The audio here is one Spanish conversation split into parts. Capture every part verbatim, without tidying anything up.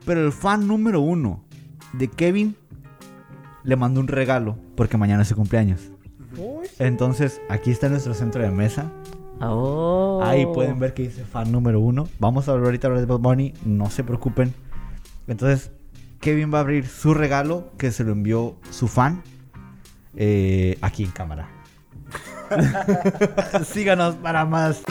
Pero el fan número uno de Kevin le mandó un regalo porque mañana es su cumpleaños. Entonces, aquí está nuestro centro de mesa. Oh. Ahí pueden ver que dice fan número uno. Vamos a hablar ahorita de Bad Bunny, no se preocupen. Entonces, Kevin va a abrir su regalo que se lo envió su fan eh, aquí en cámara. Síganos para más.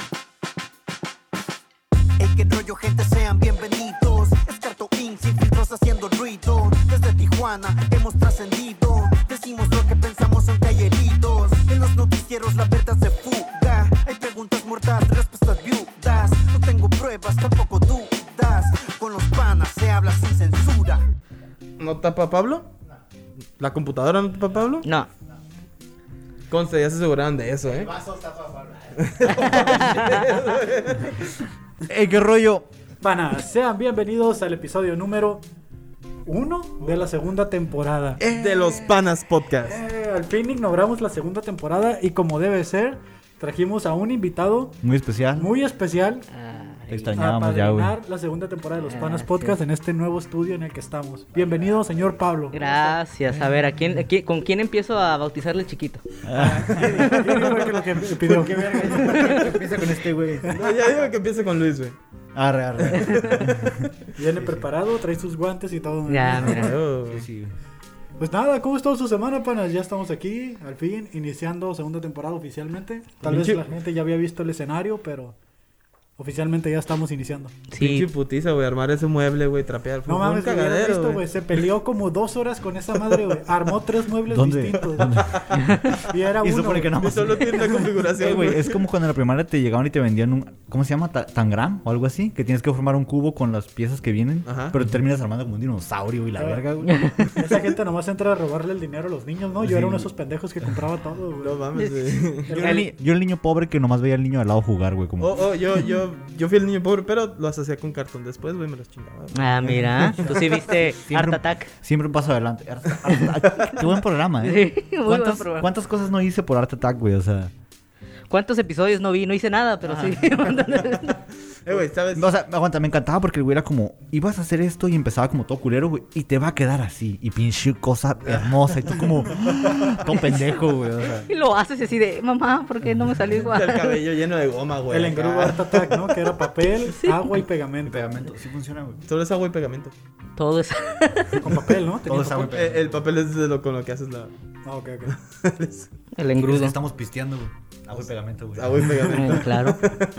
Hey, qué rollo, gente, sean bienvenidos. Escarto Inc, sin filtros haciendo ruido. Desde Tijuana hemos trascendido. Decimos lo que pensamos aunque hay heridos. En los noticieros la verdad se fuga. Hay preguntas muertas, respuestas viudas. No tengo pruebas, tampoco dudas. Con los panas se habla sin censura. ¿No tapa Pablo? No. ¿La computadora no tapa Pablo? No. Conste, ya se aseguraron de eso, ¿eh? Hey, qué rollo. Panas, sean bienvenidos al episodio número uno de la segunda temporada. De los Panas Podcast. Eh, al fin inauguramos la segunda temporada y como debe ser, trajimos a un invitado Muy especial. muy especial Te a extrañábamos ya, güey. padrinar la segunda temporada de los Panas Podcast en este nuevo estudio en el que estamos. Bienvenido, señor Pablo. Gracias. A ver, ¿a quién, a quién- ¿con quién empiezo a bautizarle el chiquito? ¿Quién fue que lo que pidió? Empieza con este güey. No, ya digo que empiece con Luis, güey. Arre, arre. Viene preparado, trae sus guantes y todo. Ya, mira. Oh. Sí, sí. Pues nada, ¿cómo estuvo su semana, panas? Ya estamos aquí, al fin, iniciando segunda temporada oficialmente. Tal vez Pinche- la gente ya había visto el escenario, pero oficialmente ya estamos iniciando. Pinche Sí. putiza, güey. Armar ese mueble, güey. Trapear. Fue No un mames, lo hubieras cagadero, visto, güey. Se peleó como dos horas con esa madre, güey. Armó tres muebles ¿Dónde? distintos. Y era Y uno. supone que güey. no Y solo tiene una Eh, configuración, güey, güey. es como cuando en la primaria te llegaban y te vendían un... ¿Cómo se llama? Ta- ¿Tangram? O algo así. Que tienes que formar un cubo con las piezas que vienen. Ajá. Pero terminas armando como un dinosaurio y la Ah. verga, güey. Esa gente nomás entra a robarle el dinero a los niños, ¿no? Yo era uno de esos pendejos que compraba todo, güey. No mames, güey. Yo era, el, ni- yo era el niño pobre que nomás veía al niño al lado jugar, güey. Como... Oh, oh, yo, yo, yo fui el niño pobre, pero lo hacía con cartón. Después, güey, me los chingaba. güey. Ah, mira. Tú sí viste Art Attack. Siempre un paso adelante. Art- Art Attack. Qué buen programa, ¿eh? Sí, muy ¿Cuántas, buen programa. ¿Cuántas cosas no hice por Art Attack, güey? O sea... ¿Cuántos episodios no vi? No hice nada, pero sí. Eh, güey, ¿sabes? O sea, aguanta, me encantaba porque el güey era como... Ibas a hacer esto y empezaba como todo culero, güey. Y te va a quedar así. Y pinche cosa hermosa. Y tú como... Todo pendejo, güey. O sea... Y lo haces así de, mamá, ¿por qué no me salió El igual? cabello lleno de goma, güey. El acá. engrudo Art Attack, ¿no? Que era papel, agua y pegamento. Pegamento. Sí funciona, güey. Solo es agua y pegamento. Todo eso. Con papel, ¿no? Tenía Todo es agua y papel. Eh, el papel es de lo con lo que haces la... Ah, ok, ok. El engrudo. Estamos pisteando, güey. Agua y pegamento, güey. Agua y pegamento. Eh, claro.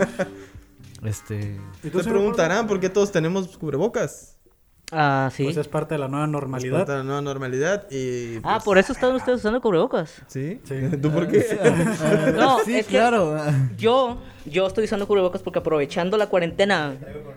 Este... ¿Y tú, Se señor preguntarán por qué todos tenemos cubrebocas. Ah, Pablo? sí. Pues es parte de la nueva Es normalidad. parte de la nueva normalidad y... Ah, pues, por eso están ustedes usando cubrebocas. ¿Sí? Sí. ¿Tú por qué? No, sí, es que claro. yo, yo estoy usando cubrebocas porque aprovechando la cuarentena.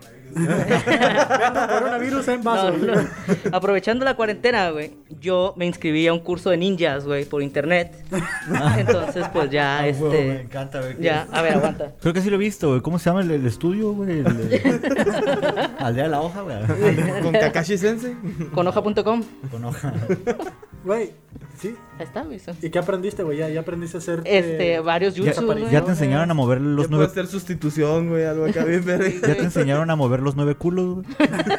Coronavirus en vaso. No, no. Aprovechando la cuarentena, güey, yo me inscribí a un curso de ninjas, güey, por internet. Entonces, pues ya, Ah, huevo, me este... encanta, güey. Ya, a ver, aguanta. Creo que sí lo he visto, güey. ¿Cómo se llama el, el estudio, güey? El, el- Aldea de la hoja, güey. Con Kakashi Sensei. Con hoja punto com. Con hoja. Güey, sí. Ahí está, güey. ¿Y qué aprendiste, güey? Ya, ya aprendiste a hacer... Este, varios Ya, jutsu, güey. ya te enseñaron a mover los Yo puedo nueve... hacer sustitución, güey, algo acá bien verga. Ya te enseñaron a mover los nueve culos, güey.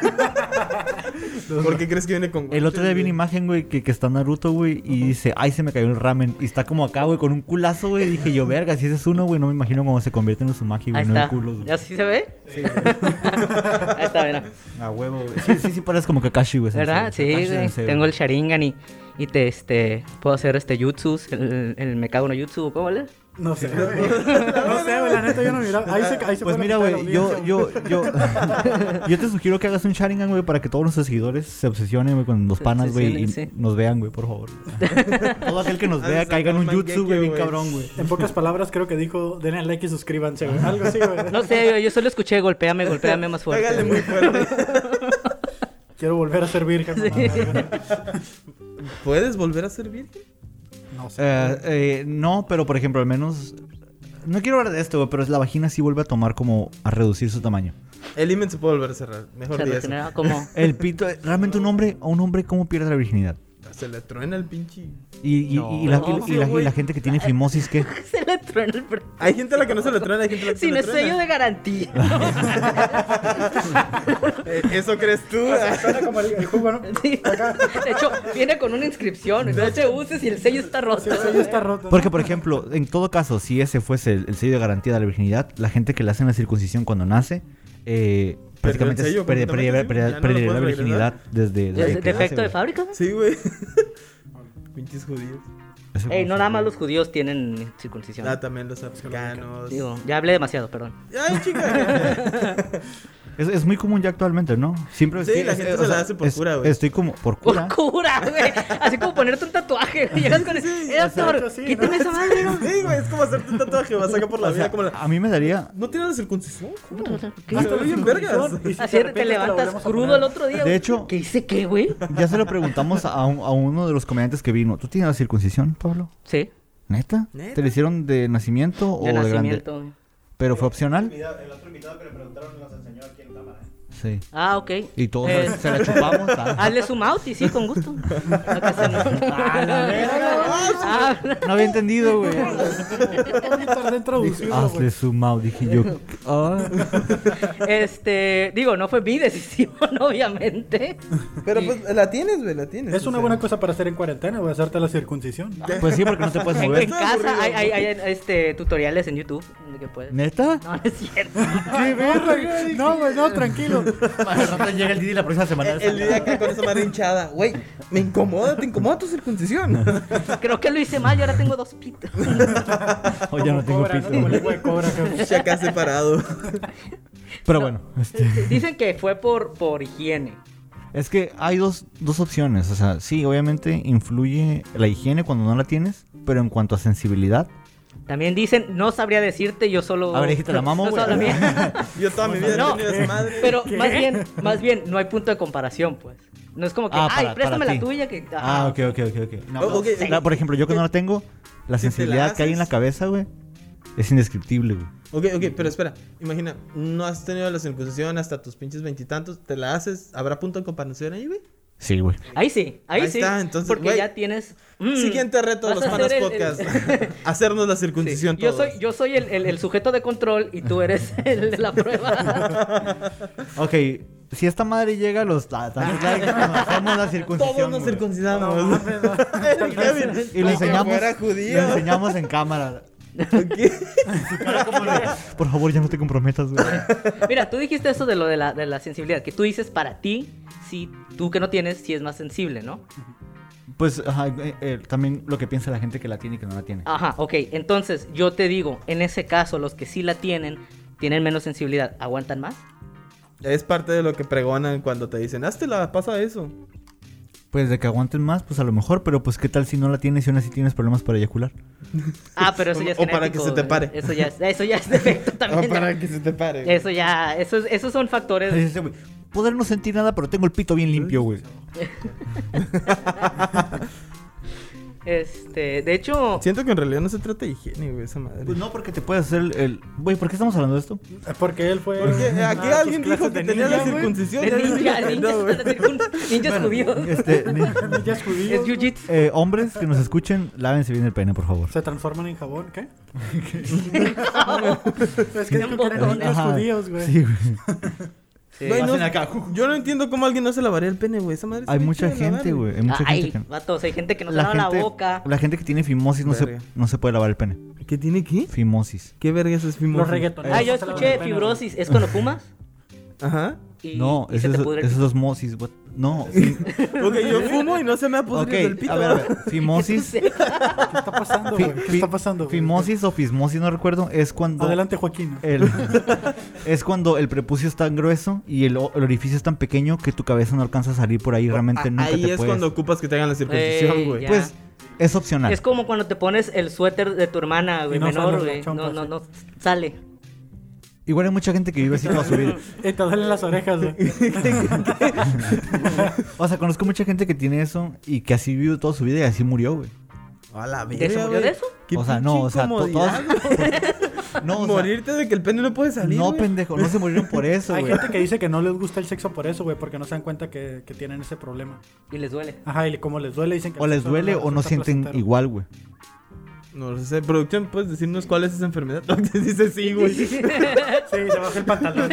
¿Por qué crees que viene con El otro día vi una guantes, imagen, güey, que, que está Naruto, güey, y dice, ay, se me cayó el ramen. Y está como acá, güey, con un culazo, güey. Y dije yo, verga, si ese es uno, güey, no me imagino cómo se convierte en Uzumaki, güey, Ahí nueve está. culos, güey. ¿Ya sí se ve? Sí, Ahí está, mira. A huevo, güey. Sí, sí, sí, parece como Kakashi, güey. ¿Verdad? sensei. Sí, Kakashi güey. sensei, Tengo güey. el Sharingan y, y te, este, puedo hacer este jutsus, el, el me cago no jutsu, ¿cómo le? no sé. No sé, güey, la neta yo no miraba. Ahí se, ahí se Pues fue mira, la mitad güey, de la yo, audiencia, yo, yo, yo te sugiero que hagas un Sharingan, güey, para que todos nuestros seguidores se obsesionen, güey, con los Se panas, güey, y obsesionen, sí. nos vean, güey, por favor. Todo aquel que nos Ah, vea saca caiga en un un jutsu, güey, bien mangekyou, cabrón, güey. En pocas palabras, creo que dijo, denle like y suscríbanse, güey. Algo así, güey. No sé, yo, yo solo escuché golpéame, golpéame más fuerte. Pégale muy fuerte. Quiero volver a ser virgen. mamá. ¿Puedes volver a ser virgen? No sé. Eh, eh, no, pero por ejemplo, al menos... No quiero hablar de esto, güey, pero la vagina sí vuelve a tomar como... A reducir su tamaño. El himen se puede volver a cerrar. Mejor Se día eso. regenera como... El pito... Realmente un hombre... A un hombre, ¿cómo pierde la virginidad? se le truena el pinche. Y, y, No. y, la, y, y la, y la gente que tiene fimosis, ¿qué? Se le truena el pre- Hay gente a la que no se le truena, hay gente a la que Sin se el le sello truena. de garantía. Eh, ¿Eso crees tú? Suena como el, el jugo, ¿no? Sí. De hecho, viene con una inscripción. No se use si el sello está roto. Sí, el sello está roto. ¿no? Porque, por ejemplo, en todo caso, si ese fuese el, el sello de garantía de la virginidad, la gente que le hacen la circuncisión cuando nace, eh, prácticamente el sello es- perder- completamente, perder- sí. Ya no perder- lo perdería la puedes virginidad desde, desde ¿Es que defecto nace, de güey. fábrica? güey? Sí, güey. Pinches judíos. Eso Ey, como no se- nada más los judíos tienen circuncisión. Ah, también los africanos. Digo, ya hablé demasiado, perdón. Ay, chica. Es, es muy común ya actualmente, ¿no? Siempre Sí, la es- gente o se la sea, hace por es- cura, güey. Estoy como por Por cura. cura, güey. Así como ponerte un tatuaje. güey. Llegas con el. Eh, doctor, exacto, sí, quíteme ¿no? esa madre, ¿no? Sí, güey, es como hacerte un tatuaje, vas acá por la O vida sea, como la... a mí me daría... ¿No tienes la circuncisión? ¿Cómo? ¿Qué? Se ve bien vergas. Y si Así de te repente la levantas volvemos a crudo poner. el otro día. De güey. hecho- ¿Qué hice qué, güey? Ya se lo preguntamos a, un- a uno de los comediantes que vino. ¿Tú tienes la circuncisión, Pablo? Sí, ¿Neta? ¿Neta? ¿Te la hicieron de nacimiento o de de, nacimiento. grande? güey. ¿Pero fue opcional? El otro invitado que le preguntaron nos enseñó aquí en cámara. Sí. Ah, ok. Y todos Eh, se la chupamos. ah. Hazle zoom out y sí, con gusto. Para que se no- Ah, No había entendido, güey. Muy tardé en traducirlo, Hazle güey. zoom out, dije yo. Ah. Este, digo, no fue mi decisión, obviamente. Pero pues la tienes, güey, la tienes. Es una buena cosa para hacer en cuarentena, güey, hacerte la circuncisión. Pues sí, porque no te puedes En, mover. en casa hay, hay, hay, este, tutoriales en YouTube de que puedes. ¿Neta? No, no es cierto. ¡Qué verga! No, güey, no, tranquilo. Al rato llega el Didi la próxima semana. El día que con esa madre hinchada, güey, me incomoda, te incomoda tu circuncisión. Creo que lo hice mal y ahora tengo dos pitos. O ya no tengo Cobra, pito. ¿no? Como lengua de cobra, cabrón. Ya acá separado. Pero bueno, este, Dicen que fue por, por higiene. es que hay dos, dos opciones. O sea, sí, obviamente influye la higiene cuando no la tienes, pero en cuanto a sensibilidad, También dicen, no sabría decirte, yo solo. A ver, hijita, la mamo, No, güey. solo mía. Yo toda mi vida he No, tenido esa madre. pero más bien, más bien, no hay punto de comparación, pues. No es como que, Ah, ay, para- préstame para la ti. tuya que. Ah, ajá. ok, ok, ok, ok. No, Oh, no, ok, la- por ejemplo, yo que no la tengo, la Si te la sensibilidad que hay en la haces- cabeza, güey, es indescriptible, güey. Ok, ok, pero espera. Imagina, no has tenido la circuncisión hasta tus pinches veintitantos. ¿Te la haces? ¿Habrá punto de comparación ahí, güey? Sí, güey. Ahí sí, ahí, Ahí sí. está, entonces, porque güey, ya tienes. mm, Siguiente reto de vas los a Panas ser el- Podcast. el- Hacernos la Sí, circuncisión Yo todos. soy, yo soy el, el- el sujeto de control y tú eres el de la prueba. Ok, si esta madre llega a los ta- tantos likes, nos hacemos la circuncisión. Todos nos güey. circuncidamos. El Kevin, Y lo ni que enseñamos, fuera lo judío. enseñamos en cámara. Ok. Por favor, ya no te comprometas, güey. Mira, tú dijiste eso de lo de la, de la sensibilidad, que tú dices para ti, si tú que no tienes, si es más sensible, ¿no? Pues ajá, eh, eh, también lo que piensa la gente que la tiene y que no la tiene. Ajá, ok. Entonces, yo te digo, en ese caso, los que sí la tienen, tienen menos sensibilidad, ¿aguantan más? Es parte de lo que pregonan cuando te dicen, hazte la, pasa eso. Pues de que aguanten más, pues a lo mejor, pero pues qué tal si no la tienes y aún así tienes problemas para eyacular. Ah, pero eso ya es O para genético, que se te güey. pare. Eso ya es, eso ya es defecto O también. para que se te pare. güey. Eso ya, esos, esos son factores. Dice, güey, poder no sentir nada, pero tengo el pito bien limpio, güey. Este, de hecho, Siento que en realidad no se trata de higiene, güey, esa madre. Pues no, porque te puedes hacer el... el- Güey, ¿por qué estamos hablando de esto? Porque él fue. Porque a aquí sus alguien dijo clases que de tenía la ninja, güey. circuncisión. de ya les ninja, dije que ninjas, no, güey. para hacer ninjas judíos. Este, Ninjas judíos. Es jiu-jitsu. eh, hombres que nos escuchen, lávense bien el pene, por favor. Se transforman en jabón, ¿qué? Es que dijo que eran Ajá. niños judíos, güey. Sí, güey. Sí. Güey, no- Hacen acá. yo no entiendo cómo alguien no se lavaría el pene, güey. Esa madre está Hay bien mucha chida de gente, lavar, güey. Hay mucha Ay, gente que... vatos, hay gente que no se La lava gente, la boca. la gente que tiene fimosis no se, Verga. no se puede lavar el pene. ¿Qué tiene qué? Fimosis. ¿Qué vergas es fimosis? Los reggaetoneros. Ah, yo no se lavan escuché el pene, fibrosis. ¿Es cuando fumas? Ajá. Y, No, y ese se es, te pudre el ese es pito. osmosis. what- No. Ok, yo fumo y no se me ha Ok, pudrido el pito. a ver, a ver. Fimosis. Sí. ¿Qué está pasando, fi- güey? ¿Qué fi- está pasando, güey? Fimosis o fismosis, no recuerdo, es cuando... Adelante, Joaquín. El, es cuando el prepucio es tan grueso y el, o- el orificio es tan pequeño que tu cabeza no alcanza a salir por ahí. Realmente Ah, nunca ahí te es puedes... cuando ocupas que te hagan la circuncisión, Ey, güey. ya. Pues es opcional. Es como cuando te pones el suéter de tu hermana, güey, Y no menor, sale la güey. chompa, No, no, sí. no sale. Igual hay mucha gente que vive así toda su vida. Eh, te duelen las orejas, güey. O sea, conozco mucha gente que tiene eso y que así vivió toda su vida y así murió, güey. A la ¿De verga, eso murió güey. de eso? Qué O sea, no, pinche o sea, to- incomodidad, todas- güey. No, o sea, Morirte de que el pene no puede salir, no, güey. pendejo, no se murieron por eso, Hay güey. gente que dice que no les gusta el sexo por eso, güey, porque no se dan cuenta que, que tienen ese problema. Y les duele. Ajá, y como les duele, dicen que O el les sexo duele les o no resulta sienten placentero. igual, güey. No lo sé. Producción, ¿puedes decirnos cuál es esa enfermedad? Dice sí, güey. Sí, se baja el pantalón.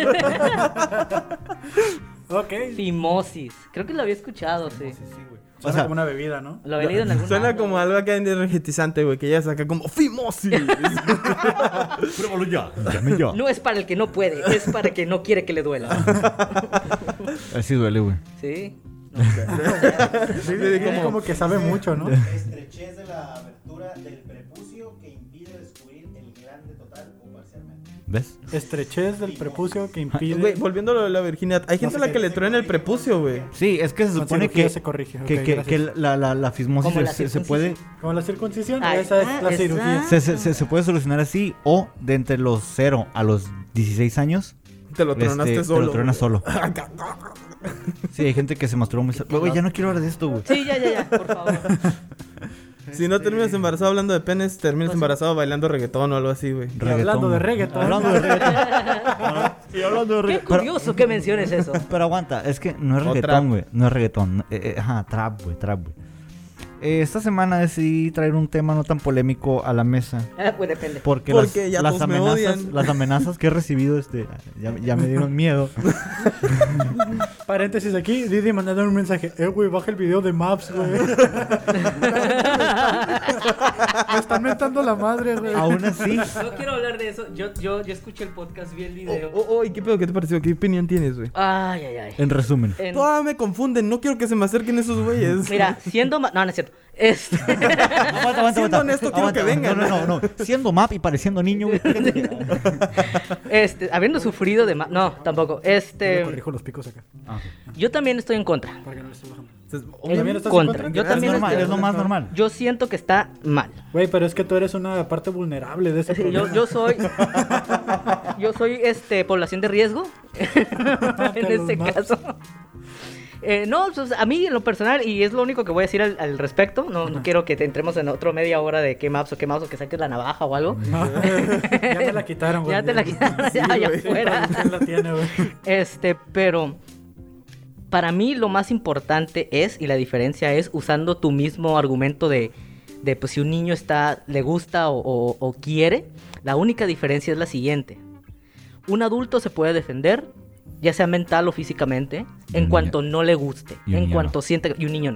Ok. Fimosis. Creo que lo había escuchado, sí. Suena O sea, como una bebida, ¿no? Lo había leído en algún Suena lado. como algo acá energetizante, güey, que ya saca como fimosis. Pruébalo ya. Llame ya. No es para el que no puede, es para el que no quiere que le duela. Así duele, güey. Sí. Sí, sí, como... como que sabe mucho, ¿no? Estrechez de la abertura del prepucio que impide descubrir el glande total o parcialmente. ¿Ves? Estrechez del prepucio que impide... Güey, volviendo a lo de la virginidad. Hay gente a la que le truena el prepucio, güey. Sí, es que se Con supone cirugía que, se corrige, ok, que, que, gracias. que la, la, la fismosis Como la se, se puede Como la circuncisión, Ay, esa es ah, la esa. cirugía. se, se, se, se puede solucionar así o de entre los cero a los dieciséis años Te lo tronaste este, solo. te lo tronas güey. solo. Sí, hay gente que se mostró muy... Güey, ya no quiero hablar de esto, güey. Sí, ya, ya, ya, por favor. Si no terminas embarazado hablando de penes, terminas embarazado bailando reggaetón o algo así, güey. Y hablando de reggaetón. Hablando de reggaetón. Y hablando de Qué reggaetón. Pero, curioso que menciones eso. pero aguanta, es que no es O trap. reggaetón, güey. No es reggaetón. Eh, eh, ajá, trap, güey, trap, güey. Eh, esta semana decidí traer un tema no tan polémico a la mesa. Ah, pues depende. Porque, Porque las, ya las todos me amenazas, odian. las amenazas que he recibido, este, ya, ya me dieron miedo. Paréntesis aquí, Didi mandando un mensaje. Eh, güey, baja el video de Maps, güey. Me están mentando la madre, güey. Aún así, No quiero hablar de eso. Yo, yo, yo escuché el podcast, vi el video. Oh, oh, oh, ¿y qué pedo? ¿Qué te pareció? ¿Qué opinión tienes, güey? Ay, ay, ay. en resumen. En- Todavía me confunden. No quiero que se me acerquen esos güeyes. Mira, siendo... ma- No, no es cierto. Este... Aguanta, Siendo honesto, quiero que vengan. No, no, no, no. Siendo map y pareciendo niño, güey. este, habiendo sufrido de... ma- No, tampoco. Le Este... corrijo los picos acá. Yo también estoy en contra. Para que no le esté bajando. Entonces, En ¿También estás en contra. contra? Yo Es también normal, estoy- es lo más normal. Yo siento que está mal. Güey, pero es que tú eres una parte vulnerable de ese Sí, problema. yo, yo soy... Yo soy, este, población de riesgo. en Los este maps. caso. Eh, no, pues, a mí en lo personal, y es lo único que voy a decir al, al respecto, no, no quiero que te entremos en otro media hora de qué maps o qué mouse o que saques la navaja o algo. No, ya me la quitaron, güey. Ya te la quitaron, ya, allá güey. afuera. ¿Quién la tiene, güey? Este, pero para mí lo más importante es, y la diferencia es, usando tu mismo argumento de, de pues si un niño está, le gusta o, o- o quiere, la única diferencia es la siguiente. Un adulto se puede defender, ya sea mental o físicamente, Y en un cuanto no le guste, Y un en niño cuanto no. siente, y un niño no.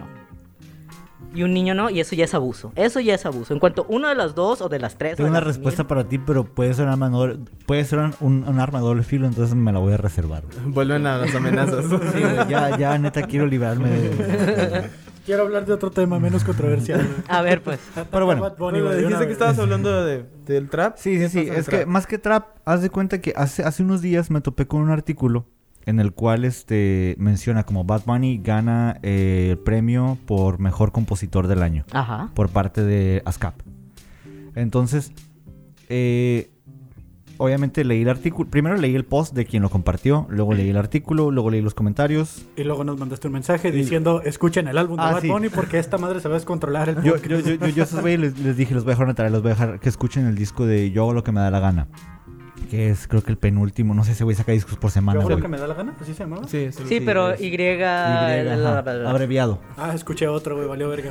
Y un niño no, y eso ya es abuso. Eso ya es abuso. En cuanto uno de las dos o de las tres... Tengo o de una las respuesta mil- para ti, pero puede ser un arma, doble- puede ser un, un- un arma de doble filo, entonces me la voy a reservar, güey. Vuelven a las amenazas. Sí, güey, ya, ya neta quiero librarme de... Quiero hablar de otro tema menos controversial. güey. A ver, pues. Pero bueno. Bad Bunny, Bueno, güey, de una dijiste que vez. estabas hablando de, del trap. Sí, sí, sí. ¿Qué pasa Es del que trap? más que trap, haz de cuenta que hace, hace unos días me topé con un artículo en el cual este menciona como Bad Bunny gana eh, el premio por mejor compositor del año Ajá. por parte de ASCAP. Entonces, eh, obviamente leí el artículo. Primero leí el post de quien lo compartió, luego leí el artículo, luego leí los comentarios. Y luego nos mandaste un mensaje diciendo, escuchen el álbum de Ah, Bad sí. Bunny porque esta madre se va a descontrolar el Yo, podcast. yo, yo, yo, yo a esos güeyes les, les dije, los voy a dejar una tarea, los voy a dejar que escuchen el disco de Yo hago lo que me da la gana. Que es creo que el penúltimo, no sé, ese güey saca discos por semana, ¿Yo hago lo güey. que me da la gana? ¿Así se llamaba? Sí, sí. Sí, pero Y... Y, ajá, abreviado. Ah, escuché otro, güey, valió verga.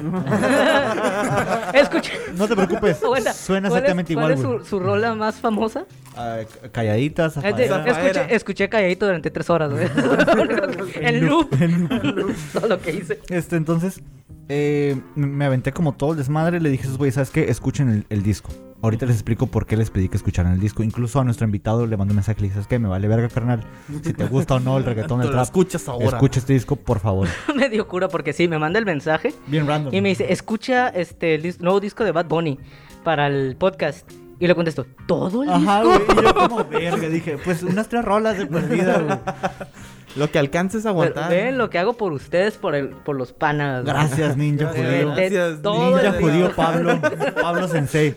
Escucha. No te preocupes, Aguanta. suena ¿Cuál es- exactamente ¿Cuál igual, es güey. su, su rola más famosa? Ah, c- calladitas, Es de- Zafaera. Zafaera. escuché, escuché calladito durante tres horas, güey. En loop. Todo lo que hice. Este, entonces, eh, me me aventé como todo el desmadre. Le dije a esos güeyes, ¿sabes qué? Escuchen el, el disco. Ahorita les explico por qué les pedí que escucharan el disco. Incluso a nuestro invitado le mandé un mensaje. Le dije, ¿sabes qué? Me vale verga, carnal. Si te gusta o no el reggaetón, el Tú lo trap, escuchas ahora. escucha este disco, por favor. Me dio cura porque sí, me manda el mensaje Bien random. y me dice, escucha este el dis- nuevo disco de Bad Bunny para el podcast. Y le contesto, ¿todo el Ajá, disco? güey. Y yo como verga, dije, pues unas tres rolas de perdida, güey. Lo que alcances a Pero aguantar. ven lo que hago por ustedes, por el, por los panas. ¿no? Gracias, ninja Gracias. judío. De Gracias, todo Ninja el- judío Pablo. Pablo Sensei.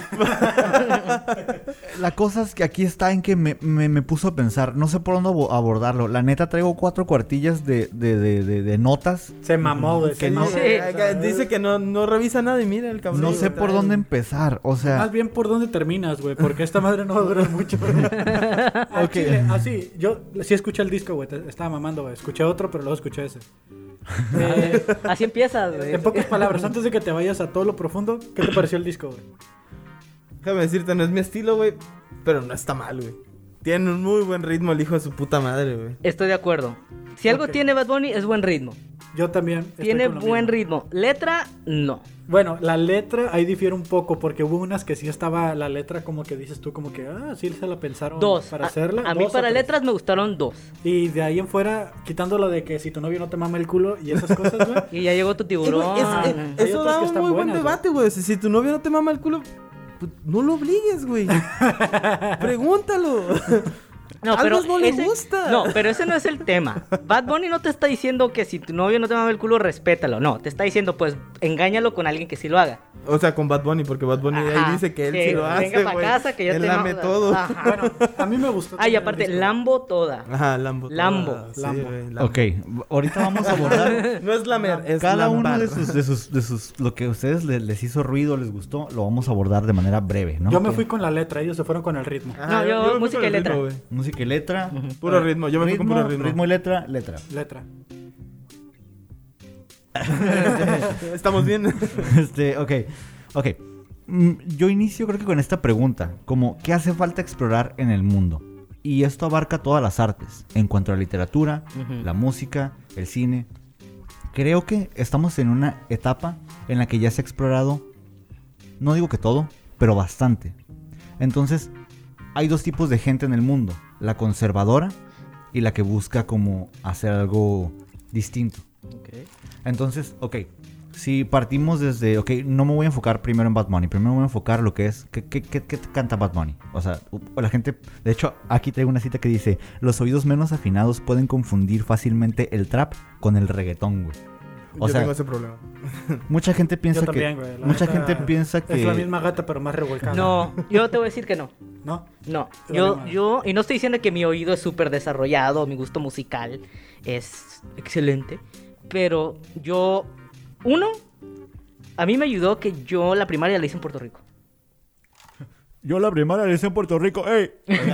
La cosa es que aquí está en que me, me, me puso a pensar. No sé por dónde abo- abordarlo. La neta traigo cuatro cuartillas de, de, de, de, de notas. Se mamó, güey. Que se no- mamó. Sí. Acá dice que no, no revisa nada y mira el cabrón. No sé por dónde empezar. O sea... Más bien por dónde terminas, güey, porque esta madre no va a durar mucho. Al Ok. chile, así, yo sí escuché el disco, güey, te- estaba mamando, güey. Escuché otro, pero luego escuché ese. Eh, Así empiezas, güey. en pocas palabras, antes de que te vayas a todo lo profundo, ¿qué te pareció el disco, güey? Déjame decirte, no es mi estilo, güey. Pero no está mal, güey. Tiene un muy buen ritmo el hijo de su puta madre, güey. Estoy de acuerdo. Si algo Ok. tiene Bad Bunny, es buen ritmo. Yo también. estoy Tiene con lo buen mismo. ritmo. Letra, no. Bueno, la letra ahí difiere un poco, porque hubo unas que sí estaba la letra como que dices tú, como que, ah, sí se la pensaron Dos. para A- hacerla. A, mí dos o para tres. letras me gustaron dos. Y de ahí en fuera, quitando lo de que si tu novio no te mama el culo y esas cosas, güey. Y ya llegó tu Eh, tiburón. güey, es- eh, Hay eso otras da que un están muy buen buenas, debate, güey. Si, si tu novio no te mama el culo, pues, no lo obligues, güey. Pregúntalo. No, Tal pero vez no le ese- gusta. No, pero ese no es el tema. Bad Bunny no te está diciendo que si tu novio no te mama el culo, respétalo. No, te está diciendo, pues, engáñalo con alguien que sí lo haga. O sea, con Bad Bunny, porque Bad Bunny Ajá, ahí dice que él que sí lo hace, venga pa' güey. casa, que yo Él te lame mamo- todo. Ajá. Bueno, a mí me gustó. Ah, y también el aparte, disco. Lambo toda. Ajá, Lambo. Lambo. toda, sí, Lambo. güey, Lambo. Ok, ahorita vamos a abordar No es lamer, es cada uno lambar. de sus, de sus, de sus, lo que a ustedes les, les hizo ruido, les gustó, lo vamos a abordar de manera breve, ¿no? Yo me fui con la letra, ellos se fueron con el ritmo. Ajá, No, yo me fui música con y el letra. ritmo, güey. Música y letra. Puro ritmo, yo me fui con puro ritmo. Ritmo y letra, letra. Letra. Estamos bien. Este, ok, ok. Mm, Yo inicio creo que con esta pregunta, como ¿qué hace falta explorar en el mundo? Y esto abarca todas las artes, en cuanto a literatura, Ujú. la música, el cine. Creo que estamos en una etapa en la que ya se ha explorado, no digo que todo, pero bastante. Entonces, hay dos tipos de gente en el mundo, la conservadora y la que busca como hacer algo distinto. Entonces, ok, si partimos desde, ok, no me voy a enfocar primero en Bad Bunny, primero me voy a enfocar lo que es, ¿qué, qué, qué, qué canta Bad Bunny? O sea, u- la gente, de hecho, aquí traigo una cita que dice, los oídos menos afinados pueden confundir fácilmente el trap con el reggaetón, güey. O Yo sea, tengo ese problema. mucha gente piensa Yo también, que, güey. la mucha neta, gente piensa que, Es la misma gata, pero más revolcada. No, yo te voy a decir que no. ¿No? No, La yo, misma. yo, y no estoy diciendo que mi oído es súper desarrollado, mi gusto musical es excelente, pero yo, uno, a mí me ayudó que yo la primaria la hice en Puerto Rico. yo la primaria la hice en Puerto Rico, ey.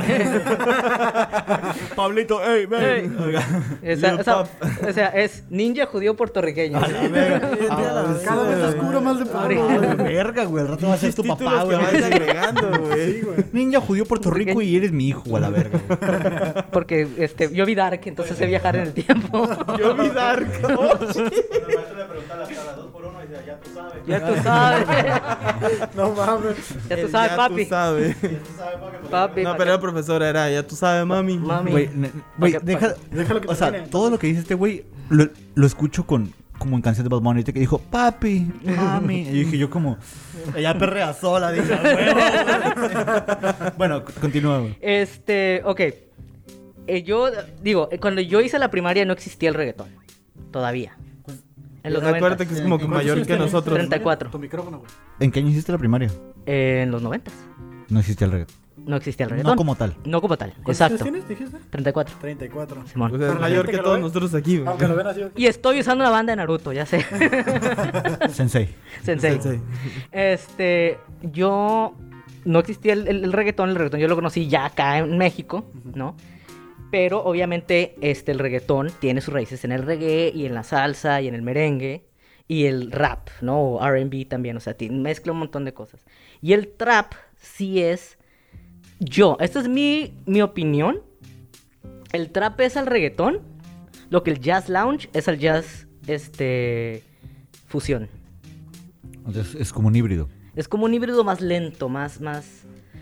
Pablito, ey, ven. Ey. Oiga. O sea, Lil o sea, Pop. o sea, es ninja judío puertorriqueño. Cada vez descubro más de Pablo, Ah, güey. verga, güey, al rato va a ser tu Títulos papá, que güey. vas agregando, güey. Ninja judío Puerto Rico y eres mi hijo, güey, a la verga. güey. Porque este, yo vi Dark, entonces sé viajar en el tiempo. Yo vi Dark. Oh, shit. Cuando el maestro le pregunta las tablas dos por uno, dice, ya tú sabes. Ya tú sabes. No mames. Ya tú El sabes, ya papi. Tú sabes. Ya tú sabes, papi, porque- Papi, No, pa' pero que- la profesora era, ya tú sabes, mami. Mami. Güey, ne- güey, Pa' que- deja, Déjalo que o sea, termine. todo lo que dice este güey lo, lo escucho con como en canción de Bad Bunny ahorita que dijo papi, mami, y yo dije yo como ella perrea sola, dije, "A huevo". Bueno, c- continúa, güey. Este, ok. Eh, yo digo, eh, cuando yo hice la primaria no existía el reggaetón. Todavía. En los Acuérdate noventas. que es como que ¿Cuántos mayor años que tenías? nosotros. treinta y cuatro. Tu micrófono, güey. ¿En qué año hiciste la primaria? Eh, en los noventas. No existía el reggaetón. No existía el reggaetón. No como tal. No como tal. ¿Cuántos Exacto. años tienes, dijiste? treinta y cuatro. treinta y cuatro. Simón. O sea, Para es la mayor gente que que lo todos ve. nosotros aquí, güey. Aunque lo ven así. Y estoy usando una banda de Naruto, ya sé. Sensei. Sensei. Sensei. Este, yo no existía el, el- el reggaetón, el reggaetón yo lo conocí ya acá en México, ¿no? Pero obviamente este, el reggaetón tiene sus raíces en el reggae y en la salsa y en el merengue y el rap, ¿no? O R and B también, o sea, tiene- mezcla un montón de cosas. Y el trap sí es, yo, esta es mi, mi opinión, el trap es al reggaetón, lo que el jazz lounge es al jazz, este, fusión. Entonces es como un híbrido. Es como un híbrido más lento, más, más...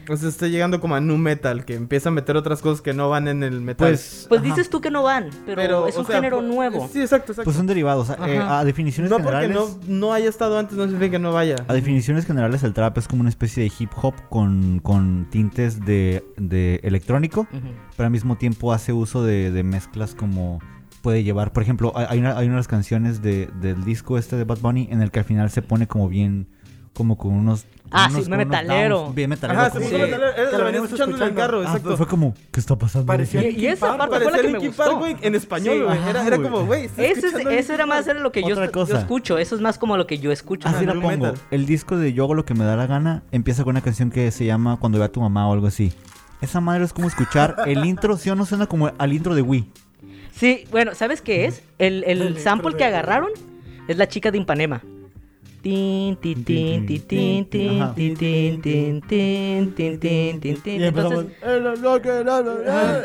O sea, está llegando como a nu metal, que empieza a meter otras cosas que no van en el metal. Pues, Pues ajá. dices tú que no van, pero, es o un sea, género pues, nuevo. Sí, exacto, exacto. Pues son derivados. Eh, Ajá. a definiciones no porque generales... no, no haya estado antes, no significa que no vaya. A definiciones generales, el trap es como una especie de hip hop con, con tintes de, de electrónico, Ujú. pero al mismo tiempo hace uso de, de mezclas como puede llevar. Por ejemplo, hay hay una, hay una de las canciones de, del disco este de Bad Bunny en el que al final se pone como bien, como con unos... Ah, unos- sí, con unos metalero. downs, bien metalero. Ajá, se como puso que- Sí. metalero, él Que lo lo venía veníamos escuchando en el escuchando. carro, Ah, exacto. fue, fue como, ¿qué está pasando? Parecía Y- y Linkin esa Park, parte güey. fue la Parecía que me Linkin Park, gustó. güey, en español, Sí. güey. Ajá, Era, era güey. como, güey, estás Ese, es- escuchando ese Linkin era más Park. era lo que yo, Otra yo cosa. escucho. Eso es más como lo que yo escucho. Así Ajá, la nu pongo. metal. El disco de Yo hago lo que me da la gana empieza con una canción que se llama Cuando vea a tu mamá o algo así. Esa madre es como escuchar el intro, ¿sí o no? Suena como al intro de Wii. Sí, bueno, ¿sabes qué es? El, el El sample intro que de- agarraron es la chica de Ipanema. Tin, tin, tin, tin, tin, tin, Ajá. tin, tin, tin, tin, tin, tin, tin, tin. Entonces, ah,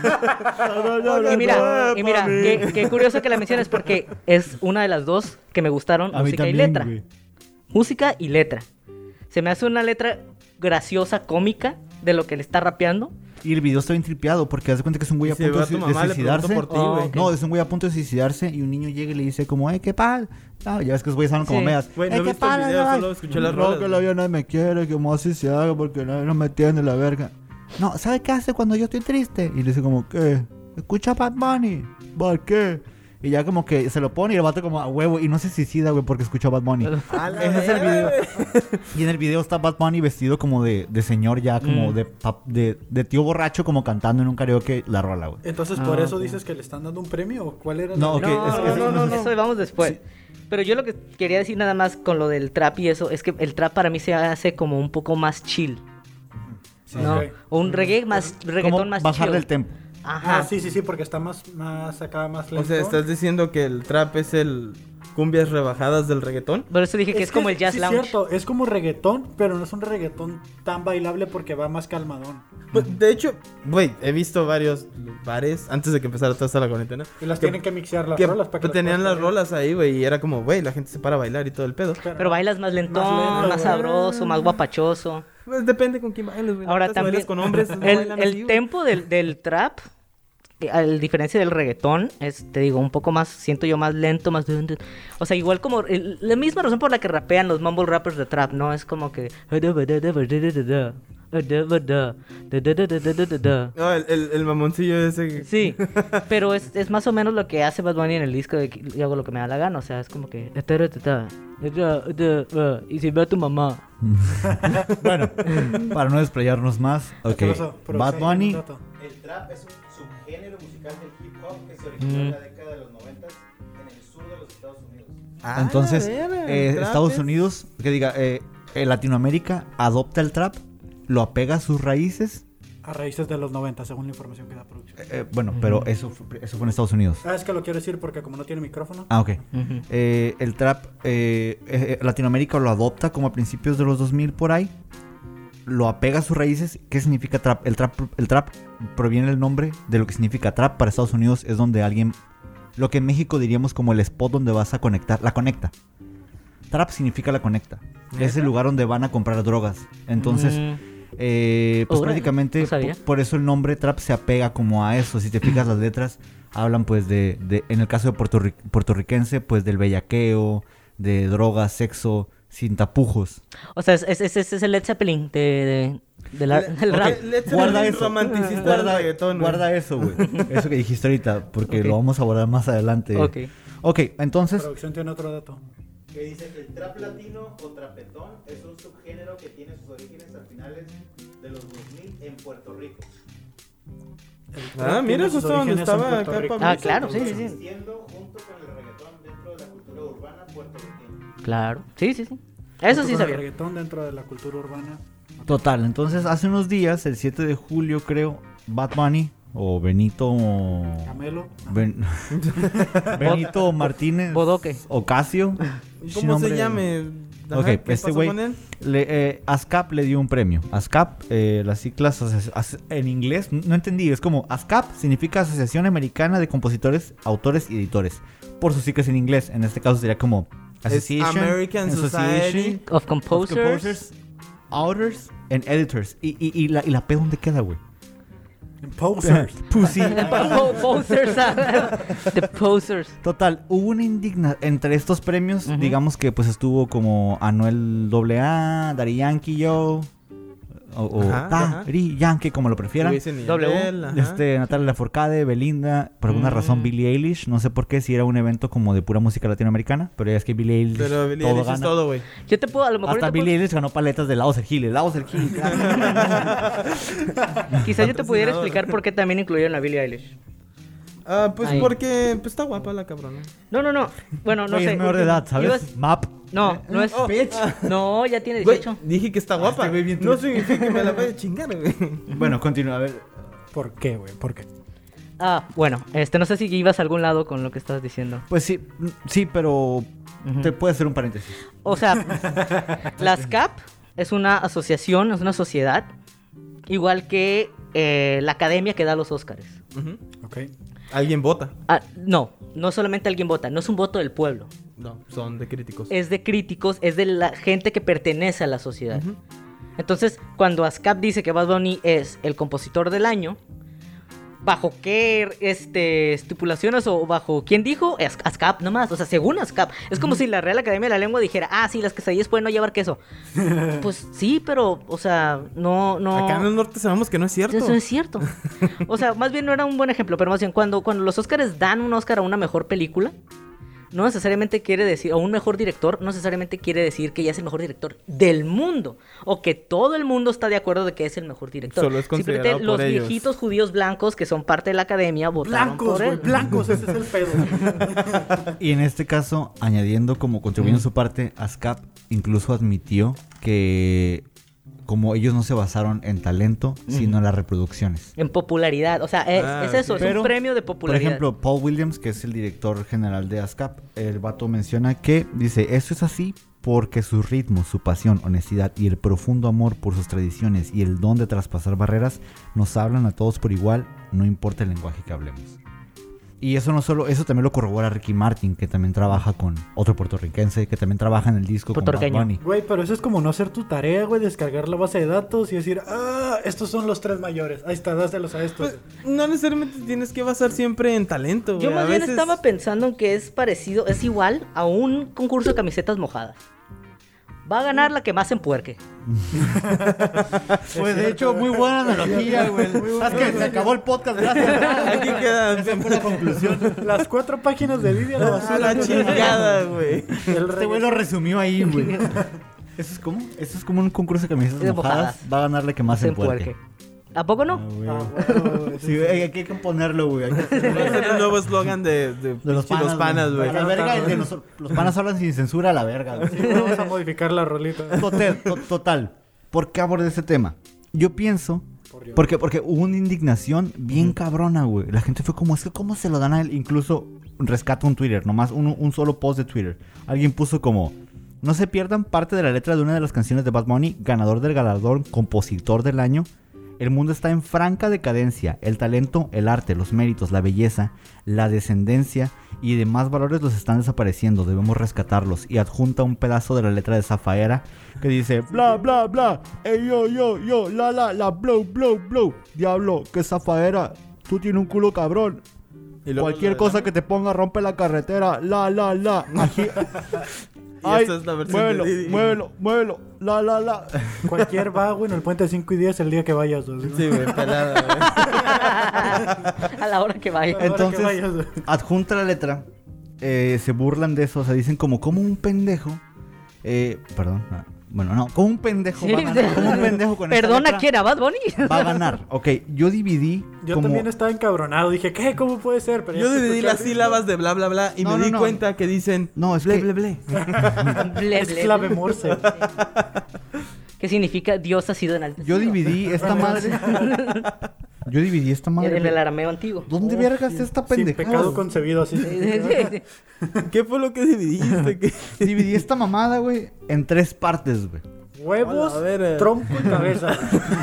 sí. Y mira, y mira, qué, qué curioso que la menciones porque es una de las dos que me gustaron, A mí música y también, letra. güey. Música y letra. Se me hace una letra graciosa, cómica de lo que le está rapeando. Y el video está bien tripeado porque haz de cuenta que es un güey Y a se punto va de, tu su- mamá, de le suicidarse. preguntó por ti, Oh, güey. ok. No, es un güey a punto de suicidarse y un niño llega y le dice como, ¡eh, qué pal! Ah, ya ves que los güeyes hablan como Sí. meas. Güey, no "Eh, he qué visto el pal, video, ay". solo escuché las No, rolas, que la güey. vida nadie me quiere, que como así se haga porque nadie no me entiende la verga. No, ¿sabe qué hace cuando yo estoy triste? Y le dice como, ¿qué? Escucha Bad Bunny. ¿Por qué? Y ya como que se lo pone y el vato como a huevo y no se suicida, güey, porque escucha Bad Bunny. A la Ese es el verga, video. güey. Y en el video está Bad Bunny vestido como de, de señor ya, como Mm. de, pap- de, de tío borracho, como cantando en un karaoke la rola, güey. Entonces, Ah, ¿por eso ok. dices que le están dando un premio? ¿O cuál era? No, la- ok, No, es- no, es- no, no, es- eso vamos después. Sí. Pero yo lo que quería decir nada más con lo del trap y eso es que el trap para mí se hace como un poco más chill, ¿no? Ok. O un reggae más Como reggaetón más bajarle chill. el tempo. Ajá. Ah, sí, sí, sí, porque está más, más acá, más lento. O sea, ¿estás diciendo que el trap es el cumbias rebajadas del reggaetón? Por eso dije que es, como el jazz sí, lounge. cierto, es como reggaetón, pero no es un reggaetón tan bailable porque va más calmadón. Pues, de hecho, güey, he visto varios bares antes de que empezara toda esta la cuarentena. Y las que- tienen que mixear las que rolas para que tenían puedas las poner. rolas ahí, güey, y era como, güey, la gente se para a bailar y todo el pedo. Pero bailas más lentón, Más más, lento, sabroso, más guapachoso. Pues depende con quién bailes, güey. Ahora Si también bailas con hombres, no el, bailan el así, güey. tempo del, del trap, eh, a diferencia del reggaetón, es, te digo, un poco más, siento yo más lento, más... O sea, igual como el- la misma razón por la que rapean los mumble rappers de trap, ¿no? Es como que... No, el, el, el mamoncillo ese. que- Sí, pero es, es más o menos lo que hace Bad Bunny en el disco de que yo hago lo que me da la gana, o sea, es como que... Y si ve a tu mamá. Bueno, para no desplayarnos más, ok. ¿Qué pasó? Pero Bad sí, Bunny, un dato. El trap es un subgénero musical del hip hop que se originó en Mm. la década de los noventa en el sur de los Estados Unidos. Ah, entonces, la verga, eh, el trap Estados es- Unidos, que diga, eh, eh, Latinoamérica adopta el trap, lo apega a sus raíces. A raíces de los noventa, según la información que da producción. eh, eh, bueno, pero eso, fue- eso fue en Estados Unidos. Ah, es que lo quiero decir porque como no tiene micrófono. Ah, ok. Ujú. Eh, el trap, eh, eh, Latinoamérica lo adopta como a principios de los dos mil por ahí. Lo apega a sus raíces. ¿Qué significa trap? El trap, el trap proviene del nombre de lo que significa trap. Para Estados Unidos es donde alguien, lo que en México diríamos como el spot donde vas a conectar, la conecta. Trap significa la conecta. Es el lugar donde van a comprar drogas. Entonces, Mm. eh, pues Órale, prácticamente no sabía. po- por eso el nombre trap se apega como a eso. Si te fijas las letras, hablan pues de, de en el caso de puertorri- puertorriquense, pues del bellaqueo, de drogas, sexo, sin tapujos. O sea, ese es, es, es, es el Led Zeppelin de, de, de la- Le- del ok, rap. Led Zeppelin Guarda es eso. romanticista Guarda, del reggaetón, güey. guarda eso, güey. Eso que dijiste ahorita, porque Ok. lo vamos a abordar más adelante. Ok. Ok, entonces, Producción tiene otro dato. Que dice que el trap latino o trapetón es un subgénero que tiene sus orígenes a finales de los dos mil en Puerto Rico. El Ah, trap mira, tiene eso sus está donde orígenes en estaba Puerto acá, Rico. Pablo. Ah, claro, sí, sí, sí. Existiendo junto con el reggaetón dentro de la cultura urbana puertorriqueña. Claro. Sí, sí, sí. Eso sí Con el sabía. reggaetón dentro de la cultura urbana. total, entonces hace unos días, el siete de julio creo, Bad Bunny o Benito o Camelo. Ben- Benito Martínez Bodoque. Ocasio. ¿Cómo se llame? Ajá, Ok, ¿qué este pasó güey, con él? le, eh, ASCAP le dio un premio. ASCAP, eh, las siglas asoci- as- en inglés, no entendí, es como ASCAP significa Asociación Americana de Compositores, Autores y Editores. Por sus siglas en inglés, en este caso sería como Es American Society Of Composers. Authors and Editors. ¿Y, y, y, la, y la P dónde queda, güey? Posers. Pussy. Po- Posers. ah, The Posers. Total, hubo una indignación entre estos premios. Ujú. Digamos que pues estuvo como Anuel A A, Daddy Yankee, yo. O, o Ajá, ajá. Daddy Yankee, como lo prefieran. Wisin y W. Yandel, ajá. Este, Natalia Lafourcade, Belinda, por alguna Mm. razón Billie Eilish, no sé por qué, si era un evento como de pura música latinoamericana, pero ya es que Billie Eilish Pero Billie todo Eilish es gana. todo, güey. Yo te puedo, a lo mejor. Hasta yo te Billie puedo- Eilish ganó paletas de Laos el Gil, Laos el Gil. Quizás yo te pudiera Patrocinador. explicar por qué también incluyeron a Billie Eilish. Ah, pues Ahí. porque pues, está guapa la cabrona. No, no, no. Bueno, no Güey, sé. es menor de edad, ¿sabes? Ibas- Map. No, no es. Oh, No, ya tiene Güey, dieciocho. dije que está guapa. este güey bien no trucho. significa que me la vaya a chingar, güey. Bueno, continúa, a ver. ¿Por qué, güey? ¿Por qué? Ah, bueno, este, no sé si ibas a algún lado con lo que estás diciendo. Pues sí, mm, sí, pero Ujú. te puede hacer un paréntesis. O sea, la S C A P es una asociación, es una sociedad, igual que eh, la academia que da los Óscares. Ujú. Ok. Alguien vota. Ah, no, no solamente alguien vota, no es un voto del pueblo, No, son de críticos. es de críticos, es de la gente que pertenece a la sociedad. Ujú. Entonces, cuando A S C A P dice que Bad Bunny es el compositor del año, ¿bajo qué este, estipulaciones o bajo quién dijo? Es- A S C A P nomás, o sea, según A S C A P. Es como si la Real Academia de la Lengua dijera, ah, sí, las quesadillas pueden no llevar queso. Pues sí, pero, o sea, no, no... Acá en el norte sabemos que no es cierto. Eso es cierto. O sea, más bien no era un buen ejemplo, pero más bien cuando, cuando los Oscars dan un Oscar a una mejor película, no necesariamente quiere decir, o un mejor director, no necesariamente quiere decir que ya es el mejor director del mundo, o que todo el mundo está de acuerdo de que es el mejor director. Solo es considerado Simplemente los por ellos. viejitos judíos blancos que son parte de la academia votaron Blancos, por güey. él. Blancos, ese es el pedo. Y en este caso, añadiendo como contribuyendo su parte, A S C A P incluso admitió que como ellos no se basaron en talento, sino en las reproducciones. En popularidad, o sea, es, Ah, es eso, ok. es un premio de popularidad. Por ejemplo, Paul Williams, que es el director general de A S C A P, el vato menciona que, dice, esto es así porque su ritmo, su pasión, honestidad y el profundo amor por sus tradiciones y el don de traspasar barreras nos hablan a todos por igual, no importa el lenguaje que hablemos. Y eso no solo, eso también lo corrobora Ricky Martin, que también trabaja con otro puertorriquense, que también trabaja en el disco con Bad Puertorriqueño. Bunny. Güey, pero eso es como no hacer tu tarea, güey, descargar la base de datos y decir, ah, estos son los tres mayores. Ahí está, dáselos a estos. Pues, no necesariamente tienes que basar siempre en talento, güey. Yo más A bien veces- estaba pensando en que es parecido, es igual a un concurso de camisetas mojadas. Va a ganar la que más empuerque. Pues de hecho, muy buena analogía, güey. Es que se acabó el podcast, gracias. Aquí queda. Esa fue la conclusión. Las cuatro páginas de Vivi a la A basura. la güey. chingada, güey. El Este güey lo resumió ahí, güey. ¿Eso es como? Eso es como un concurso de camisetas De mojadas. mojadas. Va a ganar la que más Se empuerque. empuerque. ¿A poco no? Ah, güey. Ah, bueno, güey. Sí, güey, hay que ponerlo, güey. Hay que hacerlo. Va a ser el nuevo eslogan de, de, De los pinche panas, güey. A la verga, el de los, los panas hablan sin censura, a la verga, güey. Sí, vamos a modificar la rolita. Total, to- total. ¿Por qué abordé este tema? Yo pienso... Porque, porque hubo una indignación bien cabrona, güey. La gente fue como, es que ¿cómo se lo dan a él? Incluso rescato un Twitter, nomás un, un solo post de Twitter. Alguien puso como... No se pierdan parte de la letra de una de las canciones de Bad Bunny, ganador del galardón Compositor del Año. El mundo está en franca decadencia. El talento, el arte, los méritos, la belleza, la descendencia y demás valores los están desapareciendo. Debemos rescatarlos. Y adjunta un pedazo de la letra de Zafaera que dice bla bla bla. Ey yo yo yo la la la blow blow blow. Diablo, que Zafaera, tú tienes un culo cabrón. Y luego Cualquier la- cosa que te ponga rompe la carretera. La la la. Ají- Y esta es la versión muévelo, de Didi. muévelo, muévelo. La la la. Cualquier va, güey, en el puente de cinco y diez el día que vayas. Güey. Sí, güey, pelada, güey. A la hora que vaya. Ahora que Entonces, vayas, güey. adjunta la letra, eh, se burlan de eso, o sea, dicen como, como un pendejo, eh, perdón, ah, bueno, no, como un pendejo Sí, va a ganar, como un pendejo con esta Perdona, letra ¿quién? ¿A Bad Bunny? va a ganar. Ok, yo dividí Yo como... también estaba encabronado. Dije, ¿qué? ¿Cómo puede ser? Pero ya Yo te dividí escuché las el sílabas de bla bla bla y No, me no, di no. cuenta que dicen No, es ble, que- ble, ble. Ble, Es ble. clave Morse. ¿Qué significa Dios ha sido enaltecido? Yo dividí esta madre, yo dividí esta madre. En el arameo antiguo. ¿Dónde vergas está esta Sin pendejada? pecado concebido así. Sí, sí, sí. ¿Qué fue lo que dividiste? ¿Qué? Dividí esta mamada, güey, en tres partes, güey. Huevos, A ver, eh. tronco y cabeza.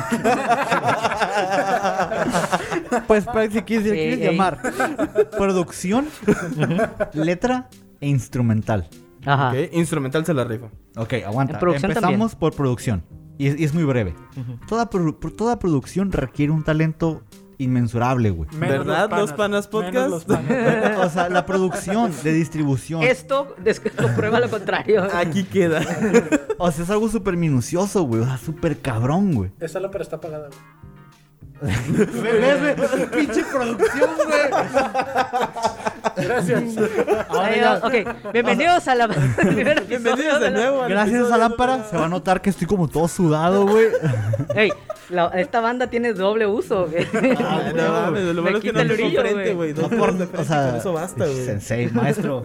Pues para si quieres, si Sí, quieres ey. llamar producción, letra e instrumental. Ajá. Ok, instrumental se la rifa. Ok, aguanta. En producción Empezamos por producción. Y es, y es muy breve. Ujú. Toda, produ- pro- toda producción requiere un talento inmensurable, güey. Menos ¿Verdad, Los Panas menos los Podcast? panas. O sea, la producción de distribución. Esto des- comprueba lo contrario. Aquí queda. O sea, es algo súper minucioso, güey. O sea, súper cabrón, güey. Esa lámpara está apagada, güey. ¿Ves, güey? Pinche producción, güey. Gracias. Ahí va, ok, bienvenidos a la primera episodio Bienvenidos de la- nuevo. al Gracias a episodio esa lámpara se va a notar que estoy como todo sudado, güey. Ey, la- esta banda tiene doble uso. güey. Ah, no mames, lo Me bueno es que quita no el tengo brillo, frente, güey. güey. Dos No por- dedos de frente, o sea, con eso basta, güey. Sensei, maestro.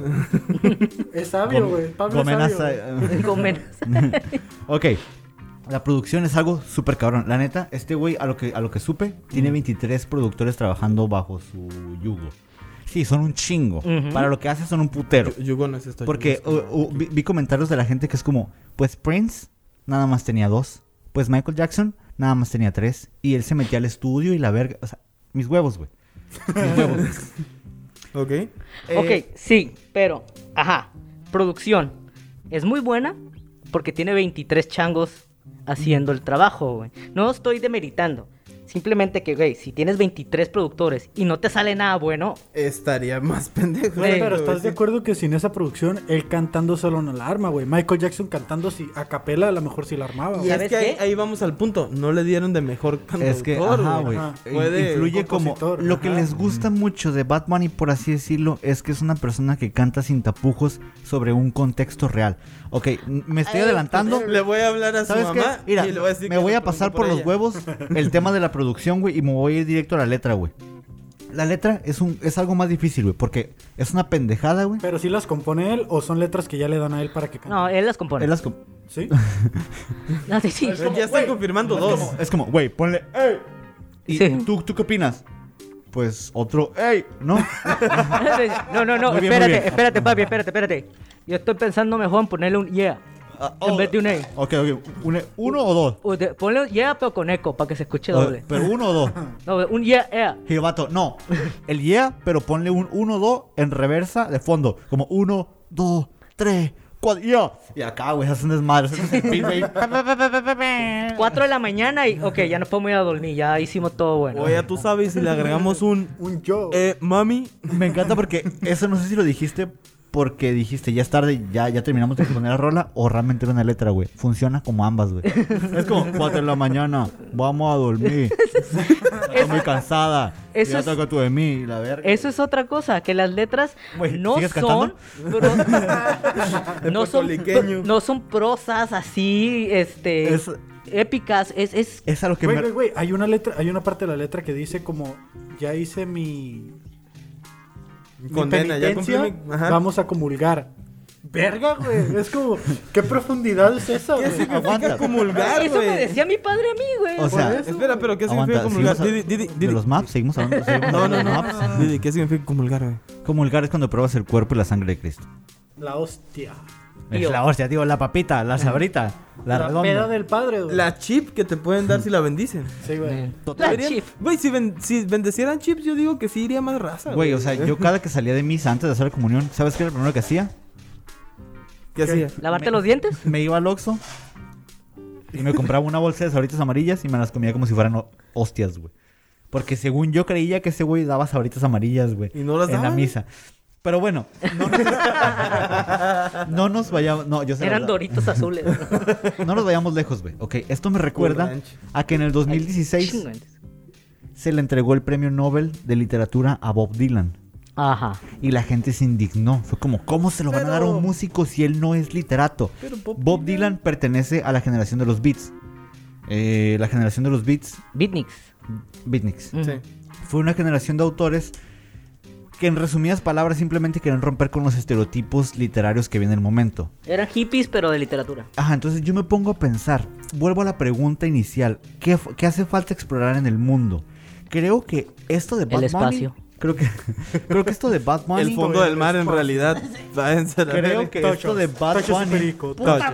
Es sabio, güey. Pablo es Gomenas- sabio. Con menos. Ok. La producción es algo súper cabrón. La neta, este güey, a lo que, a lo que supe, tiene veintitrés productores trabajando bajo su yugo. Sí, son un chingo. Ujú. Para lo que hace son un putero. Yu- Yugo no es esto. Porque Yugo es uh, uh, vi, vi comentarios de la gente que es como, pues Prince nada más tenía dos. Pues Michael Jackson nada más tenía tres. Y él se metía al estudio y la verga. O sea, mis huevos, güey. Mis huevos. Ok. Eh, Ok, sí, pero, ajá, producción. Es muy buena porque tiene veintitrés changos haciendo el trabajo, güey. No estoy demeritando. Simplemente que, güey, si tienes veintitrés productores y no te sale nada bueno, Estaría más pendejo. Güey, Sí. pero güey, ¿estás de sí. acuerdo que sin esa producción, él cantando solo no la arma, güey? Michael Jackson cantando si, a capela, a lo mejor sí la armaba, Y güey. es ¿Sabes que ahí, qué? ahí vamos al punto. No le dieron de mejor cantautor, Es que, ajá, güey. Ajá. in- Puede- Influye como... compositor, Lo que ajá. les gusta mucho de Bad Bunny, por así decirlo, es que es una persona que canta sin tapujos sobre un contexto real. Ok, n- me estoy adelantando. Le voy a hablar a su ¿Sabes qué? mamá Mira, y le voy a decir me que voy se a pasar por preocupe los ella. huevos el tema de la producción, güey, y me voy a ir directo a la letra, güey. La letra es un es algo más difícil, güey, porque es una pendejada, güey. Pero sí las compone él o son letras que ya le dan a él para que cante. no, él las compone. Es, las com- ¿Sí? No, sí, sí. Ya están confirmando dos. es como, güey, ponle, ¡ey! ¿Y Sí. ¿tú, tú qué opinas? Pues otro, ¡ey! ¿No? No, no, no, Muy bien, muy espérate, bien. espérate, papi, espérate, espérate. Yo estoy pensando mejor en ponerle un yeah Ah, en oh, vez de un A. Ok, ok. Un- ¿Uno o dos? O de- ponle un yeah pero con eco para que se escuche O- doble. Pero uno o dos. No, un yeah, yeah. Y el vato, no. El yeah, pero ponle un uno, dos en reversa de fondo. Como uno, dos, tres, cuatro, yeah. Y acá, güey, hacen desmadre. Hacen el pin, güey. Cuatro de la mañana y, ok, ya nos podemos ir a dormir, ya hicimos todo bueno. O ya tú sabes si le agregamos un... Un yo. Eh, mami. Me encanta porque eso no sé si lo dijiste porque dijiste ya es tarde, ya, ya terminamos de poner la rola o realmente era una letra, güey. Funciona como ambas, güey. Es como cuatro de la mañana, vamos a dormir. Estoy muy cansada. eso ya es- toca tú de mí, y la verga. Eso es otra cosa, que las letras Güey, no ¿sigues son pro- no son puertorriqueño. no son prosas así, este Es- épicas, es es Es a lo que Güey, me... güey, güey, hay una letra, hay una parte de la letra que dice como ya hice mi, mi Condena, ya cumplí penitencia, mi... Ajá. vamos a comulgar. Verga, güey, es como ¿qué profundidad es esa, ¿Qué güey? significa Aguanta. comulgar, eso me güey? decía mi padre a mí, güey. O sea, Por eso. Espera, pero ¿qué aguanta, significa comulgar? ¿seguimos a- Didi, Didi, de Didi. los maps, seguimos hablando. seguimos No, hablando no, de no. los maps. Didi, ¿qué significa comulgar, güey? Comulgar es cuando pruebas el cuerpo y la sangre de Cristo. La hostia. Es Tío. la hostia, tío, la papita, la sabrita, la, La, redonda. peda del padre, güey. La chip que te pueden dar si la bendicen. Sí, güey. La Total. chip. Güey, si, ven- si bendecieran chips, yo digo que sí iría más raza. Güey, o sea, yo cada que salía de misa antes de hacer la comunión, ¿sabes qué era lo primero que hacía? ¿Qué hacía? ¿Lavarte Me- los dientes? Me iba al Oxxo y me compraba una bolsa de sabritas amarillas y me las comía como si fueran o- hostias, güey. Porque según yo creía que ese güey daba sabritas amarillas, güey. ¿Y no las en la daban? misa. Pero bueno, no nos, no nos vayamos... No, yo sé la Eran verdad. doritos azules. No nos vayamos lejos, güey. Ok, esto me recuerda Ranch. a que en el dos mil dieciséis Chingo. se le entregó el premio Nobel de literatura a Bob Dylan. Ajá. Y la gente se indignó. Fue como, ¿cómo se lo van a dar a un Pero- músico si él no es literato? Pero Bob Bob Dylan pertenece a la generación de los Beats. Eh, la generación de los Beats, Beatniks. Beatniks. Ujú. Sí. Fue una generación de autores que en resumidas palabras simplemente quieren romper con los estereotipos literarios que viene el momento. Eran hippies, pero de literatura. Ajá, entonces yo me pongo a pensar, vuelvo a la pregunta inicial, ¿qué, f- qué hace falta explorar en el mundo? Creo que esto de Bad El Bunny... espacio. Creo que, creo que esto de Bad Bunny... El fondo del mar, en realidad. Váyanse a la Creo verga. que Tochos, esto de Bad tochos y Bunny... perico. ¡Puta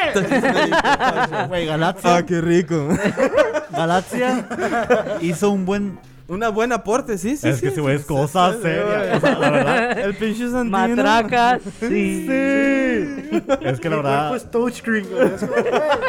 madre! Güey, Galaxia, Ah, qué rico. Galaxia hizo un buen... Un buen aporte, sí, sí. Es que sí. ese güey es cosa Sí, seria. güey. O sea, la verdad. El pinche Santino. Matracas, sí. Sí. Es que la Mi verdad... cuerpo es touchscreen, güey. Es como,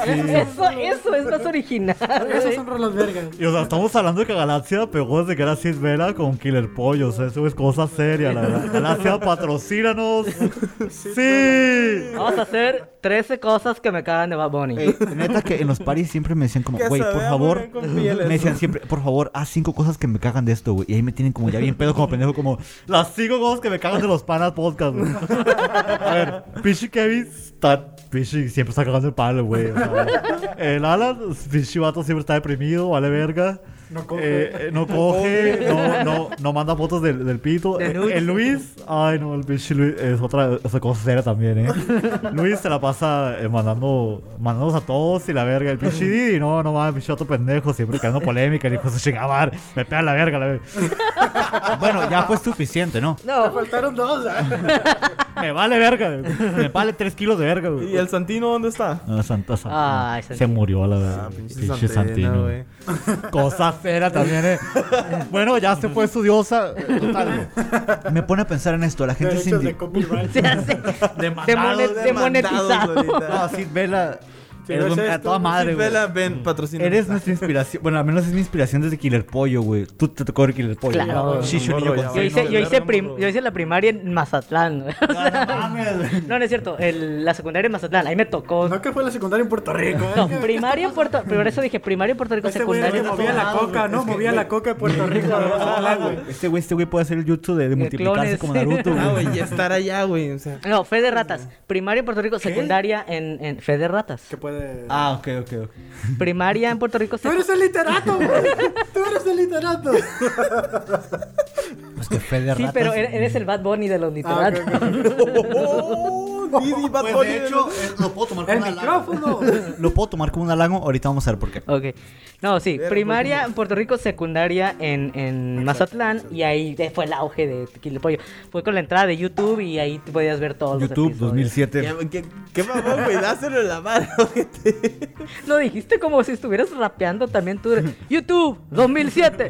Eso, eso es más original. Esas güey. son rolas vergas. Y o sea, estamos hablando de que Galaxia pegó desde que era Sid Vela con Killer Pollo. O sea, eso es cosa seria, la verdad. Galaxia, patrocínanos. Sí. Vamos a hacer trece cosas que me cagan de Bad Bunny. Ey, neta que en los paris siempre me decían como, Que güey, se por vea favor, muy bien con pieles, me decían ¿no? siempre, por favor, haz cinco cosas que me cagan de esto, güey. Y ahí me tienen como ya bien pedo como pendejo, como las cinco cosas que me cagan de los panas podcast, güey. A ver, Pichi Kevin está, Pichi siempre está cagando el palo, güey. O sea, el Alan, Pichi Vato siempre está deprimido, vale verga. No coge. Eh, eh, no coge, no, no, no manda fotos del, del pito. De Eh, nudes. el Luis, ay no, el pinche Luis es otra, otra cosa seria también, eh. Luis se la pasa eh, mandando, mandándonos a todos y la verga. El pinche Didi, no, no mames, pinche otro pendejo, siempre creando polémica, el hijo de su chingada madre, me pega la verga, la verga. Bueno, ya fue suficiente, ¿no? No, Faltaron dos. Me vale verga, me vale tres kilos de verga, ¿Y güey. el Santino dónde está? No, Santa, Santa. Ay, se Santino. murió la verdad. Ah, pinche Pinche Santena, Santino. güey. Cosa fera también, eh. Bueno, ya se fue su diosa. Total. Me pone a pensar en esto. La gente se Derechos de indi- copyright. se hace. Demandados, Demone- demandados demonetizado. ahorita. No, Sid Vela. Si eres ves un- a esto, toda madre, Sí, güey. Vela, ven, patrocina. Eres nuestra inspiración. Bueno, al menos es mi inspiración desde Killer Pollo, güey. Tú te tocó ver Killer Pollo. Claro. ¿no? Shisho, Morro, niño ya, con Yo güey. hice, no, yo, hice verga, prim- morro. yo hice la primaria en Mazatlán. güey. Ah, no mames, güey. No, no es cierto. El- la secundaria en Mazatlán. Ahí me tocó. No que fue la secundaria en Puerto Rico. ¿eh? No, primaria en Puerto Por eso dije primaria en Puerto Rico, Este güey era secundaria que en movía Mazatlán. la coca, ¿no? Es que, Movía la güey. coca de Puerto Rico. de Mazatlán, güey. Este güey, este güey puede hacer el jutsu de, de De multiplicarse clones, como sí. Naruto, Ah, güey. güey, y estar allá, güey. O sea, No, fe de ratas. Primaria en Puerto Rico, secundaria en, en fe de ratas. Que puede. Ah, ok, ok, ok. Primaria en Puerto Rico, Tú secu- eres el literato, güey. Tú eres el literato. Pues que fe de Sí, ratas. pero eres eres el Bad Bunny de los Ah, literatos. ok, ok. ¡Oh! Didi, Bad Pues Bunny. de hecho, eh, lo puedo tomar como El un halago. micrófono. Lo puedo tomar como un halago. Ahorita vamos a ver por qué. Ok. No, sí, Verga, primaria ¿por en Puerto Rico, secundaria en, en Mazatlán. Y ahí de- fue el auge de Tequila Pollo. Fue con la entrada de YouTube y ahí te podías ver todos los YouTube episodios. dos mil siete. ¿Qué, qué, qué mamón, güey? Dáselo en la mano, ojete. Lo dijiste como si estuvieras rapeando también tú. YouTube dos mil siete.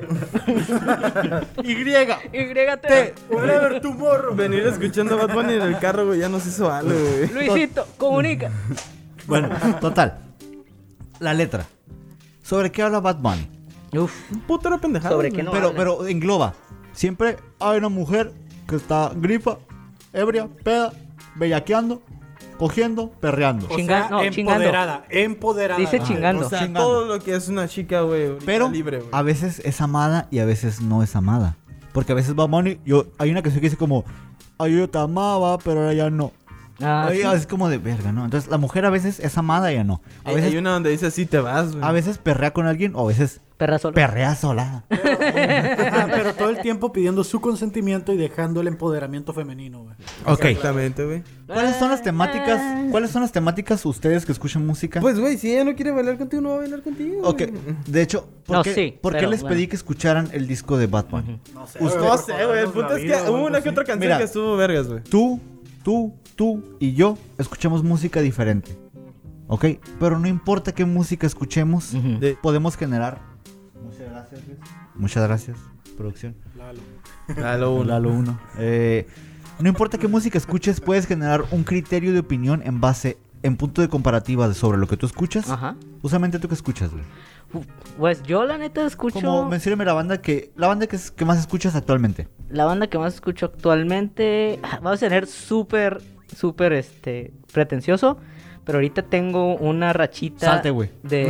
Y. Y T. Whatever tomorrow. Venir escuchando a Bad Bunny en el carro, güey, ya nos hizo algo, güey. Luisito, comunica. Bueno, total. La letra. ¿Sobre qué habla Bad Bunny? Uf. Un puto era pendejado. ¿Sobre güey. qué no? pero, habla. pero engloba. Siempre hay una mujer que está grifa, ebria, peda, bellaqueando, cogiendo, perreando. O Chinga- sea, no, chingando. empoderada. Empoderada. Dice Ah, chingando. O sea, Chingando. todo lo que es una chica, güey, ahorita Pero libre, güey. a veces es amada y a veces no es amada. Porque a veces Bad Bunny, yo, hay una canción que dice como, ay, yo te amaba, pero ahora ya no. Ah, Ay, sí. es como de verga, ¿no? Entonces la mujer a veces es amada y ya no. A Hay- veces, Hay una donde dice así te vas, güey. a veces perrea con alguien o a veces Perra sola. perrea sola. Ajá, pero todo el tiempo pidiendo su consentimiento y dejando el empoderamiento femenino, güey. Ok. Exactamente, güey. ¿Cuáles son las temáticas? ¿Cuáles son las temáticas ustedes que escuchan música? Pues, güey, si ella no quiere bailar contigo, no va a bailar contigo. Ok, güey. de hecho, ¿por No, qué, sí, por qué pero les bueno. pedí que escucharan el disco de Bad Bunny? No sé. Usted- No por sé, güey. El jodernos punto la es vida que o hubo algo una que así. otra canción Mira. que estuvo vergas, güey. Tú, tú, tú y yo escuchamos música diferente. ¿Ok? Pero no importa qué música escuchemos, Ujú. De- podemos generar... Muchas gracias, Luis. Muchas gracias, producción. Lalo. Lalo uno. Lalo uno. Eh, no importa qué música escuches, puedes generar un criterio de opinión en base, en punto de comparativa de- sobre lo que tú escuchas. Ajá. Usualmente tú qué escuchas, güey. Uf, Pues yo la neta escucho Como mencióname la banda que la banda que, es- que más escuchas actualmente. la banda que más escucho actualmente. ah, Vamos a tener súper, súper, este, pretencioso. Pero ahorita tengo una rachita Salte, güey. de,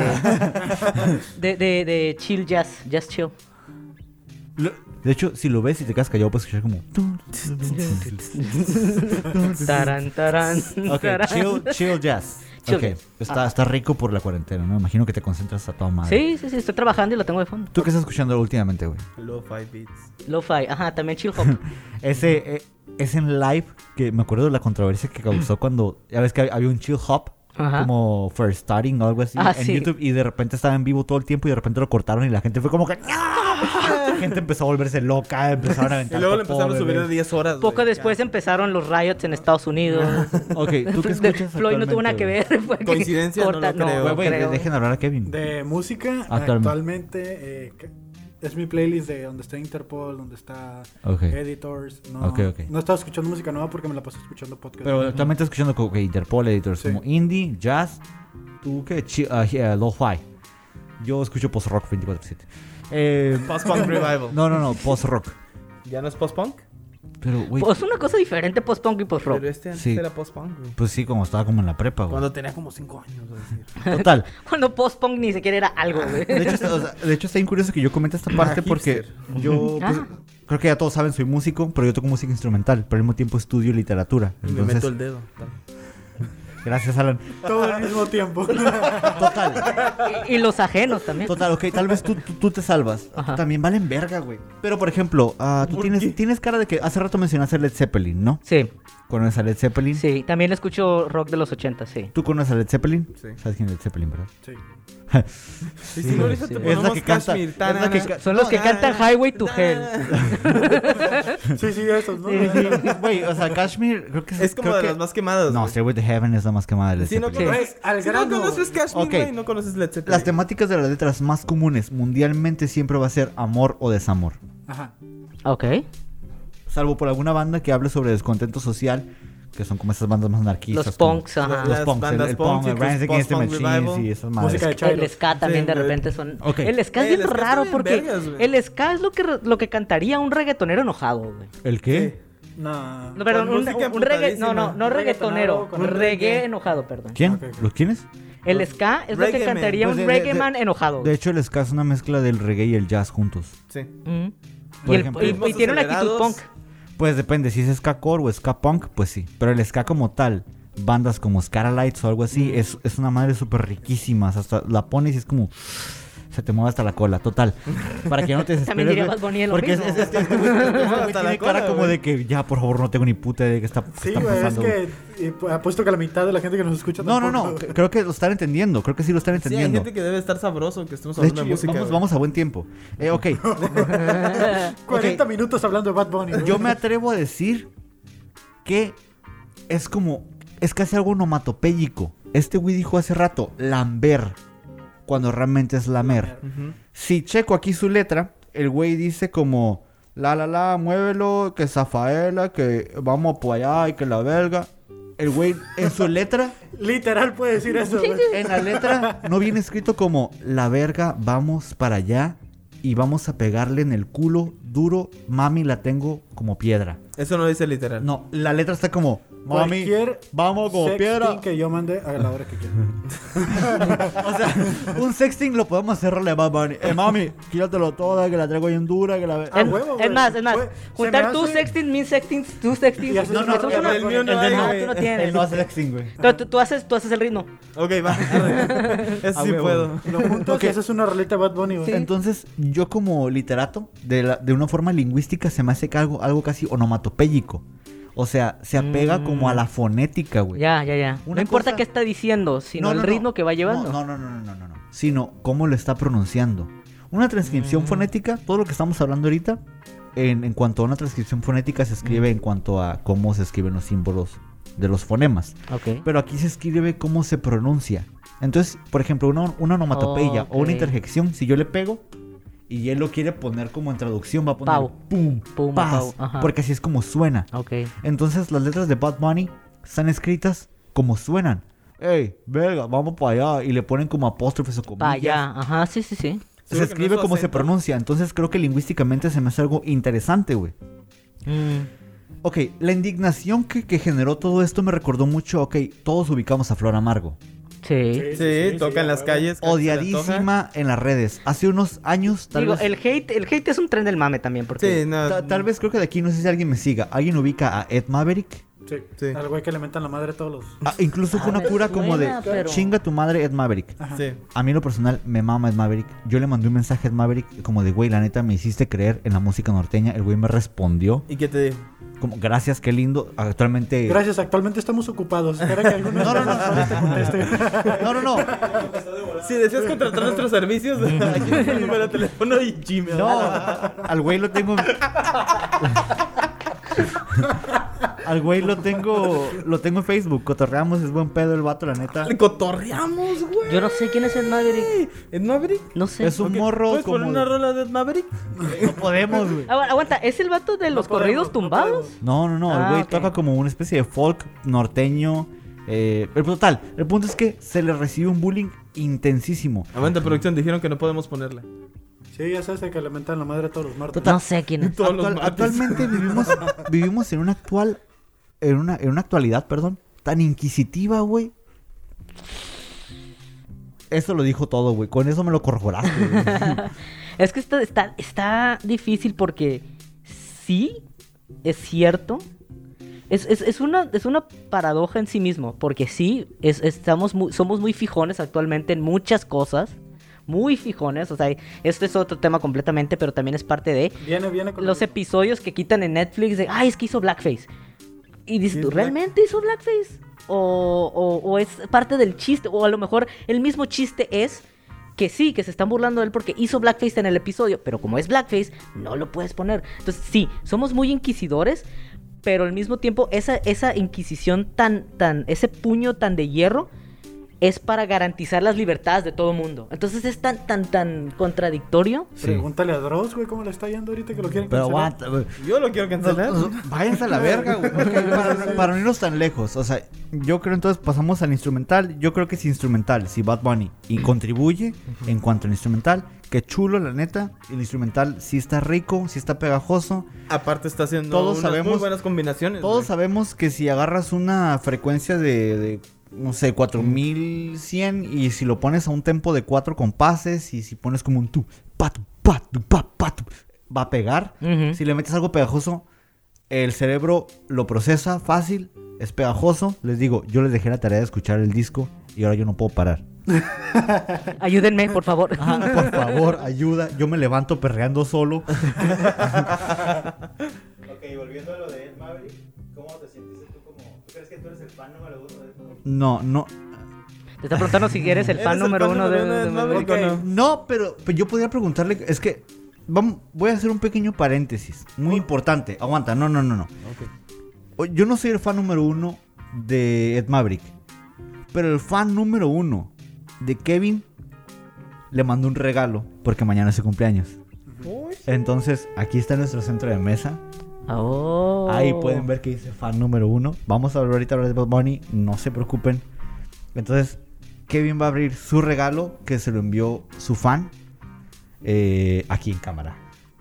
de, de, de chill jazz, jazz chill. Lo- De hecho, si lo ves y te quedas callado, puedes escuchar como. Tarán, tarán, Ok, tarán. chill, chill jazz. Chill Ok, jazz. está, Ah. está rico por la cuarentena, ¿no? Imagino que te concentras a toda madre. Sí, sí, sí, estoy trabajando y lo tengo de fondo. ¿Tú qué estás escuchando últimamente, güey? Low five beats. Lo-fi, ajá, también chill hop. Ese eh, es en live que me acuerdo de la controversia que causó cuando. Ya ves que había un chill hop. Ajá. Como first starting o algo así Ah, en sí. YouTube y de repente estaba en vivo todo el tiempo y de repente lo cortaron y la gente fue como que ¡no! La gente empezó a volverse loca, empezaron a Y aventar luego le popó, empezaron a subir de bebés. diez horas. Poco güey, después ya. empezaron los riots en Estados Unidos. Ok, ¿tú qué De- escuchas Floyd no tuvo nada que actualmente, ver. fue que Coincidencia, no lo creo. güey? Güey, creo. dejen hablar a Kevin. De música, Actualmente. actualmente, eh, que- es mi playlist de donde está Interpol, donde está Ok. Editors. No, Ok, ok. no estaba escuchando música nueva porque me la pasé escuchando podcast. Pero actualmente escuchando como que Interpol Editors Sí. como indie, jazz, ¿Tú qué? Chi- uh, uh, Lo-Fi. Yo escucho post-rock veinticuatro siete. Eh, Post-punk revival. no, no, no, post-rock. ¿Ya no es post-punk? Pero, güey, Pues una cosa diferente post-punk y post-rock. Pero este antes Sí. era post-punk, güey. pues sí, como estaba como en la prepa, güey. Cuando tenía como cinco años, voy a decir. Total. Cuando post-punk ni siquiera era algo, güey. De hecho, está, o sea, de hecho, está bien curioso que yo comente esta parte Ah, porque hipster. yo, pues, Ah. creo que ya todos saben, soy músico, pero yo toco música instrumental, pero al mismo tiempo estudio literatura. Y me Entonces, meto el dedo. gracias, Alan. Todo al mismo tiempo. Total, Y, y los ajenos también. total, ok, tal vez tú, tú, tú te salvas. Ajá. También valen verga, güey. Pero, por ejemplo, ah, tú ¿Por tienes, qué? tienes cara de que hace rato mencionaste a Led Zeppelin, ¿no? Sí, ¿Conoces a Led Zeppelin? sí. También escucho rock de los ochenta, sí. ¿Tú conoces a Led Zeppelin? Sí. ¿Sabes quién es Led Zeppelin, verdad? Sí. Y si no, ahorita sí. te Es la ponemos que canta. Kashmir, Es la que tanana. ca- Son los que No, cantan na, Highway to na. Hell. Sí, sí, esos, ¿no? Sí, sí. Güey, o sea, Kashmir, creo que Es como creo de que- las más quemadas. No, güey. Stairway to Heaven es la más quemada de Led Si no Zeppelin. conoces, Al si no grano. conoces Kashmir, Ok. güey, no conoces Led Zeppelin. Las temáticas de las letras más comunes mundialmente siempre va a ser amor o desamor. Ajá. Ok. Salvo por alguna banda que hable sobre descontento social, que son como esas bandas más anarquistas. Los como- punks, ajá. Los Las punks, el, bandas el punk, punk, sí, el que Rise es Against the post-punk Machines revival. y esas madres. Música de El Chairos. ska también Sí, de güey. repente son... Ok. El ska es Eh, bien el ska está raro bien porque vergas, güey. el ska es lo que, lo que cantaría un reggaetonero enojado, güey. ¿El qué? No. No, perdón, Con un, música un reggae... No, emputadísima. no, no Un reggaetonero. reggaetonero con Un un reggae reggae. enojado, perdón. ¿Quién? Ok, ok. ¿Los quiénes? El ska es lo que Reggae man. cantaría Pues un de- de- reggae de- man enojado. De güey. hecho, el ska es una mezcla del reggae y el jazz juntos. Sí. Mm. Por Y, el- ejemplo. y- y Ritmos tiene una actitud acelerados. punk. Pues depende, si es ska core o ska punk, pues sí. Pero el ska como tal, bandas como Scarlights o algo así, es, es una madre súper riquísima. Hasta la pones y es como... Se te mueve hasta la cola, total. Para que no te desesperes. También diría güey, Bad Bunny lo Porque es, mismo. es- este, este güey este güey Hasta tiene la cara cola, como güey. de que ya, por favor, no tengo ni puta idea de qué está, qué Sí, está güey, es pasando. güey. que eh, apuesto que la mitad de la gente que nos escucha No, no, no. tampoco. c- Creo que lo están entendiendo. Creo que sí lo están Sí, hay entendiendo. gente que debe estar sabroso que estemos De hablando hecho, de, yo- música. vamos, güey. vamos a buen tiempo. Eh, ok. cuarenta Ok. minutos hablando de Bad Bunny. güey. Yo me atrevo a decir que es como... Es casi algo onomatopéyico. Este güey dijo hace rato, lamber. Cuando realmente es lamer. Ujú. Si checo aquí su letra, el güey dice como... La, la, la, muévelo, que Zafaela, que vamos por allá y que la verga. El güey en su letra... Literal puede decir eso, güey. En la letra no viene escrito como la verga, vamos para allá y vamos a pegarle en el culo duro, mami la tengo como piedra. Eso no dice literal. No, la letra está como mami, Cualquier vamos como sexting piedra. que yo mande a la hora que quiera. O sea, un sexting lo podemos hacer de Bad Bunny. Eh, mami, quíratelo toda, que la traigo bien dura, que la ve- Ah, Es, huevo, es güey. más, es más. Fue- Juntar se me tu hace- sexting, mi sexting, tu sexting. Y así- No, no, Eso el, no- el mío no el de hay, no, güey. tú no tienes. él no hace sexting, güey. Tú, tú- tú haces, tú haces el ritmo. Ok, va. arre. Eso A sí huevo. puedo. Lo juntas y haces una rolita de Bad Bunny, güey. Entonces, yo como literato, de, la- de una forma lingüística, se me hace que algo, algo casi onomatopéyico. O sea, se apega Mm. como a la fonética, güey. Ya, ya, ya. Una No importa cosa- qué está diciendo, sino No, el no, no. ritmo que va llevando. No, no, no, no, no, no, no. Sino cómo lo está pronunciando. Una transcripción Mm. fonética, todo lo que estamos hablando ahorita, en, en cuanto a una transcripción fonética, se escribe en cuanto a cómo se escriben los símbolos de los fonemas. Ok. Pero aquí se escribe cómo se pronuncia. Entonces, por ejemplo, una, una onomatopeya o una Ok. interjección, si yo le pego y él lo quiere poner como en traducción, va a poner Pau. pum, Pum, paz, pau, ajá. porque así es como suena. Ok. Entonces las letras de Bad Bunny están escritas como suenan. Ey, verga, vamos para allá. Y le ponen como apóstrofes o comillas. Pa' allá. Ajá, sí, sí, sí. Se Sí, porque no escribe es como se acento. pronuncia. Entonces creo que lingüísticamente se me hace algo interesante, güey. Mm. Ok, la indignación que, que generó todo esto me recordó mucho, ok, todos ubicamos a Flor Amargo. Sí. Sí, toca en las a huevo. calles. cada que se le antoja. Odiadísima en las redes. Hace unos años, tal Digo, vez... el hate, el hate es un tren del mame también, porque... Sí, no. ta- tal vez creo que de aquí, no sé si alguien me siga. ¿Alguien ubica a Ed Maverick? Sí. Sí. Al güey que le mentan la madre a todos los... Ah, incluso fue Ah, una me cura como de suena, pero- chinga tu madre Ed Maverick. Ajá. Sí. A mí en lo personal me mama Ed Maverick. Yo le mandé un mensaje a Ed Maverick como de, güey, la neta me hiciste creer en la música norteña. El güey me respondió ¿Y qué te digo? como, gracias, qué lindo. Actualmente... Gracias, actualmente estamos ocupados. Espera que alguno No, no, no, no. te conteste. No, no, no. Si deseas contratar nuestros servicios, aquí está el número de teléfono y Gmail. No, al güey lo tengo... Al güey lo tengo... Lo tengo en Facebook. Cotorreamos, es buen pedo el vato, la neta. Le cotorreamos, güey. Yo no sé quién es el Maverick. ¿Ed Maverick? No sé. Es un Ok, morro ¿Puedes como... poner una rola de Ed Maverick? No podemos, güey. Agu- Aguanta, ¿es el vato de los podemos, corridos no tumbados? podemos. No, no, no. El Ah, güey ok. toca como una especie de folk norteño. Eh, el total, el punto es que se le recibe un bullying intensísimo. Aguanta, producción, dijeron que no podemos ponerla. Sí, ya sabes que le mentan la madre a todos los martes. No sé quién es. Todos los Actual- martes. actualmente vivimos, vivimos en una actual, en una, en una actualidad, perdón, tan inquisitiva, güey. Eso lo dijo todo, güey. Con eso me lo corroboraste, güey. Es que está, está, está difícil porque sí, es cierto. Es, es, es, una, es una paradoja en sí mismo. Porque sí, es, estamos muy, somos muy fijones actualmente en muchas cosas. Muy fijones. O sea, este es otro tema completamente, pero también es parte de Viene, viene con los episodios que quitan en Netflix de, ay, es que hizo blackface. Y dices Sí, tú, es black- ¿realmente hizo blackface? O, o, o es parte del chiste. O a lo mejor el mismo chiste es que sí, que se están burlando de él porque hizo blackface en el episodio. Pero como es blackface, no lo puedes poner. Entonces sí, somos muy inquisidores. Pero al mismo tiempo, esa, esa inquisición tan, tan, ese puño tan de hierro es para garantizar las libertades de todo mundo. Entonces es tan, tan, tan contradictorio. Sí. Pregúntale a Dross, güey, cómo le está yendo ahorita que lo quieren Pero cancelar. aguanta, güey. Yo lo quiero cancelar. Váyanse a la verga, güey. Ok, para, para no irnos tan lejos. O sea, yo creo entonces pasamos al instrumental. Yo creo que es instrumental. Si Bad Bunny y contribuye en cuanto al instrumental, qué chulo, la neta. El instrumental sí está rico, sí está pegajoso. Aparte está haciendo Todos unas sabemos- muy buenas combinaciones. Todos güey. sabemos que si agarras una frecuencia de, de, no sé, cuatro mil cien y si lo pones a un tempo de cuatro compases y si pones como un tu, patu, patu, pa, patu, va a pegar. Ujú. Si le metes algo pegajoso, el cerebro lo procesa fácil, es pegajoso. Les digo, yo les dejé la tarea de escuchar el disco y ahora yo no puedo parar. Ayúdenme, por favor. Ajá, por favor, ayuda. Yo me levanto perreando solo. Ok, volviendo a lo de Ed Maverick, ¿cómo te sientes tú como... ¿Tú crees que tú eres el fan número uno de Ed Maverick? No, no. Te está preguntando si eres el ¿Eres fan el número fan uno de, número uno de de- Maverick de- o no? No, pero, pero yo podría preguntarle, es que vamos, voy a hacer un pequeño paréntesis, muy importante. Aguanta, no, no, no, no. O- Yo no soy el fan número uno de Ed Maverick, pero el fan número uno de Kevin le mandó un regalo porque mañana es su cumpleaños. Uy, Entonces, aquí está nuestro centro de mesa. Oh. Ahí pueden ver que dice fan número uno. Vamos a hablar ahorita de Bad Bunny, no se preocupen. Entonces, Kevin va a abrir su regalo que se lo envió su fan eh, aquí en cámara.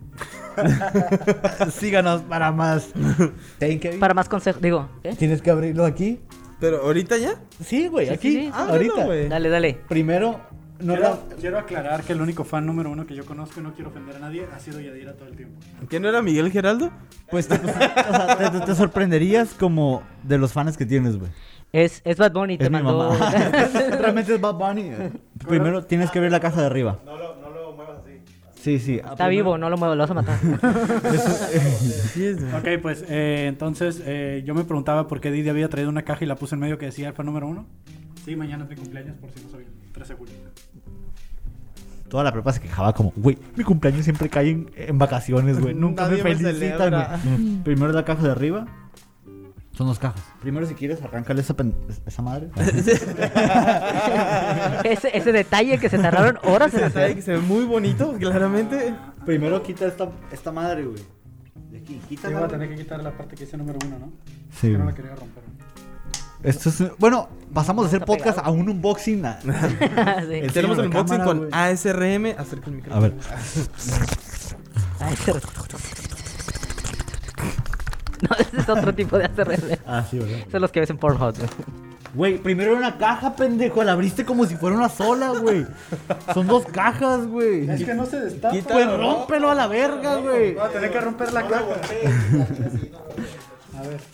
Síganos para más. ¿Ten, Kevin? Para más consejos, digo, ¿eh? ¿Tienes que abrirlo aquí? Pero ahorita ya. Sí, güey, Sí, aquí. sí, sí. Ah, Ábrelo, ahorita. güey. Dale, dale. Primero, no quiero, la- quiero aclarar que el único fan número uno que yo conozco y no quiero ofender a nadie ha sido Yadira todo el tiempo. ¿Quién no era Miguel Geraldo? Pues te, o sea, te, te- te sorprenderías como de los fans que tienes, güey. Es, es Bad Bunny, te Es mi mandó. mamá. Realmente es Bad Bunny. Primero tienes que ver la caja de arriba. No lo, no lo muevas así. Sí, sí. Está vivo, no lo muevo, lo vas a matar. Sí, es, güey. Ok, pues eh, entonces eh, yo me preguntaba por qué Didi había traído una caja y la puse en medio que decía el fan número uno. Sí, mañana es mi cumpleaños, por si no sabían. trece de julio. Toda la prepa se quejaba como, güey, mi cumpleaños siempre cae en, en vacaciones, güey. Nunca Nadie me me felicitan, celebra. güey. Primero la caja de arriba. Son dos cajas. Primero, si quieres, arráncale esa, pen- esa madre. ese, ese detalle que se tardaron horas en Ese detalle hacer. que se ve muy bonito, claramente. Primero quita esta, esta madre, güey. De aquí, Sí, quítala. voy a güey. tener que quitar la parte que dice número uno, ¿no? Sí, Que no güey. la quería romper. Esto es, bueno, pasamos de hacer Está podcast pegado. a un unboxing. a- Sí. El- Tenemos el la unboxing cámara, con güey. A S R M. Acerca el micrófono. A ver. Ay, qué- No, ese es otro tipo de A S R M. Ah, sí, ¿verdad? Son los que ves en Pornhub. güey. Güey, primero era una caja, pendejo. La abriste como si fuera una sola, güey. Son dos cajas, güey. Es que no se destapa. Pues rómpelo a la verga, güey. Voy a tener que romper la caja. A ver.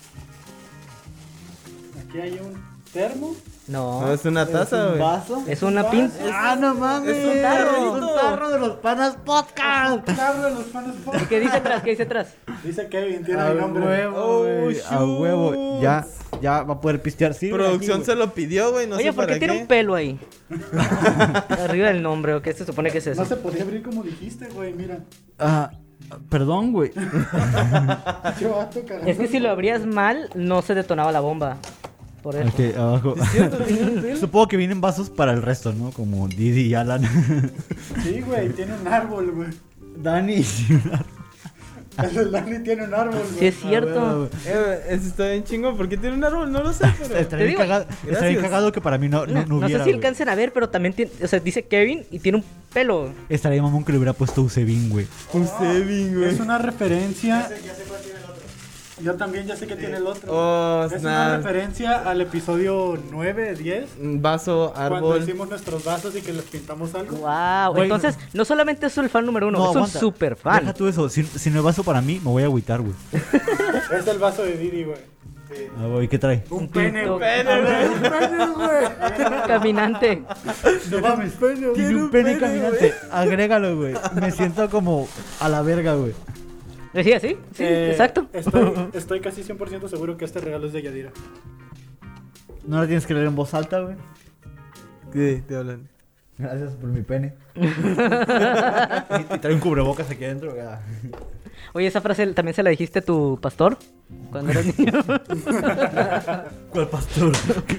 Aquí hay un termo. No, No, es una taza, ¿Un güey. vaso? es una pinza. Ah, no mames. Es un tarro. Es un tarro de los panas podcast. Carro de los panes ¿Y Fox. qué dice atrás? ¿Qué dice atrás? Dice Kevin, tiene A mi nombre. huevo, Oh, güey. A huevo. shoot. Ya, ya va a poder pistear. Sí, güey, Producción aquí, se lo pidió, güey. No Oye, sé ¿por para qué tiene qué. un pelo ahí? Arriba del nombre, ¿o qué se supone que es eso? No se podía abrir como dijiste, güey, mira. güey. Ah, perdón, güey. Yo vato cagando. Es que si lo abrías mal, no se detonaba la bomba. Por eso. Ok, abajo. Supongo que vienen vasos para el resto, ¿no? Como Didi y Alan. Sí, güey, tiene un árbol, güey. Dani. El del Dani tiene un árbol, güey. Sí, es cierto. Eh, eso está bien chingón. ¿Por qué tiene un árbol? No lo sé, pero... Estaría Te bien, digo, cagado, estaría bien gracias. cagado que para mí no, no, No, no no hubiera, sé si güey. alcancen a ver, pero también tiene, o sea, dice Kevin y tiene un pelo. Estaría mamón que le hubiera puesto Usebin, güey. Un Sevin, güey. Es una referencia. Yo también ya sé que tiene el otro. Oh, es una snap. referencia al episodio nueve, diez. Un vaso, Cuando árbol. hicimos nuestros vasos y que les pintamos algo. Wow. Güey. Entonces, no solamente es el fan número uno, No, es un aguanta. super fan. Deja tú eso. Si, si no es vaso para mí, me voy a agüitar, güey. Es el vaso de Didi, güey. Ah, güey, ¿qué trae? Un Un pene, tinto. güey. A ver, un pene, güey. Caminante. No mames, pene, Tiene un pene caminante. Agrégalo, güey. Me siento como a la verga, güey. ¿Decía sí? Sí, Eh, exacto. Estoy, estoy casi cien por ciento seguro que este regalo es de Yadira. No la tienes que leer en voz alta, güey. ¿Qué te hablan? Gracias por mi pene. y, y trae un cubrebocas aquí adentro. güey. Oye, esa frase también se la dijiste a tu pastor cuando eras niño. ¿Cuál pastor?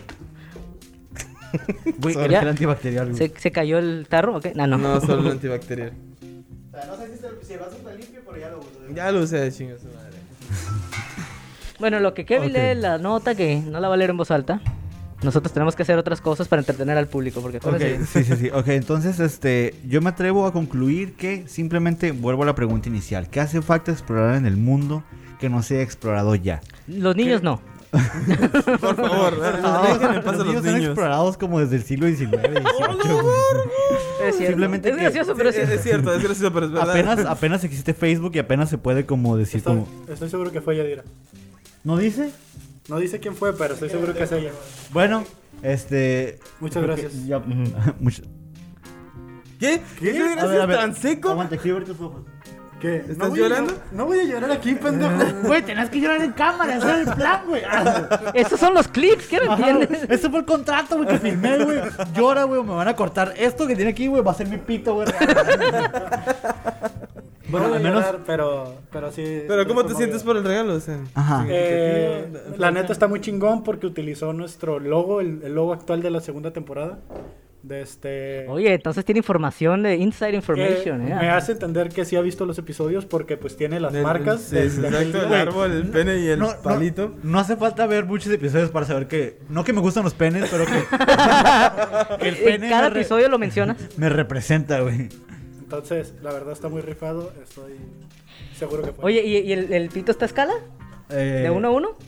Güey, Sorry. el gel antibacterial, güey. ¿Se, se cayó el tarro o qué? No, no. No, solo un antibacterial. O sea, no sé si, se- si el vaso está limpio, pero ya lo uso. Ya lo usé de chingo su madre. Bueno, lo que Kevin Ok. lee la nota que no la va a leer en voz alta. Nosotros tenemos que hacer otras cosas para entretener al público, porque Ok, acuérdense- sí, sí, sí. Ok, entonces, este, yo me atrevo a concluir que simplemente vuelvo a la pregunta inicial. ¿Qué hace falta explorar en el mundo que no sea explorado ya? los niños no. Por favor, déjenme pasar los los niños son niños. explorados como desde el siglo diecinueve, dieciocho. Es cierto. Simplemente es que- gracioso, pero Es, sí. es cierto, es gracioso, pero es verdad. apenas, apenas existe Facebook y apenas se puede como decir Estoy, como... estoy seguro que fue Yadira. ¿No dice? No dice quién fue, pero estoy seguro que es ella. Bueno, este... Muchas creo que gracias. ya- mucho- ¿Qué? ¿Qué? ¿Qué A ver, a gracias ver, tan seco? Aguanta, quiero ver tus ojos. ¿Qué? ¿Estás ¿No voy a llorando? llor- No voy a llorar aquí, pendejo. Güey, tenías que llorar en cámara, ese era el plan, güey. Esos son los clips, ¿qué no Ajá, entiendes? güey. Ese fue el contrato, güey, que firmé, güey. Llora, güey, me van a cortar. Esto que tiene aquí, güey, va a ser mi pito, güey. Bueno, Bueno, al menos... pero, pero sí. Pero ¿cómo te estoy sientes conmovido. por el regalo? O sea, Ajá. Eh, la neta está muy chingón porque utilizó nuestro logo, el, el logo actual de la segunda temporada. De este. Oye, entonces tiene información de inside que information, ¿eh? me hace entender que sí ha visto los episodios porque pues tiene las el- marcas. sí, de- sí, de aquel exacto, el día. árbol, el pene y el No, no- palito. No, hace falta ver muchos episodios para saber que... No que me gustan los penes, pero que... que el En pene cada me, re- episodio lo mencionas. me representa, güey. Entonces, la verdad está muy rifado. Estoy seguro que fue. Oye, ¿y, y el, el pito está a escala? Eh, ¿De uno a uno?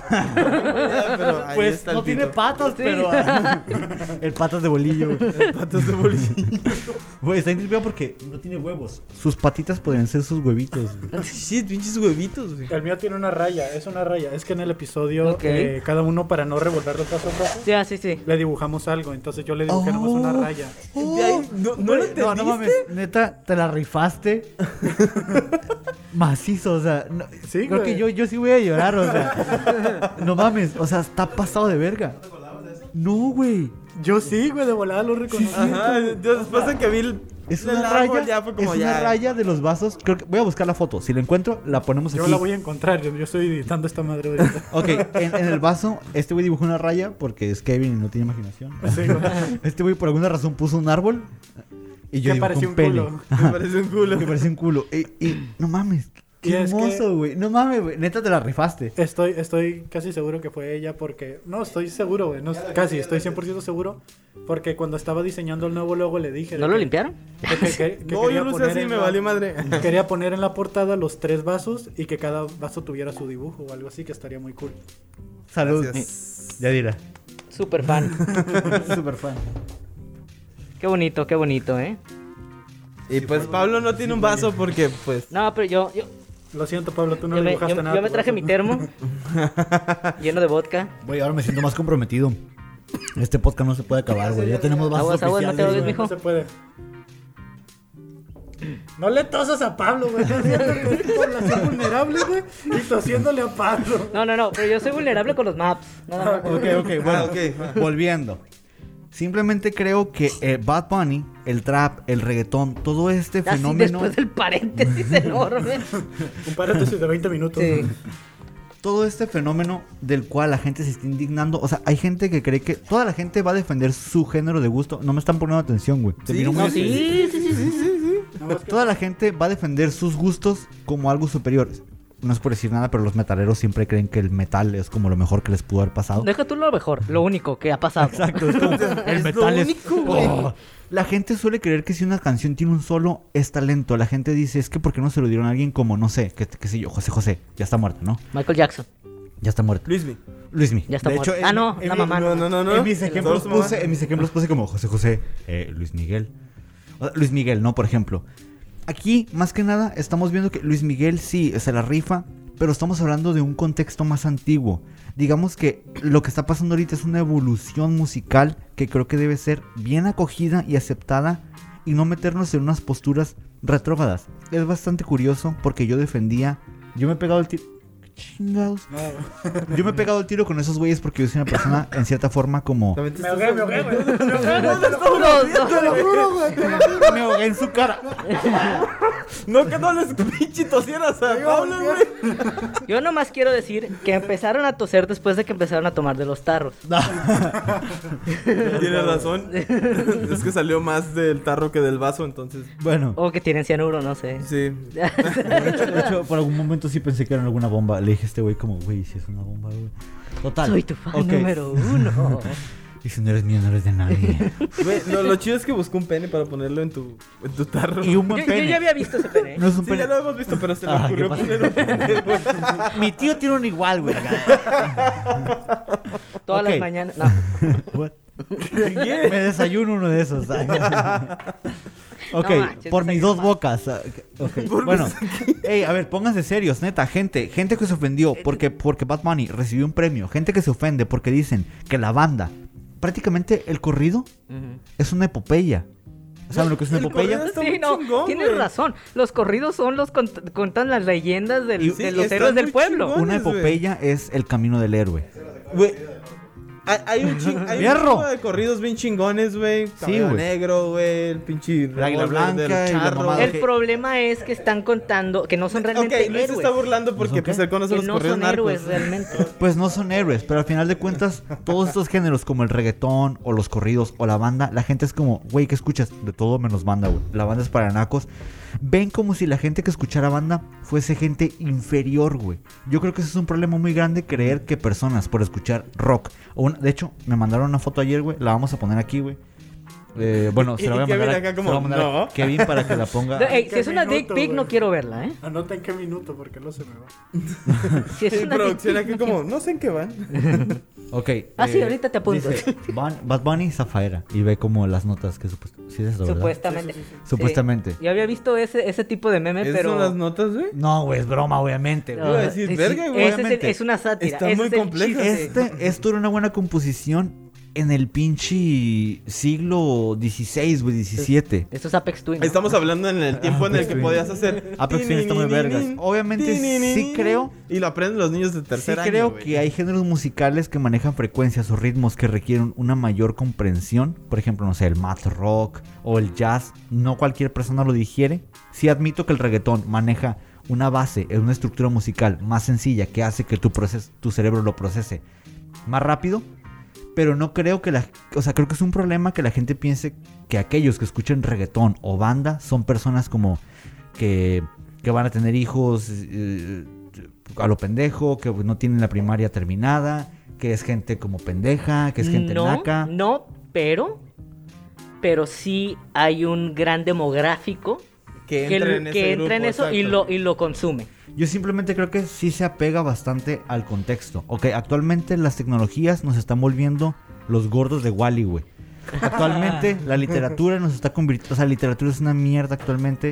Pero ahí Pues está el no tiene pito. patas, pero... ah, el patas de bolillo, güey. Patas de bolillo. Güey, está intrigado porque no tiene huevos. Sus patitas podrían ser sus huevitos, güey. Shit, pinches huevitos, güey. El mío tiene una raya, es una raya. Es que en el episodio, Ok. eh, cada uno para no revolver los brazos rojos, Sí, ah, sí, sí. le dibujamos algo. Entonces yo le dibujé nomás una Oh. raya. De ahí, ¿No, no lo Güey, no, no mames, entendiste? neta, te la rifaste. Macizo, o sea, no- Sí, creo güey. que yo, yo sí voy a llorar, o sea, no mames, o sea, está pasado de verga. No, güey, Yo sí, güey, de volada lo reconocí. Ajá, entonces después de que vi el, es el una árbol, raya, ya fue como es una ya. raya de los vasos, creo que voy a buscar la foto, si la encuentro, la ponemos Yo aquí. la voy a encontrar, yo, yo estoy editando esta madre ahorita. Ok, en, en el vaso, este güey dibujó una raya porque es Kevin y no tiene imaginación. Sí, güey. Este güey por alguna razón puso un árbol y yo Que dibujé parecía un un pene. culo. Me parece un culo. Que parecía un culo. Y, y no mames, Y qué es que- hermoso, güey. No mames, güey. Neta te la rifaste. Estoy, estoy casi seguro que fue ella porque... No, estoy seguro, güey. No, casi, estoy cien por ciento seguro. Porque cuando estaba diseñando el nuevo logo le dije... de ¿No lo que- limpiaron? de que- que- que No, quería yo lo usé poner así, en me la- valió madre. Quería poner en la portada los tres vasos y que cada vaso tuviera su dibujo o algo así, que estaría muy cool. Salud. Gracias. Ya dirá. Super fan. Súper fan. Qué bonito, qué bonito, ¿eh? Y pues Pablo no tiene un vaso porque, pues... No, pero yo, yo, Lo siento, Pablo, tú no yo le me, dibujaste yo- nada. yo a me tu traje vaso. mi termo lleno de vodka. Güey, ahora me siento más comprometido. Este podcast no se puede acabar, güey. Ya tenemos vasos Aguas, aguas, no te oficiales, ahogues, güey. mijo. No se puede. No le tosas a Pablo, güey. Estás viendo que es población vulnerable, güey. Y tosiéndole a Pablo. No, no, no, pero yo soy vulnerable con los maps. Nada más. Ok, ok, bueno. Ah, ok. Volviendo. Simplemente creo que eh, Bad Bunny, el trap, el reggaetón, todo este Así fenómeno, después del paréntesis enorme. Un paréntesis de veinte minutos. Sí. todo este fenómeno del cual la gente se está indignando, o sea, hay gente que cree que toda la gente va a defender su género de gusto. No me están poniendo atención, güey. Se Sí, miró muy No, serio. sí, sí, sí, sí. No, No, es que- Toda la gente va a defender sus gustos como algo superior. No es por decir nada, pero los metaleros siempre creen que el metal es como lo mejor que les pudo haber pasado. Deja tú lo mejor, lo único que ha pasado. Exacto, es como, el Es metal lo es... único, güey. Oh. La gente suele creer que si una canción tiene un solo, es talento. La gente dice, es que ¿por qué no se lo dieron a alguien como, no sé, qué, qué sé yo, José José? Ya está muerto, ¿no? Michael Jackson, Ya está muerto. Luismi. Luismi. ya está De muerto. hecho, ah, en- no, en la mi- mamá. No, no, no, no. En mis ejemplos Solo su puse, mamá. en mis ejemplos puse como José José, eh, Luis Miguel. O sea, Luis Miguel, ¿no? Por ejemplo. Aquí, más que nada, estamos viendo que Luis Miguel sí se la rifa, pero estamos hablando de un contexto más antiguo. Digamos que lo que está pasando ahorita es una evolución musical que creo que debe ser bien acogida y aceptada y no meternos en unas posturas retrógradas. Es bastante curioso porque yo defendía, yo me he pegado el tiro... Chingados. No. Yo me he pegado el tiro con esos güeyes porque yo soy una persona en cierta forma como... También te Me estás- ahogué, me ahogué, güey. Los dos. Te lo juro, güey. te lo juro. Me ahogué en su cara. No, que no les pinche tosieras a Pablo, güey. Yo nomás quiero decir que empezaron a toser después de que empezaron a tomar de los tarros. Tienes razón. Es que salió más del tarro que del vaso, entonces. Bueno, O que tienen cianuro, no sé. Sí. de hecho, de hecho, por algún momento sí pensé que era alguna bomba. Le dije a este güey como, güey, si es una bomba, güey. Total. Soy tu fan Ok. número uno. Y si no eres mío, no eres de nadie. Güey, lo, lo chido es que buscó un pene para ponerlo en tu, en tu tarro. Y un Yo, buen yo pene. ya había visto ese pene. No es un Sí, pene. ya lo hemos visto, pero se le Ah, ocurrió ¿qué pasa? poner un pene, güey. Mi tío tiene un igual, güey. Todas Ok. las mañanas. No. What? Me desayuno uno de esos. ¿sabes? Ok, No manches, por mis desayuno dos más. bocas. ah, ok, Bueno, ey, a ver, pónganse serios, neta, gente, gente que se ofendió porque, porque Bad Bunny recibió un premio, gente que se ofende porque dicen que la banda, prácticamente el corrido Ujú. es una epopeya. ¿Saben lo que es una El epopeya? corrido está Sí, muy no, chingón, tienes güey. razón. Los corridos son los cont- cuentan las leyendas del- Y- de sí, los están héroes del muy pueblo. chingones. Una güey. epopeya es el camino del héroe. Güey. Hay, hay un ching, hay un ¡Fierro! chingo de corridos bien chingones, güey. Sí, Caballo güey. negro, güey. El pinche El águila revólver del blanca y la charro. mamada El Ok. problema es que están contando que no son realmente Ok, Luis se héroes. está burlando porque ¿No son pues qué? él conoce Que los no corridos son narcos. héroes realmente. Pues no son héroes, pero al final de cuentas, todos estos géneros como el reggaetón o los corridos o la banda, la gente es como, güey, ¿qué escuchas? De todo menos banda, güey. La banda es para nacos. Ven como si la gente que escuchara banda fuese gente inferior, güey. Yo creo que ese es un problema muy grande, creer que personas por escuchar rock. O una- de hecho, me mandaron una foto ayer, güey. La vamos a poner aquí, güey. Eh, bueno, se Y- la voy a y Kevin mandar, a, acá se como, la voy a mandar a "No". Kevin para que la ponga. Ey, si qué es una dick minuto, pic, güey. no quiero verla, ¿eh? Anota en qué minuto porque no se me va. Si es Y una producción dick pic, aquí no como, no sé en qué van. Ok. Ah, sí, eh, ahorita te apunto. dice, Bun- Bad Bunny y Zafaera. Y ve como las notas que supuestamente... Sí, es eso, ¿verdad? Supuestamente. Sí, sí, sí, sí. Supuestamente. Sí. Yo había visto ese, ese tipo de meme, ¿Esas pero. son las notas, güey? No, güey, es broma, obviamente. güey. Iba a decir, Sí, sí, verga, güey, ese es, el- obviamente. es una sátira. Está ese muy es el compleja. chiste. Este, esto era una buena composición en el pinche siglo dieciséis, güey, diecisiete. Esto es Apex Twin. ¿no? Estamos hablando en el tiempo en el que Twin. podías hacer. Apex Twin está muy vergas. Obviamente sí creo- Y lo aprenden los niños de Sí tercer año. creo güey. que hay géneros musicales que manejan frecuencias o ritmos que requieren una mayor comprensión. Por ejemplo, no sé, el math rock o el jazz. No cualquier persona lo digiere. Sí admito que el reggaetón maneja una base, una estructura musical más sencilla que hace que tu, proces- tu cerebro lo procese más rápido. Pero no creo que la... O sea, creo que es un problema que la gente piense que aquellos que escuchen reggaetón o banda son personas como que, que van a tener hijos eh, a lo pendejo, que no tienen la primaria terminada, que es gente como pendeja, que es gente no, naca. No, pero. Pero sí hay un gran demográfico Que que, entra en ese que entra en grupo, eso y exacto. lo, y lo consume. Yo simplemente creo que sí se apega bastante al contexto. Ok, actualmente las tecnologías nos están volviendo los gordos de Wall-E, güey. Actualmente la literatura nos está convirtiendo... O sea, la literatura es una mierda actualmente.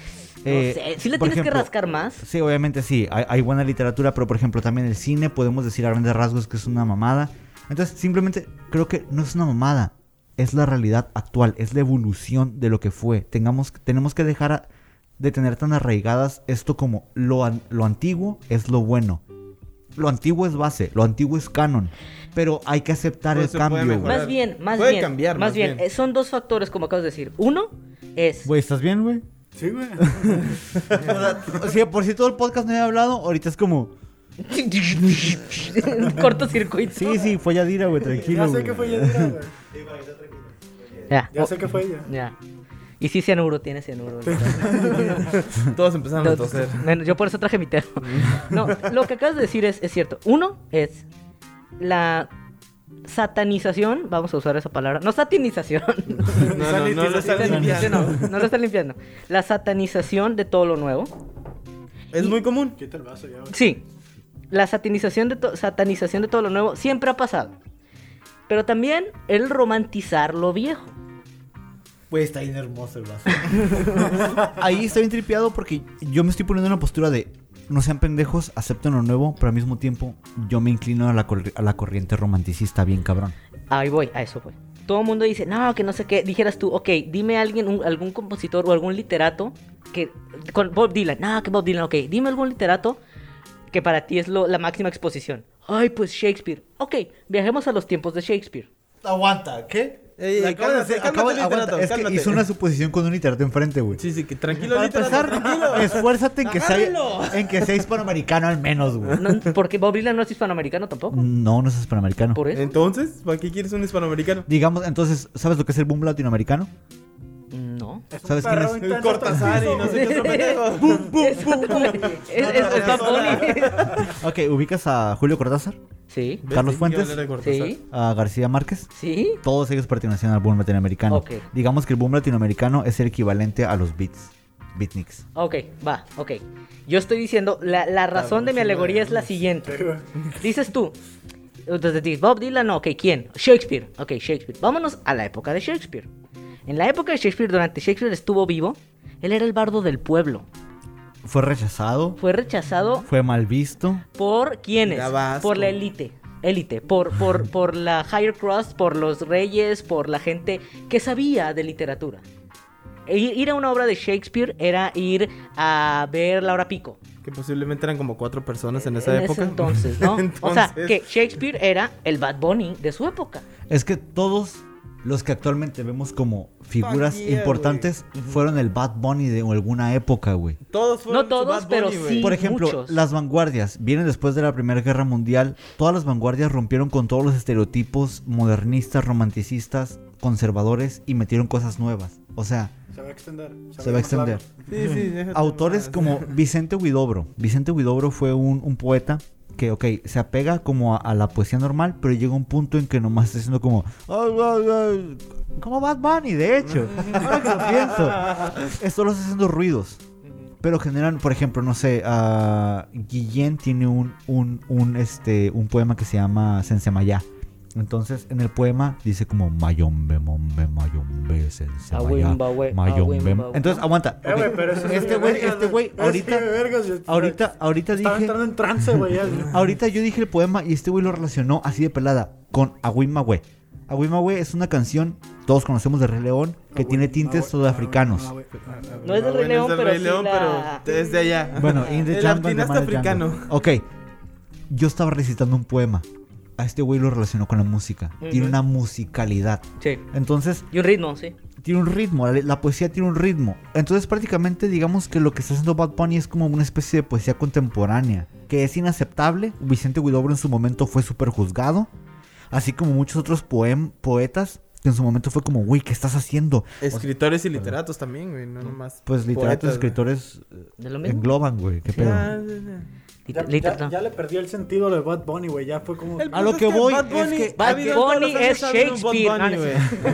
No Eh, sé, sí le por tienes que ejemplo, rascar más. Sí, obviamente sí, hay, hay buena literatura, pero por ejemplo también el cine podemos decir a grandes rasgos que es una mamada. Entonces simplemente creo que no es una mamada, es la realidad actual, es la evolución de lo que fue. Tengamos, tenemos que dejar a- de tener tan arraigadas esto como lo, an- lo antiguo es lo bueno. Lo antiguo es base, lo antiguo es canon, pero hay que aceptar Pero el se puede cambio, güey. mejorar. Más bien, más Puede bien. cambiar, más más bien. bien. eh, Son dos factores, como acabas de decir. Uno es. Güey, ¿estás bien, güey? Sí, güey. O sea, si por si todo el podcast no había hablado, ahorita es como... Cortocircuito. Sí, sí, fue Yadira, güey, tranquilo. Ya sé güey. que fue Yadira, güey. Ya. Ya sé que fue ella. Ya. Y sí, cianuro, tiene cianuro. Todos empezaron a toser. Bueno, yo por eso traje mi termo. No, lo que acabas de decir es, es cierto. Uno es la satanización, vamos a usar esa palabra. No satanización. No, no, no lo están limpiando. No, no lo están limpiando. La satanización de todo lo nuevo. Es muy común. Quita el vaso ya, güey. Sí, la satanización de, to- satanización de todo lo nuevo siempre ha pasado. Pero también el romantizar lo viejo. Güey, está bien hermoso el vaso. Ahí estoy bien tripeado porque yo me estoy poniendo en una postura de no sean pendejos, acepten lo nuevo, pero al mismo tiempo yo me inclino a la, corri- a la corriente romanticista bien cabrón. Ahí voy, a eso voy. Todo el mundo dice, no, que no sé qué. Dijeras tú, ok, dime a alguien, un- algún compositor o algún literato que... Con Bob Dylan, no, que Bob Dylan, ok. Dime algún literato que para ti es lo, la máxima exposición. Ay, pues Shakespeare. Ok, viajemos a los tiempos de Shakespeare. Aguanta, ¿qué? Ey, ey, Le acabo de cálmate, hacer- cálmate, acabo- literato, aguanta, es que cálmate. hizo una suposición con un literato enfrente, güey. Sí, sí, que tranquilo, Para literato, empezar, tranquilo. esfuérzate en que, sea, Agárralo. en que sea hispanoamericano al menos, güey. No, porque Bob Dylan no es hispanoamericano tampoco. No, no es hispanoamericano. Por eso. Entonces, ¿para qué quieres un hispanoamericano? Digamos, entonces, ¿sabes lo que es el boom latinoamericano? No. Es un ¿Sabes quién perro es? intenso Cortázar y no sé qué otro pendejo. Exactamente. Es, es, es Bad Bunny. Ok, ¿ubicas a Julio Cortázar? Sí, ¿Ves? Carlos Te dije que Fuentes. iba a hablar de Cortázar. sí, ¿A García Márquez? sí. Todos ellos pertenecían al boom latinoamericano. Ok. Digamos que el boom latinoamericano es el equivalente a los beats. Beatniks. Ok, va, ok. Yo estoy diciendo, la, la razón de mi alegoría es la siguiente. Dices tú, entonces dices, Bob Dylan, no, ok, ¿quién? Shakespeare, ok, Shakespeare. Vámonos a la época de Shakespeare. En la época de Shakespeare, durante Shakespeare estuvo vivo, él era el bardo del pueblo. Fue rechazado, Fue rechazado fue mal visto. por quiénes? Ya vas, Por la con- élite. Élite, por, por, por la higher crust, por los reyes, por la gente que sabía de literatura. E Ir ir a una obra de Shakespeare era ir a ver La Hora Pico. Que posiblemente eran como cuatro personas en esa en época. ese entonces, ¿no? O sea, Entonces- que Shakespeare era el Bad Bunny de su época. Es que todos los que actualmente vemos como figuras Fuck yeah, importantes fueron el Bad Bunny de alguna época, güey. Todos fueron No todos, su Bad pero Bunny, güey. sí. Por ejemplo, muchos. las vanguardias vienen después de la Primera Guerra Mundial. Todas las vanguardias rompieron con todos los estereotipos modernistas, romanticistas, conservadores y metieron cosas nuevas. O sea, Se va a extender. se va a extender. Sí, sí, déjate Autores más. como Vicente Huidobro. Vicente Huidobro fue un, un poeta que, ok, se apega como a, a la poesía normal, pero llega un punto en que nomás está haciendo como... "Ay, ay, ay", como Bad Bunny, de hecho. Ahora que lo pienso. Esto lo está haciendo ruidos. Pero generan, por ejemplo, no sé, ah, Guillén tiene un, un, un, este, un poema que se llama Sensemayá. Entonces, en el poema dice como Mayombe, mombe, mayombe, Sensemayá, Awimba, we, mayombe. awimba, we. Entonces, aguanta. Eh, güey, ok. pero eso es Este de güey, vergas, este güey, es ahorita, que de vergas, yo- ahorita, ahorita Estaba dije, entrando en trance, güey. ya. ahorita yo dije el poema y este güey lo relacionó así de pelada con Awimahwe. Awimahwe es una canción, todos conocemos de Rey León, que tiene tintes sudafricanos. No es del Ah, Rey bueno, León, es del pero Rey sí León, la- pero es de allá. Bueno, in the El jungle, artista the man africano. jungle. Ok, yo estaba recitando un poema. A este güey lo relacionó con la música. Tiene Ujú. una musicalidad. Sí. Entonces, Y un ritmo, sí. tiene un ritmo, la, la poesía tiene un ritmo. Entonces prácticamente digamos que lo que está haciendo Bad Bunny es como una especie de poesía contemporánea, que es inaceptable. Vicente Huidobro en su momento fue súper juzgado, así como muchos otros poem, poetas, que en su momento fue como, güey, ¿qué estás haciendo? Escritores y literatos también, güey, no nomás. Pues literatos, poetas, escritores eh, ¿De lo mismo? engloban, güey, qué güey. pedo. Ah, sí, sí. Ya, Liter- ya- no. ya le perdí el sentido de Bad Bunny, güey. Ya fue como. El A lo punto que es voy Bad es Bunny- que- Bad ha habido todos Bunny los años es ha habido un Bad Shakespeare. Bunny, Ah, no,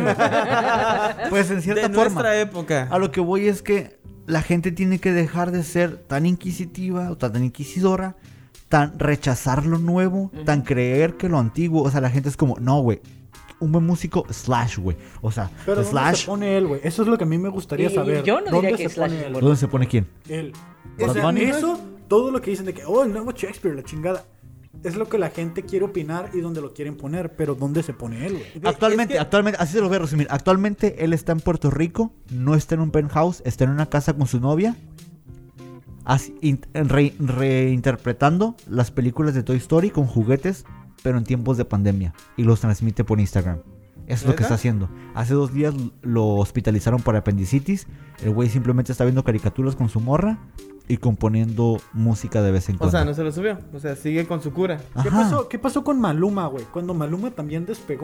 güey. Pues en cierta De forma. nuestra época. A lo que voy es que la gente tiene que dejar de ser tan inquisitiva o tan inquisidora, tan rechazar lo nuevo, tan creer que lo antiguo, o sea, la gente es como, no, güey, un buen músico, Slash, güey. O sea, Pero ¿dónde Slash, se pone él, güey? Eso es lo que a mí me gustaría Y- saber. yo no ¿Dónde diría que se Slash pone es él? bueno. ¿dónde se pone quién? Él. Bad O sea, Bunny. eso, todo lo que dicen de que, oh, el nuevo Shakespeare, la chingada. Es lo que la gente quiere opinar y donde lo quieren poner, pero ¿dónde se pone él, güey? Actualmente, es que- actualmente, así se lo voy a resumir. Actualmente él está en Puerto Rico, no está en un penthouse, está en una casa con su novia, así, in- re- reinterpretando las películas de Toy Story con juguetes, pero en tiempos de pandemia, y los transmite por Instagram. Eso es lo que ¿Neta? está haciendo. Hace dos días lo hospitalizaron por apendicitis. El güey simplemente está viendo caricaturas con su morra y componiendo música de vez en O cuando. sea, no se lo subió. O sea, sigue con su cura. ¿Qué Ajá. pasó, ¿Qué pasó con Maluma, güey? Cuando Maluma también despegó,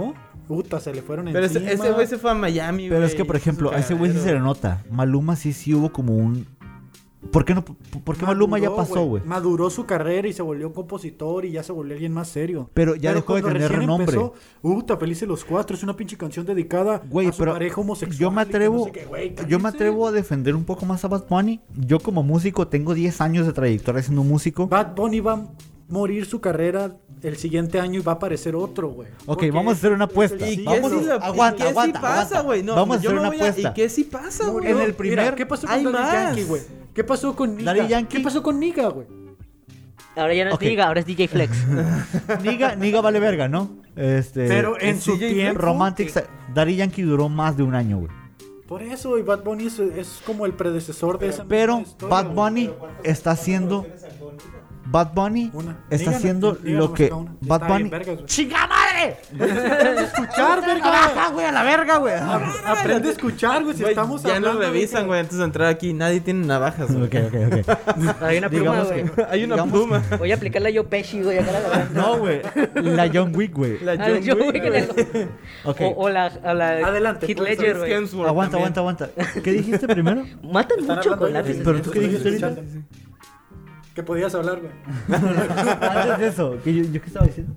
puta, se le fueron Pero ese, encima. ese güey se fue a Miami, güey. Pero es que, por hizo su ejemplo, a ese güey sí se le cagadero. nota. Maluma sí sí hubo como un... ¿Por qué no? ¿Por qué Maluma ya Maduró, pasó, güey? Maduró su carrera y se volvió compositor y ya se volvió alguien más serio. Pero ya dejó de cuando tener recién renombre. empezó, Puta, Felices los Cuatro, es una pinche canción dedicada Güey, a su pero pareja homosexual. yo me y que no atrevo, sé qué, güey, yo me cálmense. atrevo a defender un poco más a Bad Bunny. Yo como músico tengo diez años de trayectoria siendo músico. Bad Bunny va a morir su carrera el siguiente año y va a aparecer otro, güey. Ok, Porque vamos a hacer una apuesta. ¿Y qué Vamos, sí, la- aguanta, y qué sí aguanta, pasa, aguanta. güey? No, Vamos a yo hacer me una voy a- apuesta. ¿Y qué sí pasa, güey? En el Mira, primer- ¿qué pasó Hay con Daddy más. Yankee, güey? ¿Qué pasó con Niga? Daddy Yankee. ¿Qué pasó con Niga, güey? Ahora ya no es Ok. Niga, ahora es D J Flex. Niga, Niga vale verga, ¿no? Este, Pero en es su D J tiempo- Romantic, Sa- Daddy Yankee duró más de un año, güey. Por eso, y Bad Bunny es, es como el predecesor de esa Pero misma historia, Bad güey. Bunny está haciendo... Bad Bunny Una. está Niga- haciendo Niga lo nomás que... saca una. Y Bad está bien Bunny... vergas, güey. ¡Chinga madre! escuchar, verga. ¡Baja, güey, a la verga, güey! Aprende a escuchar, güey, si Güey, estamos ya hablando nos de revisan, que- güey, antes de entrar aquí. Nadie tiene navajas, güey. Ok, ok, ok. Hay una pluma, Digamos güey. que- Hay una digamos pluma. Voy a aplicarla yo Pesci, güey, acá a la garganta. No, güey. La John Wick, güey. La Ah, John yo, Wick, güey, que güey. le- Ok. O, o la, o la Adelante, Heath puedes Ledger, Chris güey. Hemsworth Aguanta, también. aguanta, aguanta. ¿Qué dijiste primero? Matan Están mucho hablando con de- lápices. Pero tú qué dijiste ahorita. Que podías hablar, güey. Antes de eso, ¿qué yo, ¿yo qué estaba diciendo?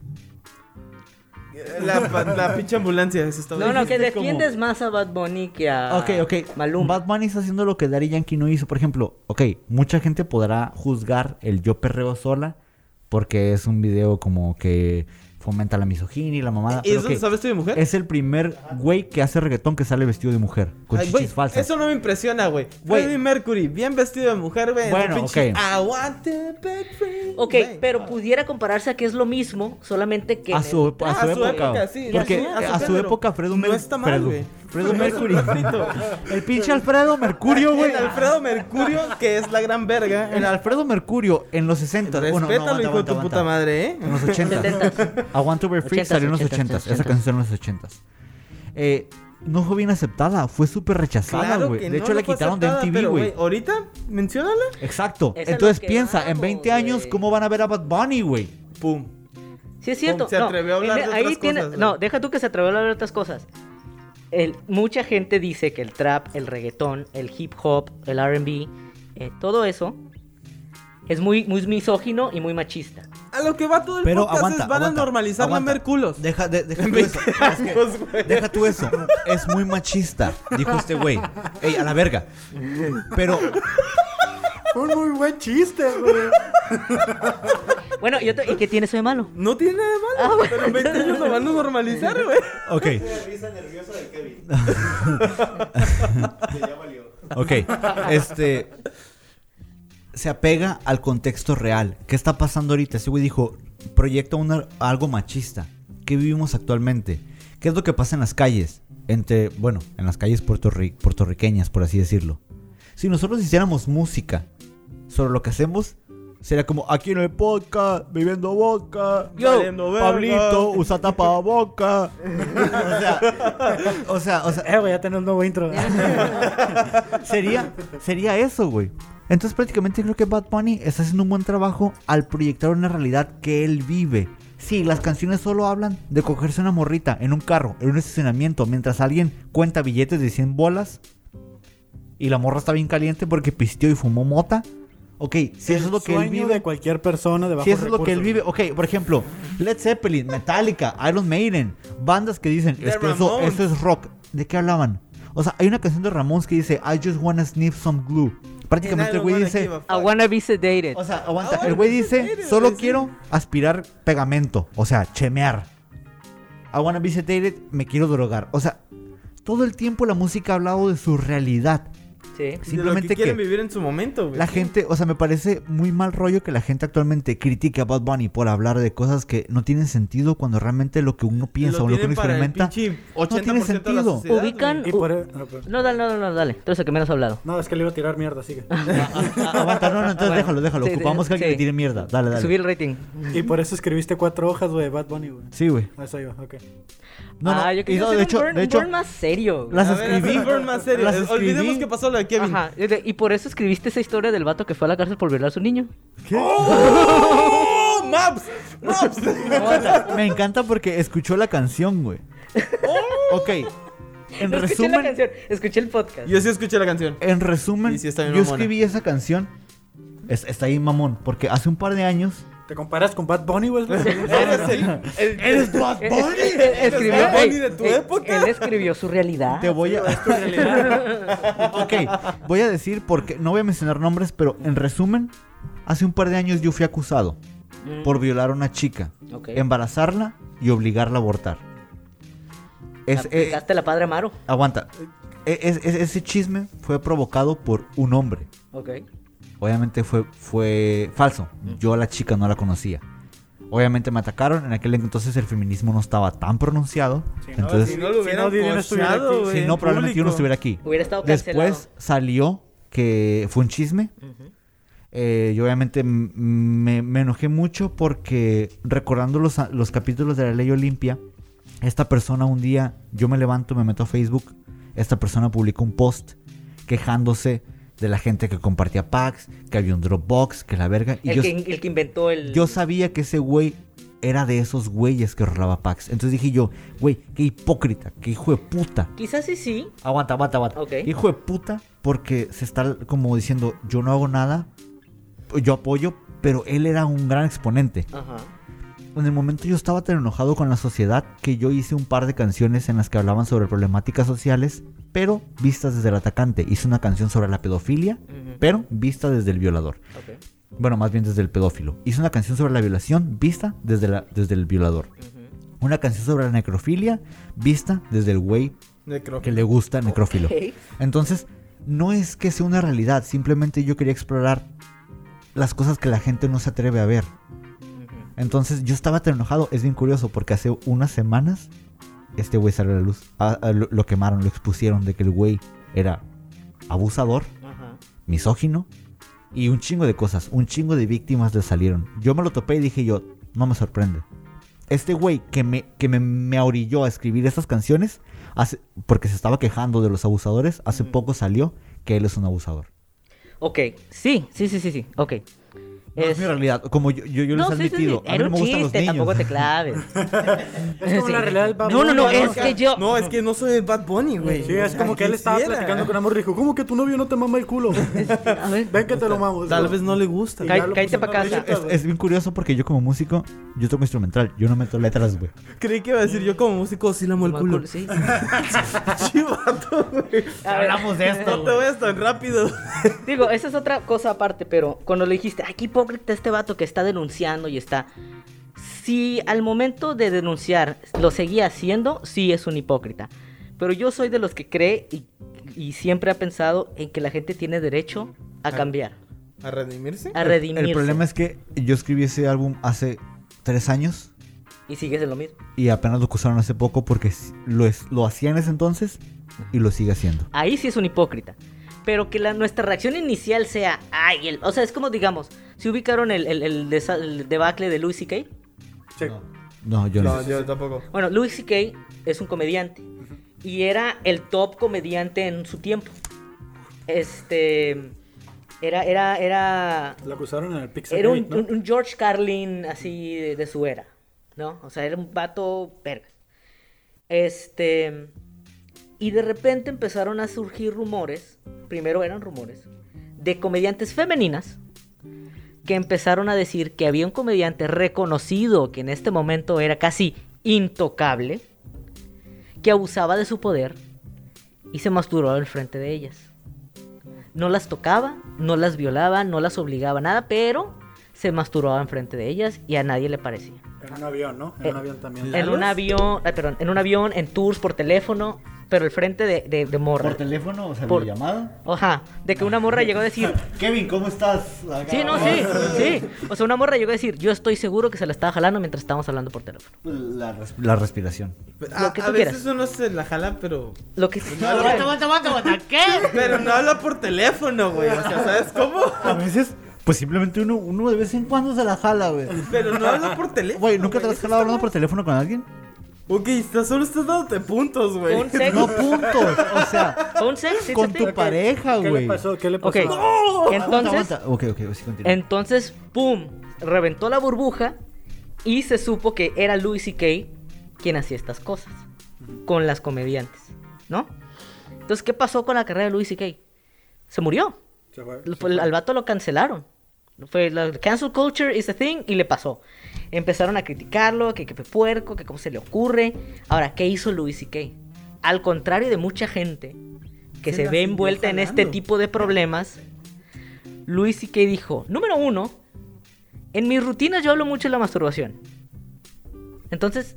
La, pa- la pinche ambulancia, eso está No, no, que dijiste como- defiendes más a Bad Bunny que a Ok, ok. Maluma. Bad Bunny está haciendo lo que Daddy Yankee no hizo. Por ejemplo, ok, mucha gente podrá juzgar el Yo Perreo Sola porque es un video como que fomenta la misoginia y la mamada. ¿Y pero eso ok, sabes tú de mujer? es el primer güey que hace reggaetón que sale vestido de mujer, con Ay, chichis güey, falsas. eso no me impresiona, güey. Güey. Freddie Mercury, bien vestido de mujer, güey. en su Bueno, pinche ok. I want to be free. Ok, Güey. pero pudiera compararse a que es lo mismo, solamente que... A en su, el- a Ah, su época. sí, porque a su- a su a su género. época Fredo No Mer- está mal, Fredo- güey. Fredo Mercury. Refrito. El pinche Alfredo Mercurio, güey. El Alfredo Mercurio, que es la gran verga. El Alfredo Mercurio en los sesenta. Bueno, no, Respétalo, aguanta, hijo de tu aguanta, puta aguanta. madre, ¿eh? En los ochentas. setentas. I Want to Be Free Ochentas, salió en los ochentas, ochentas. Esa ochentas. canción salió en los ochentas. Eh, no fue bien aceptada. Fue súper rechazada, Claro güey. que De no, hecho, no la fue quitaron de aceptada, M T V, pero, güey. Ahorita, menciónala. Exacto. Es a lo Entonces que piensa, en vamos, veinte años, güey. ¿cómo van a ver a Bad Bunny, güey? Pum. Sí, es cierto. Se no, atrevió a hablar en- de ahí otras tiene- cosas, güey. No, deja tú que se atrevió a hablar de otras cosas. El, mucha gente dice que el trap, el reggaetón, el hip hop, el R and B, eh, todo eso es muy, muy misógino y muy machista. A lo que va todo el Pero podcast aguanta, es van aguanta, a normalizar aguanta. lamer culos. Deja, de- deja En tú veinte eso. Es que- años, güey. deja tú eso. Es muy machista, dijo este güey. Ey, a la verga. Pero, Fue un muy buen chiste, güey. Bueno, y, otro- ¿y qué tiene eso de malo? No tiene nada de malo, pero en veinte años lo van a normalizar, güey. ok. La risa nerviosa de Kevin. Que ya valió. Ok, este se apega al contexto real. ¿Qué está pasando ahorita? Ese güey dijo, proyecta una, algo machista. ¿Qué vivimos actualmente? ¿Qué es lo que pasa en las calles? Entre, bueno, en las calles puertorri- puertorriqueñas, por así decirlo. Si nosotros hiciéramos música sobre lo que hacemos, sería como aquí en el podcast, bebiendo vodka. Yo, Valiendo verga. Pablito, usa tapaboca. o sea, o sea, o sea, Eh, güey, ya tenemos un nuevo intro. sería, sería eso, güey. Entonces prácticamente creo que Bad Bunny está haciendo un buen trabajo al proyectar una realidad que él vive. Sí, las canciones solo hablan de cogerse una morrita en un carro, en un estacionamiento, mientras alguien cuenta billetes de cien bolas y la morra está bien caliente porque pisteó y fumó mota. Ok, si eso es lo que él Sueño vive, de cualquier persona de bajos si eso es lo que él recursos, vive, ok, por ejemplo, Led Zeppelin, Metallica, Iron Maiden, bandas que dicen, The es que eso, Ramones. eso es rock. ¿De qué hablaban? O sea, hay una canción de Ramones que dice, I just wanna sniff some glue. Prácticamente el güey dice, I wanna be sedated. o sea, aguanta, Ah, el güey bueno, dice, serio, solo sí. quiero aspirar pegamento, o sea, chemear. I wanna be sedated, me quiero drogar. O sea, todo el tiempo la música ha hablado de su realidad. Sí. Simplemente Simplemente que quieren que vivir en su momento, güey. la gente, o sea, me parece muy mal rollo que la gente actualmente critique a Bad Bunny por hablar de cosas que no tienen sentido cuando realmente lo que uno piensa Lo o lo que tienen uno para el experimenta pinche no tiene ochenta por ciento de la sentido. sociedad, Ubican- güey. Y por e- no, pero- No, dale, no, no, no, dale. Entonces, el que menos ha hablado. No, es que le iba a tirar mierda, sigue. Ah, ah, aguanta, no, no, entonces Bueno, déjalo, déjalo. sí, Ocupamos que alguien sí. le tire mierda. Dale, dale. Subir el rating. Y por eso escribiste cuatro hojas, güey, de Bad Bunny, güey. Sí, güey. A eso iba, ok. No, no, ah, yo y quería no, hacer de un hecho, burn, de un hecho, burn más serio. güey. las A ver, escribí. haz un burn más serio. las Olvidemos escribí. que pasó lo de Kevin. Ajá. Y por eso escribiste esa historia del vato que fue a la cárcel por violar a su niño. ¡Oh! ¡Maps! ¡Maps! Aguanta, me encanta porque escuchó la canción, güey. Ok. En No escuché la resumen, canción, escuché el podcast. Yo sí escuché la canción. en resumen, Y sí está bien yo mamona. escribí esa canción. Es- está ahí mamón, porque hace un par de años. ¿Te comparas con Bad Bunny, güey? Eres el... ¡Eres Bad Eh, Bunny! eh, escribió, Bad Bunny ey, de tu eh, época. Él escribió su realidad. Te voy a. Ok, voy a decir porque no voy a mencionar nombres, pero en resumen, hace un par de años yo fui acusado Mm, por violar a una chica, ok. embarazarla y obligarla a abortar. Es, eh, Aplicaste la Padre Amaro. aguanta. E- es- es- ese chisme fue provocado por un hombre. Ok. Obviamente fue, fue falso. Yo a la chica no la conocía. Obviamente me atacaron. En aquel entonces el feminismo no estaba tan pronunciado. Sí, no, entonces, Si no lo Si hubiera no, Didi no estuviera aquí. coachado, si güey, no, en probablemente yo no público. estuviera aquí. Hubiera estado cancelado. Después salió que fue un chisme. Ujú. Eh, yo obviamente m- me, me enojé mucho porque recordando los, a- los capítulos de la Ley Olimpia, esta persona un día, yo me levanto, me meto a Facebook, esta persona publicó un post quejándose de la gente que compartía packs, que había un Dropbox, que la verga. Y El, yo, que, el que inventó el... yo sabía que ese güey era de esos güeyes que rolaba packs. Entonces dije yo, güey, qué hipócrita, qué hijo de puta. Quizás sí, sí. Aguanta, aguanta, aguanta. Ok. Hijo de puta, porque se está como diciendo, yo no hago nada, yo apoyo, pero él era un gran exponente. Ajá. En el momento yo estaba tan enojado con la sociedad que yo hice un par de canciones en las que hablaban sobre problemáticas sociales, pero vistas desde el atacante. Hice una canción sobre la pedofilia, Ujú. pero vista desde el violador. Ok. Bueno, más bien desde el pedófilo. Hice una canción sobre la violación, vista desde, la, desde el violador. Ujú. Una canción sobre la necrofilia, vista desde el güey Necro- que le gusta necrófilo. Ok. Entonces, no es que sea una realidad, simplemente yo quería explorar las cosas que la gente no se atreve a ver. Ujú. Entonces, yo estaba tan enojado, es bien curioso, porque hace unas semanas este güey salió a la luz. Ah, ah, lo, lo quemaron, lo expusieron de que el güey era abusador, Ajá. misógino y un chingo de cosas, un chingo de víctimas le salieron. Yo me lo topé y dije yo, no me sorprende. Este güey que me, que me, me orilló a escribir estas canciones, hace, porque se estaba quejando de los abusadores, hace poco salió que él es un abusador. Ok. Sí, sí, sí, sí, sí. Ok. No es mi realidad, como yo, yo, yo No, les he sí, sí, sí. admitido, a mí Era no un me gustan los chiste, niños. tampoco te claves. Es como Sí. la realidad del Bad No, no, no, Bunny, es que yo... No, es que no soy el Bad Bunny, güey. Sí, es como que él estaba Quisiera. platicando con amor y dijo, ¿cómo que tu novio no te mama el culo? A ver. Ven que te lo mamo. Tal vez no le gusta. Y Cá- ya lo cállate pusieron pa' en casa. la lista, Es, güey. es bien curioso porque yo como músico, yo toco instrumental, yo no meto letras, güey. Creí que iba a decir yo como músico sí la amo el culo. Sí. Chivato, güey. A ver, No te vayas tan rápido. Digo, esa es otra cosa aparte, pero cuando le dijiste, ay, qué hipócrita este vato que está denunciando y está... Si al momento de denunciar lo seguía haciendo, sí es un hipócrita. Pero yo soy de los que cree y, y siempre ha pensado en que la gente tiene derecho a cambiar, ¿A redimirse? a redimirse. El problema es que yo escribí ese álbum hace tres años Y sigues en lo mismo. y apenas lo acusaron hace poco porque s- lo, es- lo hacía en ese entonces y lo sigue haciendo. Ahí sí es un hipócrita. Pero que la, nuestra reacción inicial sea, ay, el... O sea, es como, digamos, si ubicaron el, el, el, desa- el debacle de Louis C K. Sí. No, yo no. No, yo tampoco. Bueno, Louis C K es un comediante. Y era el top comediante en su tiempo. Este... Era, era, era... Lo acusaron en el Pixar Era un, Gate, ¿no? un- un George Carlin así de, de su era, ¿no? O sea, era un vato verga. Este... Y de repente empezaron a surgir rumores, primero eran rumores, de comediantes femeninas que empezaron a decir que había un comediante reconocido que en este momento era casi intocable, que abusaba de su poder y se masturbaba al frente de ellas. No las tocaba, no las violaba, no las obligaba a nada, pero se masturbaba enfrente de ellas y a nadie le parecía. En un avión, ¿no? En Eh, un avión también. En un avión, ah, perdón, en un avión, en tours, por teléfono, pero al frente de, de, de morra. ¿Por teléfono? O sea, Por- llamada. Ajá, de que una morra llegó a decir, Kevin, ¿cómo estás? Acá. sí, no, sí, sí. O sea, una morra llegó a decir, yo estoy seguro que se la estaba jalando mientras estábamos hablando por teléfono. La, res- la respiración. A, que a tú veces quieras. uno se la jala, pero... Lo que... aguanta, aguanta, aguanta, ¿qué? Pero no habla por teléfono, güey. O sea, ¿sabes cómo? A veces, pues simplemente uno, uno de vez en cuando se la jala, güey. Pero no habla por teléfono. Güey, ¿nunca te güey, has eso jalado está hablando por teléfono con alguien? mal. Ok, estás, solo estás dándote puntos, güey. Un sex, No puntos, o sea, un sex, sí, con sí, tu sí. pareja, ¿Qué güey. le pasó? ¿Qué le pasó? Ok, Aguanta, entonces, aguanta. Ok, ok, sí, continúa. entonces, pum, reventó la burbuja y se supo que era Louis C K quien hacía estas cosas. con las comediantes, ¿no? Entonces, ¿qué pasó con la carrera de Louis C K? Se murió. Se fue- Lo- se fue- fue. al vato lo cancelaron. Fue la cancel culture is a thing y le pasó. Empezaron a criticarlo, que, que fue puerco, que cómo se le ocurre. Ahora, ¿qué hizo Louis C K? Al contrario de mucha gente que Se se la ve siguió envuelta en este jalando. tipo de problemas, Louis C K dijo, número uno, en mis rutinas yo hablo mucho de la masturbación. Entonces,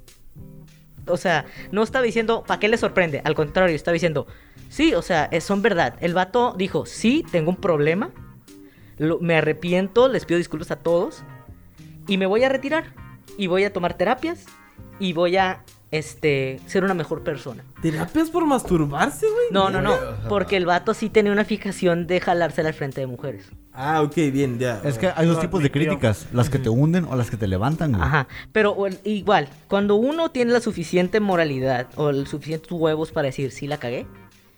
o sea, no estaba diciendo, ¿para qué le sorprende? Al contrario, estaba diciendo, sí, o sea, es- son verdad. El vato dijo, sí, tengo un problema, lo- me arrepiento, les pido disculpas a todos, y me voy a retirar, y voy a tomar terapias, y voy a, este, ser una mejor persona. ¿Terapias por masturbarse, güey? No, no, no, porque el vato sí tenía una fijación de jalársela al frente de mujeres. Ah, ok, bien, ya. Es que hay dos Lo tipos de admitió. críticas, las que te hunden o las que te levantan, güey. Ajá, pero o el- igual, cuando uno tiene la suficiente moralidad o los suficientes huevos para decir, sí la cagué,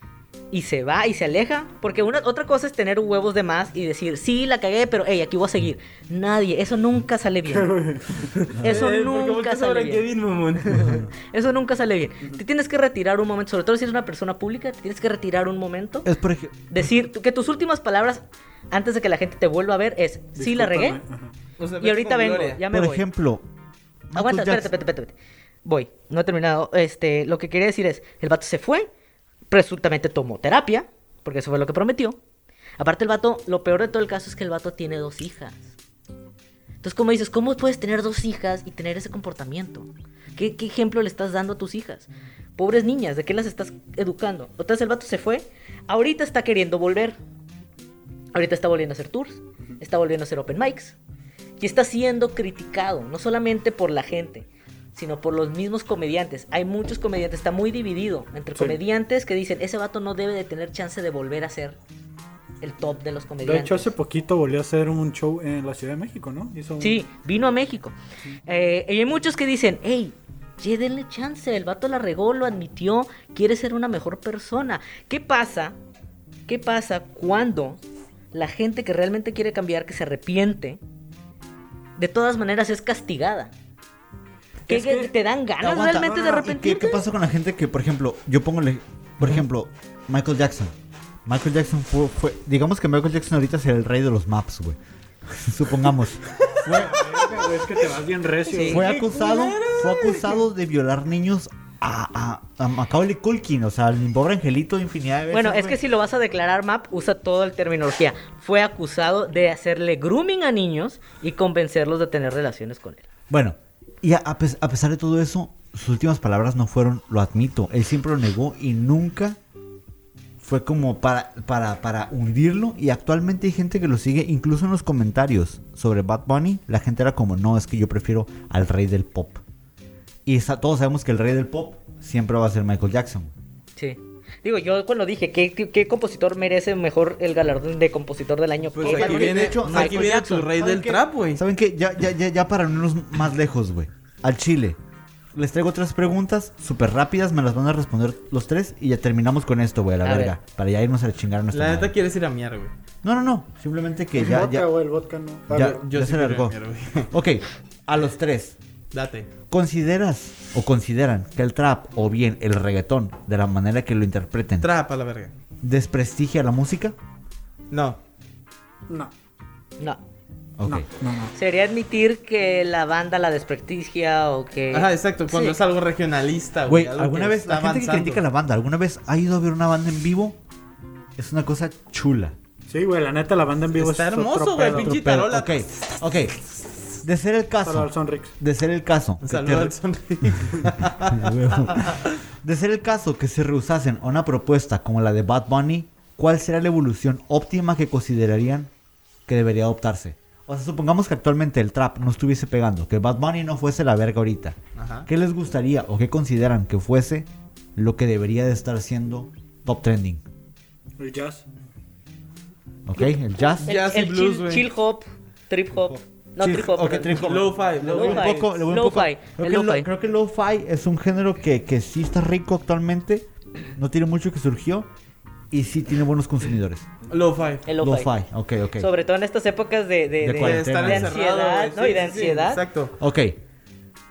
y se va y se aleja, porque una otra cosa es tener huevos de más y decir, sí la cagué, pero hey, aquí voy a seguir. Nadie, eso nunca sale bien. Eso Eh, ¿por qué nunca volteas sale ahora, bien. Kevin, mamón? Eso nunca sale bien. Te tienes que retirar un momento, sobre todo si eres una persona pública, te tienes que retirar un momento. Es por ejemplo... Decir que tus últimas palabras antes de que la gente te vuelva a ver es, sí la regué, Discúlpame. Ajá. O sea, y vete ahorita con vengo, gloria. ya me Por voy. ejemplo... Aguanta, Michael espérate, Jackson- espérate, espérate. Voy, no he terminado. Este, lo que quería decir es, el vato se fue, presuntamente tomó terapia, porque eso fue lo que prometió. Aparte el vato, lo peor de todo el caso es que el vato tiene dos hijas. Entonces, ¿cómo dices? ¿Cómo puedes tener dos hijas y tener ese comportamiento? ¿Qué, qué ejemplo le estás dando a tus hijas? Pobres niñas, ¿de qué las estás educando? Entonces el vato se fue, ahorita está queriendo volver. Ahorita está volviendo a hacer tours, está volviendo a hacer open mics. Y está siendo criticado, no solamente por la gente, sino por los mismos comediantes. Hay muchos comediantes, está muy dividido entre Sí. comediantes que dicen, ese vato no debe de tener chance de volver a ser el top de los De comediantes. hecho, hace poquito volvió a hacer un show en la Ciudad de México, ¿no? Hizo un- Sí, vino a México. Eh, y hay muchos que dicen, hey, ya denle chance, el vato la regó, lo admitió, quiere ser una mejor persona. ¿Qué pasa? ¿Qué pasa cuando la gente que realmente quiere cambiar, que se arrepiente, de todas maneras es castigada? ¿Qué, Es que- que te dan ganas Aguanta, realmente no, de no, no. ¿Y arrepentirte? ¿Qué, qué pasó con la gente que, por ejemplo, yo pongo, el ej- por ejemplo, Michael Jackson? Michael Jackson fue, fue- digamos que Michael Jackson ahorita será el rey de los maps, güey. Supongamos. Fue, Verga, güey, es que te vas bien recio. Sí. fue acusado, fue acusado de violar niños a, a, a Macaulay Culkin, o sea, al pobre angelito infinidad de veces. Bueno, es güey. que si lo vas a declarar, Map, usa toda la terminología. Fue acusado de hacerle grooming a niños y convencerlos de tener relaciones con él. Bueno, y a, a pes- a pesar de todo eso, sus últimas palabras no fueron, lo admito, él siempre lo negó y nunca fue como para, para, para hundirlo. Y actualmente hay gente que lo sigue, incluso en los comentarios sobre Bad Bunny, la gente era como, no, es que yo prefiero al rey del pop. Y sa- todos sabemos que el rey del pop siempre va a ser Michael Jackson. Sí. Digo, yo cuando dije, ¿qué, qué, qué compositor merece mejor el galardón de compositor del año? Pues ¿Qué aquí galardón? viene, de hecho, aquí Michael viene Jackson. tu rey ¿Saben del qué? trap, güey. ¿Saben qué? Ya, ya, ya, ya para irnos más lejos, güey. Al Chile. Les traigo tres preguntas súper rápidas, me las van a responder los tres y ya terminamos con esto, güey, a la A verga. Para ya irnos a chingar a nuestra La madre. neta quieres ir a miar, güey. No, no, no. Simplemente que El ya, vodka, ya, güey, el vodka no. A ya, ver, yo ya sí se quiero largó. ir a miar, güey. Ok, a los tres. Date. ¿Consideras o consideran que el trap o bien el reggaetón, de la manera que lo interpreten, Trap a la verga. desprestigia la música? No. No. No. Ok. No, no, no. Sería admitir que la banda la desprestigia o que... Ajá, exacto. Cuando Sí. es algo regionalista, güey. Güey, algo ¿alguna que vez está la gente que avanzando. critica a la banda, alguna vez ha ido a ver una banda en vivo? Es una cosa chula. Sí, güey, la neta, la banda en vivo Está es hermoso, otro güey, pedo. pinche- Otro pedo. Tarola. Ok, ok. De ser el Saludos caso, al Sonrix. de ser el caso, que Saludos te- al sonríe. de ser el caso que se rehusasen a una propuesta como la de Bad Bunny, ¿cuál será la evolución óptima que considerarían que debería adoptarse? O sea, supongamos que actualmente el trap no estuviese pegando, que Bad Bunny no fuese la verga ahorita. Ajá. ¿Qué les gustaría o qué consideran que fuese lo que debería de estar siendo top trending? El jazz. ¿Ok? El jazz. El, Jazz y el blues, chill, güey. chill hop, trip hop. No, Chill- trip hop. ok, pero- trip hop. Lo-fi. Le voy un Lo-fi. poco, le voy un poco. Lo-fi, Creo el que, lo- lo-fi. creo que el lo-fi es un género que, que sí está rico actualmente. No tiene mucho que surgió. Y sí tiene buenos consumidores. Lo-fi. El lo-fi. Lo-fi, ok, ok. Sobre todo en estas épocas de, de, De de- cuarentena. de Estar encerrado, ansiedad, güey. ¿no? Sí, y de sí, sí, ansiedad. exacto. Ok.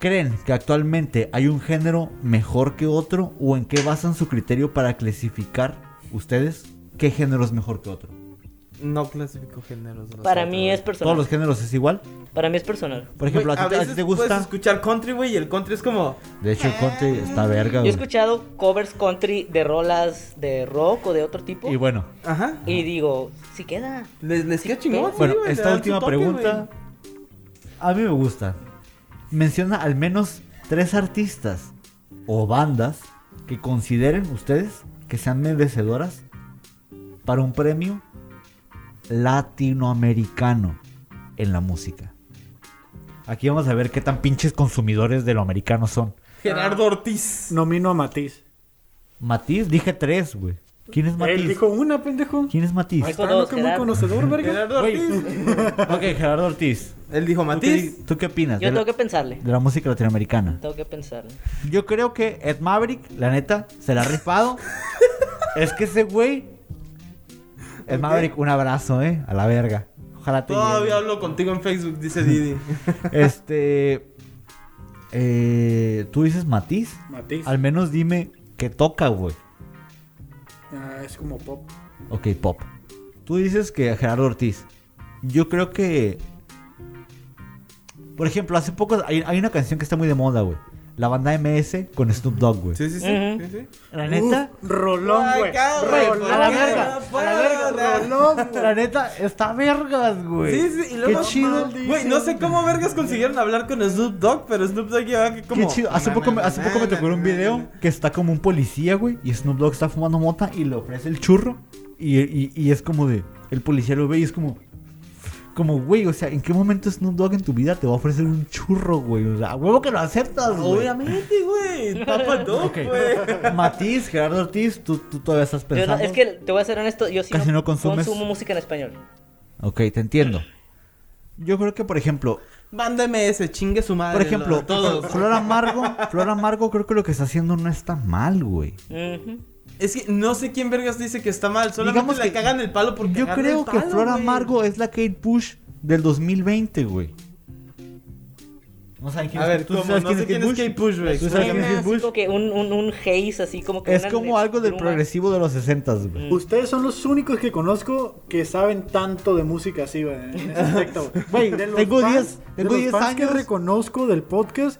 ¿Creen que actualmente hay un género mejor que otro? ¿O en qué basan su criterio para clasificar ustedes qué género es mejor que otro? No clasifico géneros. nosotros, Para mí güey. es personal. ¿Todos los géneros es igual? Para mí es personal. Por ejemplo, Güey, ¿a ti, a ti veces te puedes gusta? escuchar country, güey, y el country es como... De hecho, el country está verga, Yo he güey. escuchado covers country de rolas de rock o de otro tipo. Y bueno, Ajá. Y digo, sí queda. Les, les queda chingón, sí, bueno, güey, le esta dan su última toque, pregunta a mí me gusta. Menciona al menos tres artistas o bandas que consideren ustedes que sean merecedoras para un premio latinoamericano en la música. Aquí vamos a ver qué tan pinches consumidores de lo americano son. güey. Gerardo Ortiz. Nomino a Matiz. Matiz, dije tres, güey. ¿Quién es Matiz? Él dijo una, pendejo. ¿Quién es Matiz? Ahí Dijo está, dos, ¿no? Que muy Gerardo. conocedor, verga. Gerardo Güey. Ortiz. Ok, Gerardo Ortiz. Él dijo ¿Tú qué, Matiz. tú qué opinas Yo de, tengo la, que pensarle. de la música latinoamericana? Tengo que pensarle. Yo creo que Ed Maverick, la neta, se la ha rifado. Es que ese güey... Ed Maverick, un abrazo, eh, a la verga. Ojalá te Todavía llegue. hablo contigo en Facebook, dice Didi. Este... Eh, Tú dices Matiz. Matiz. Al menos dime que toca, güey. Ah, es como pop. Ok, pop. Tú dices que Gerardo Ortiz. Yo creo que... Por ejemplo, hace poco hay, hay una canción que está muy de moda, güey. La banda M S con Snoop Dogg, güey. Sí, sí, sí. Ujú. sí, sí. La neta... Uf, rolón, Ay, güey. cabrón, Rolón, ¿por a la qué? verga, No a puedo, la verga, no. rolón, güey. La neta, está vergas, güey. Sí, sí, y luego... Qué chido. Güey, no sé cómo vergas consiguieron hablar con Snoop Dogg, pero Snoop Dogg lleva que como... Qué chido. Hace poco, me, hace poco me tocó un video que está como un policía, güey. Y Snoop Dogg está fumando mota y le ofrece el churro. Y, y, y es como de... El policía lo ve y es como... Como, güey, o sea, ¿en qué momento Snoop Dogg en tu vida te va a ofrecer un churro, güey? O sea, a huevo que lo aceptas, güey. Obviamente, güey. Papa Dog, Ok. güey. Matiz, Gerardo Ortiz, ¿tú, tú todavía estás Yo no- pensando. es que te voy a ser honesto, yo sí Casi no consumes. consumo música en español. Ok, te entiendo. Yo creo que, por ejemplo... Banda M S, chingue su madre. Por ejemplo, lo- todos. Flor Amargo, Flor Amargo creo que lo que está haciendo no está mal, güey. Ujú. Es que no sé quién vergas dice que está mal. Solamente Digamos le que- cagan el palo porque Yo creo que Flor Amargo es la Kate Bush del dos mil veinte, güey. No saben quién A es. ver, ¿Tú ¿cómo? sabes No quién sé es quién Kate es Bush? Kate Bush, güey. ¿Tú sabes quién Suena es Kate así Bush? como que un, un, un haze así como que Es una como algo del pluma. progresivo de los sesentas, güey. Ustedes son los únicos que conozco que saben tanto de música así, güey, en ese aspecto. Güey, De los tengo fans- diez- de tengo los diez fans que años. reconozco del podcast,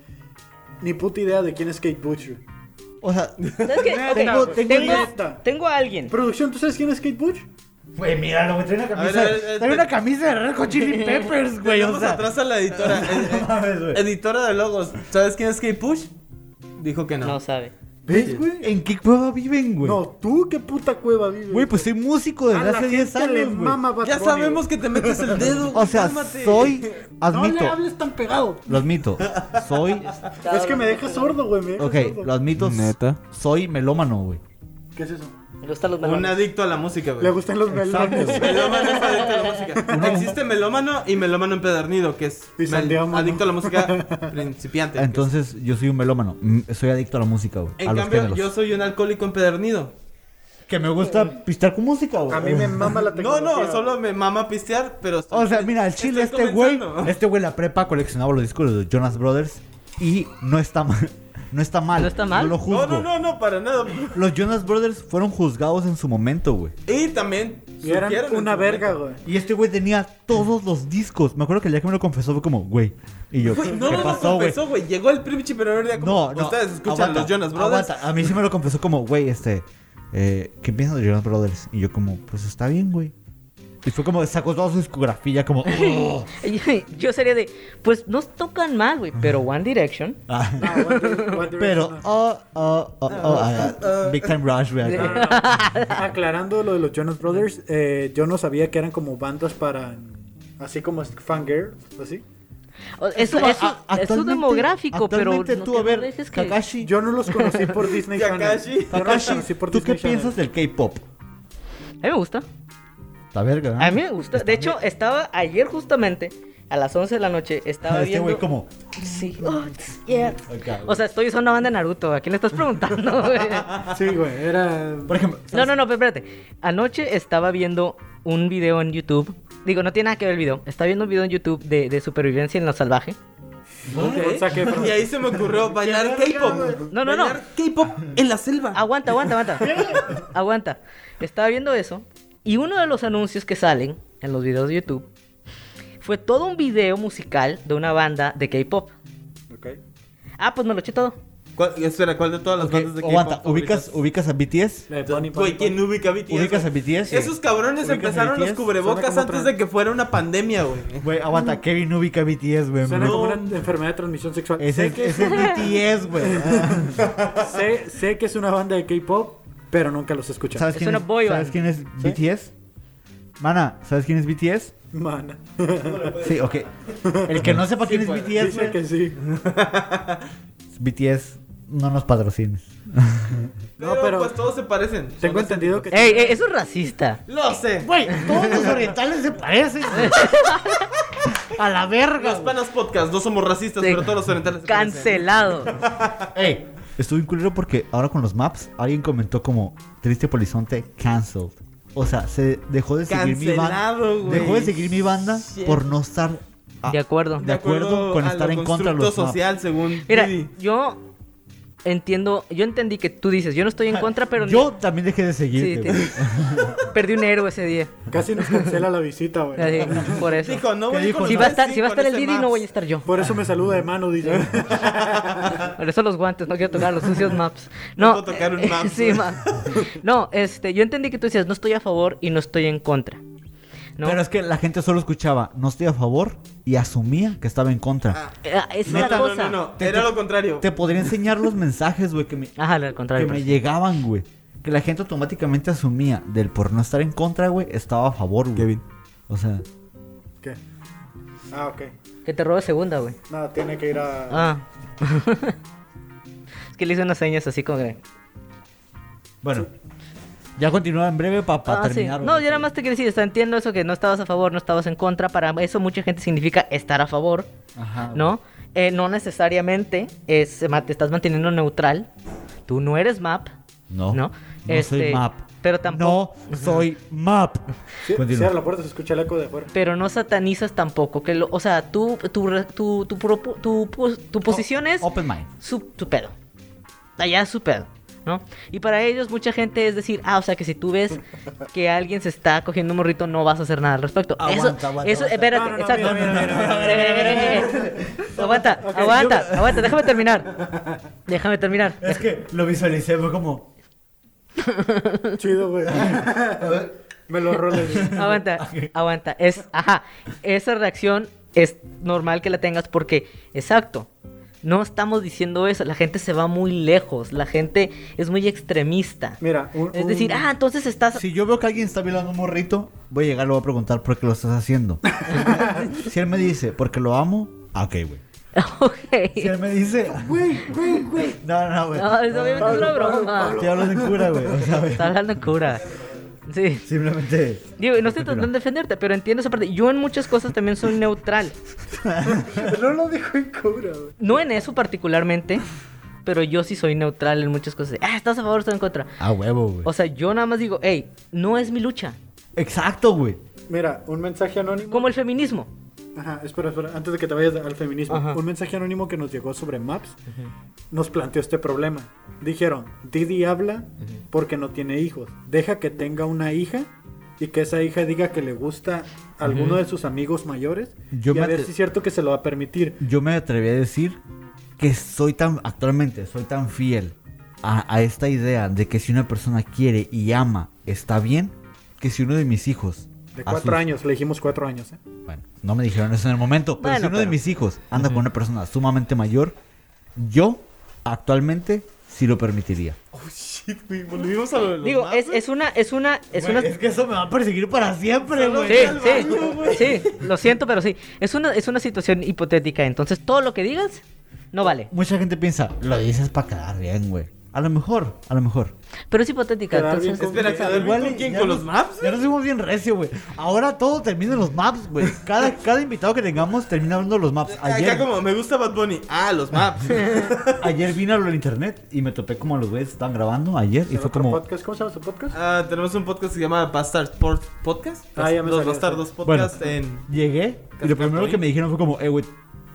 ni puta idea de quién es Kate Bush, güey. O sea, ¿Sabes qué? Ok, Tengo- tengo tengo, diez- tengo a alguien. Producción, ¿tú sabes quién es Kate Bush? güey, míralo, güey, trae una A ver, camisa. a ver, a ver, trae te- una camisa de Red Hot Chili Peppers, güey. O Tenemos sea, atrás a la editora. eh, eh, mames, güey. editora de logos. ¿Sabes quién es Kate Bush? Dijo que no. No sabe. ¿Ves, güey? ¿en qué cueva viven, güey? No, tú qué puta cueva vives. Güey, pues soy músico desde A la hace diez gente le años, güey. mama Bad Ya Bunny, sabemos güey. que te metes el dedo. O sea, cálmate. soy... No Admito, le hables tan pegado. lo admito. Soy... Es que me dejas sordo, güey. Me dejas Ok, sordo. lo admito. Neta. Soy melómano, güey. ¿Qué es eso? Me gustan los Un melones. adicto a la música, güey. Le gustan los melones. Melómano es adicto a la música. Existe melómano y melómano empedernido, que es Y mel- sandeómano. adicto a la música principiante. Entonces, yo soy un melómano. Mm, Soy adicto a la música, güey. en a los cambio, géneros. yo soy un alcohólico empedernido. Que me gusta pistear con música, güey. A mí me mama la No, tecnología. no, solo me mama pistear, pero... estoy- O sea, mira, el chile, estoy este güey, comenzando. este güey en la prepa coleccionaba los discos de los Jonas Brothers y no está mal. No está mal. ¿No está mal? No lo juzgo. No, no, no, no, para nada. Los Jonas Brothers fueron juzgados en su momento, güey. Y también Y eran surgieron en una su verga, momento. güey. Y este güey tenía todos los discos. Me acuerdo que el día que me lo confesó fue como, güey. Y yo, Güey, no ¿qué no lo pasó, güey? confesó, güey. Llegó el príncipe Heredia como... No, no. Ustedes escuchan aguanta, los Jonas Brothers. aguanta. A mí sí me lo confesó como, güey, este... Eh, ¿Qué piensas de Jonas Brothers? Y yo como, pues está bien, güey. Y fue como, sacó toda su discografía como... "Oh". Yo sería de, pues no tocan mal, güey, pero One Direction. Ah. No, One Dir- One Direction, Pero, no. oh, oh, oh, oh, ah, Big Time Rush, güey. acá. Aclarando lo de los Jonas Brothers, eh, yo no sabía que eran como bandas para... Así como fangirls, así. O- Eso, Como, eso, a- es su actualmente- demográfico, pero actualmente no, tú, que a no ver, dejes que- Kakashi, Yo no los conocí por Disney Channel. Kakashi. Yo no los Kakashi, conocí por ¿tú Disney qué Channel. piensas del K-pop? A mí me gusta. La verga, ¿no? A mí me gusta. De hecho, estaba ayer justamente a las once de la noche. Estaba Este viendo. güey como... Sí. Oh, yeah. Acá, güey. O sea, estoy usando una banda de Naruto. ¿A quién le estás preguntando, güey? Sí, güey, era... Por ejemplo... No, no, no, pero espérate. Anoche estaba viendo un video en YouTube. Digo, no tiene nada que ver el video. Estaba viendo un video en YouTube de, de supervivencia en lo salvaje. Con Zac Efron. Y ahí se me ocurrió bailar K-pop. No, no, no. Bailar K-pop en la selva. Aguanta, aguanta, aguanta. Aguanta. Estaba viendo eso. Y uno de los anuncios que salen en los videos de YouTube fue todo un video musical de una banda de K-pop. Ok. Ah, pues me lo eché todo. ¿Cuál- espera, ¿cuál de todas las Ok, bandas de K-pop? aguanta, ¿ubicas, favoritas? ¿ubicas a B T S? La de Bunny, Bunny, Güey, ¿quién Bunny. ubica a B T S? ¿Ubicas a güey? B T S? Esos cabrones ¿Ubicas a empezaron B T los S? cubrebocas Suena como antes otra- de que fuera una pandemia, güey. Güey, aguanta, Kevin ubica a B T S, güey. Suena No. como una enfermedad de transmisión sexual. Ese, sé, que es ese es una- B T S, güey. sé, sé que es una banda de K-pop, pero nunca los he escuchado. ¿Sabes Es quién una es, boy ¿sabes band. quién es B T S? Mana, ¿sabes quién es B T S? Mana. Sí, ok. El que no sepa quién es pues, B T S, Dice güey. que sí. B T S, no nos patrocines. No, pero, pero pues todos se parecen. tengo Son entendido que... Ey, ey, eso es racista. Lo sé. Güey, todos los orientales se parecen, güey. A la verga. Los güey. Panas Podcast, no somos racistas, Sí. pero todos los orientales se parecen. Cancelado. Ey, estuve un culero porque ahora con los maps alguien comentó como triste polizonte cancelled. O sea, se dejó de seguir mi banda. Cancelado, güey. Dejó de seguir mi banda Shit. por no estar a- De acuerdo. de acuerdo con a estar lo en contra de los constructo maps. social, según Mira, Didi. yo entiendo, yo entendí que tú dices, yo no estoy en contra, pero Yo también dejé de Sí, seguirte. te- güey. perdí un héroe ese día. Casi nos cancela la visita, güey. Así, por eso. Dijo, no ¿Qué voy a ir dijo? con Si va a ustedes, estar, sí, si va a con estar el ese Didi, Maps. no voy a estar yo. Por eso me saluda de mano, dice. Por eso los guantes, no quiero tocar los sucios maps. No No, puedo tocar un eh, Maps, sí, güey. ma. No, este, yo entendí que tú decías, no estoy a favor y no estoy en contra. ¿No? Pero es que la gente solo escuchaba, no estoy a favor, y asumía que estaba en contra. Eh, esa es No, la no, no, cosa. no, no, Te- era te- lo contrario. Te podría enseñar los mensajes, güey, que me, Ajá, al que contrario. me pues. llegaban, güey. Que la gente automáticamente asumía del por no estar en contra, güey, estaba a favor, güey. Kevin. O sea, ¿Qué? Ah, ok. Que te robe segunda, güey. Nada, tiene que ir a... Ah. Es que le hice unas señas así como que... bueno. Ya continúa en breve para Ah, sí. terminar. No, güey. yo nada más te quiero decir, está, entiendo eso que no estabas a favor, no estabas en contra. Para eso mucha gente significa estar a favor, Ajá, güey. ¿no? Eh, no necesariamente es, ma- te estás manteniendo neutral. Tú no eres map, No. ¿no? No Este, soy map. Pero tampoco... No soy map. Sí, Continúa. cierra la puerta, se escucha el eco de afuera. Pero no satanizas tampoco. Que lo, o sea, tú, tu, re- tu, tu, propo- tu, pos- tu posición es Open mind. su, tu pedo. Allá es su pedo, ¿no? Y para ellos mucha gente es decir, ah, o sea que si tú ves que alguien se está cogiendo un morrito, no vas a hacer nada al respecto. Aguanta, eso, aguanta, eso, aguanta. espérate, No, no, no, exacto. mira, mira, mira, mira, Eh, eh, eh, eh. Aguanta, aguanta, aguanta, déjame terminar. Déjame terminar. Es que lo visualicé, fue como. Chido, güey. Me lo rolé. Aguanta, aguanta. Es, ajá, esa reacción es normal que la tengas porque, exacto, no estamos diciendo eso. La gente se va muy lejos, la gente es muy extremista. Mira, un, Es un- decir, ah, entonces estás... Si yo veo que alguien está violando un morrito, voy a llegar y le voy a preguntar por qué lo estás haciendo. Si él me dice, porque lo amo, ah, ok, güey. Ok. Si él me dice, güey, güey, güey. No, no, güey. No, eso obviamente es una broma. Estoy hablando en cura, güey. O sea, güey. Está hablando cura. Sí. Simplemente. Digo, y no estoy tratando de defenderte, pero entiendo esa parte. Yo en muchas cosas también soy neutral. No lo dijo en cura, güey. No en eso particularmente, pero yo sí soy neutral en muchas cosas. Ah, ¿estás a favor o estás en contra? Ah, huevo, güey. O sea, yo nada más digo, hey, no es mi lucha. Exacto, güey. Mira, un mensaje anónimo. Como el feminismo. Ajá, espera, espera, antes de que te vayas al feminismo. Ajá. Un mensaje anónimo que nos llegó sobre Maps nos planteó este problema. Dijeron, Didi habla porque no tiene hijos. Deja que tenga una hija y que esa hija diga que le gusta a alguno de sus amigos mayores Yo y a me ver ate- si es cierto que se lo va a permitir. Yo me atreví a decir que soy tan, actualmente, soy tan fiel a, a esta idea de que si una persona quiere y ama, está bien, que si uno de mis hijos... De a cuatro sus- años, le dijimos cuatro años, ¿eh? Bueno, no me dijeron eso en el momento, pero Bueno, si uno de pero- mis hijos anda con una persona sumamente mayor, yo actualmente sí lo permitiría. Oh, shit, güey. Volvimos a lo de los Digo, maps, es, güey. es una, es una, es una... que eso me va a perseguir para siempre, Solo- Sí, al sí, baño, güey. sí, lo siento, pero sí. Es una, es una situación hipotética, entonces todo lo que digas no vale. Mucha gente piensa, lo dices para quedar bien, güey. A lo mejor, a lo mejor. Pero es hipotética, Quedar bien entonces... con- Espera, ¿quedar bien Igual con y- quién? ya ¿Con nos- los maps? Ya nos fuimos bien recio, güey. Ahora todo termina en los maps, güey. Cada, cada invitado que tengamos termina hablando de los maps. Ayer, Acá como, me gusta Bad Bunny. Ah, los maps. ayer vine a lo del internet y me topé como a los güeyes que estaban grabando ayer y ¿En fue otro como... podcast? ¿Cómo se llama su podcast? Ah, tenemos un podcast que se llama Bastard Sport Podcast. Ah, ya me Los salió, Bastardos sí. Podcast Bueno. en... Llegué y lo Cascabel. primero que me dijeron fue como, eh, güey,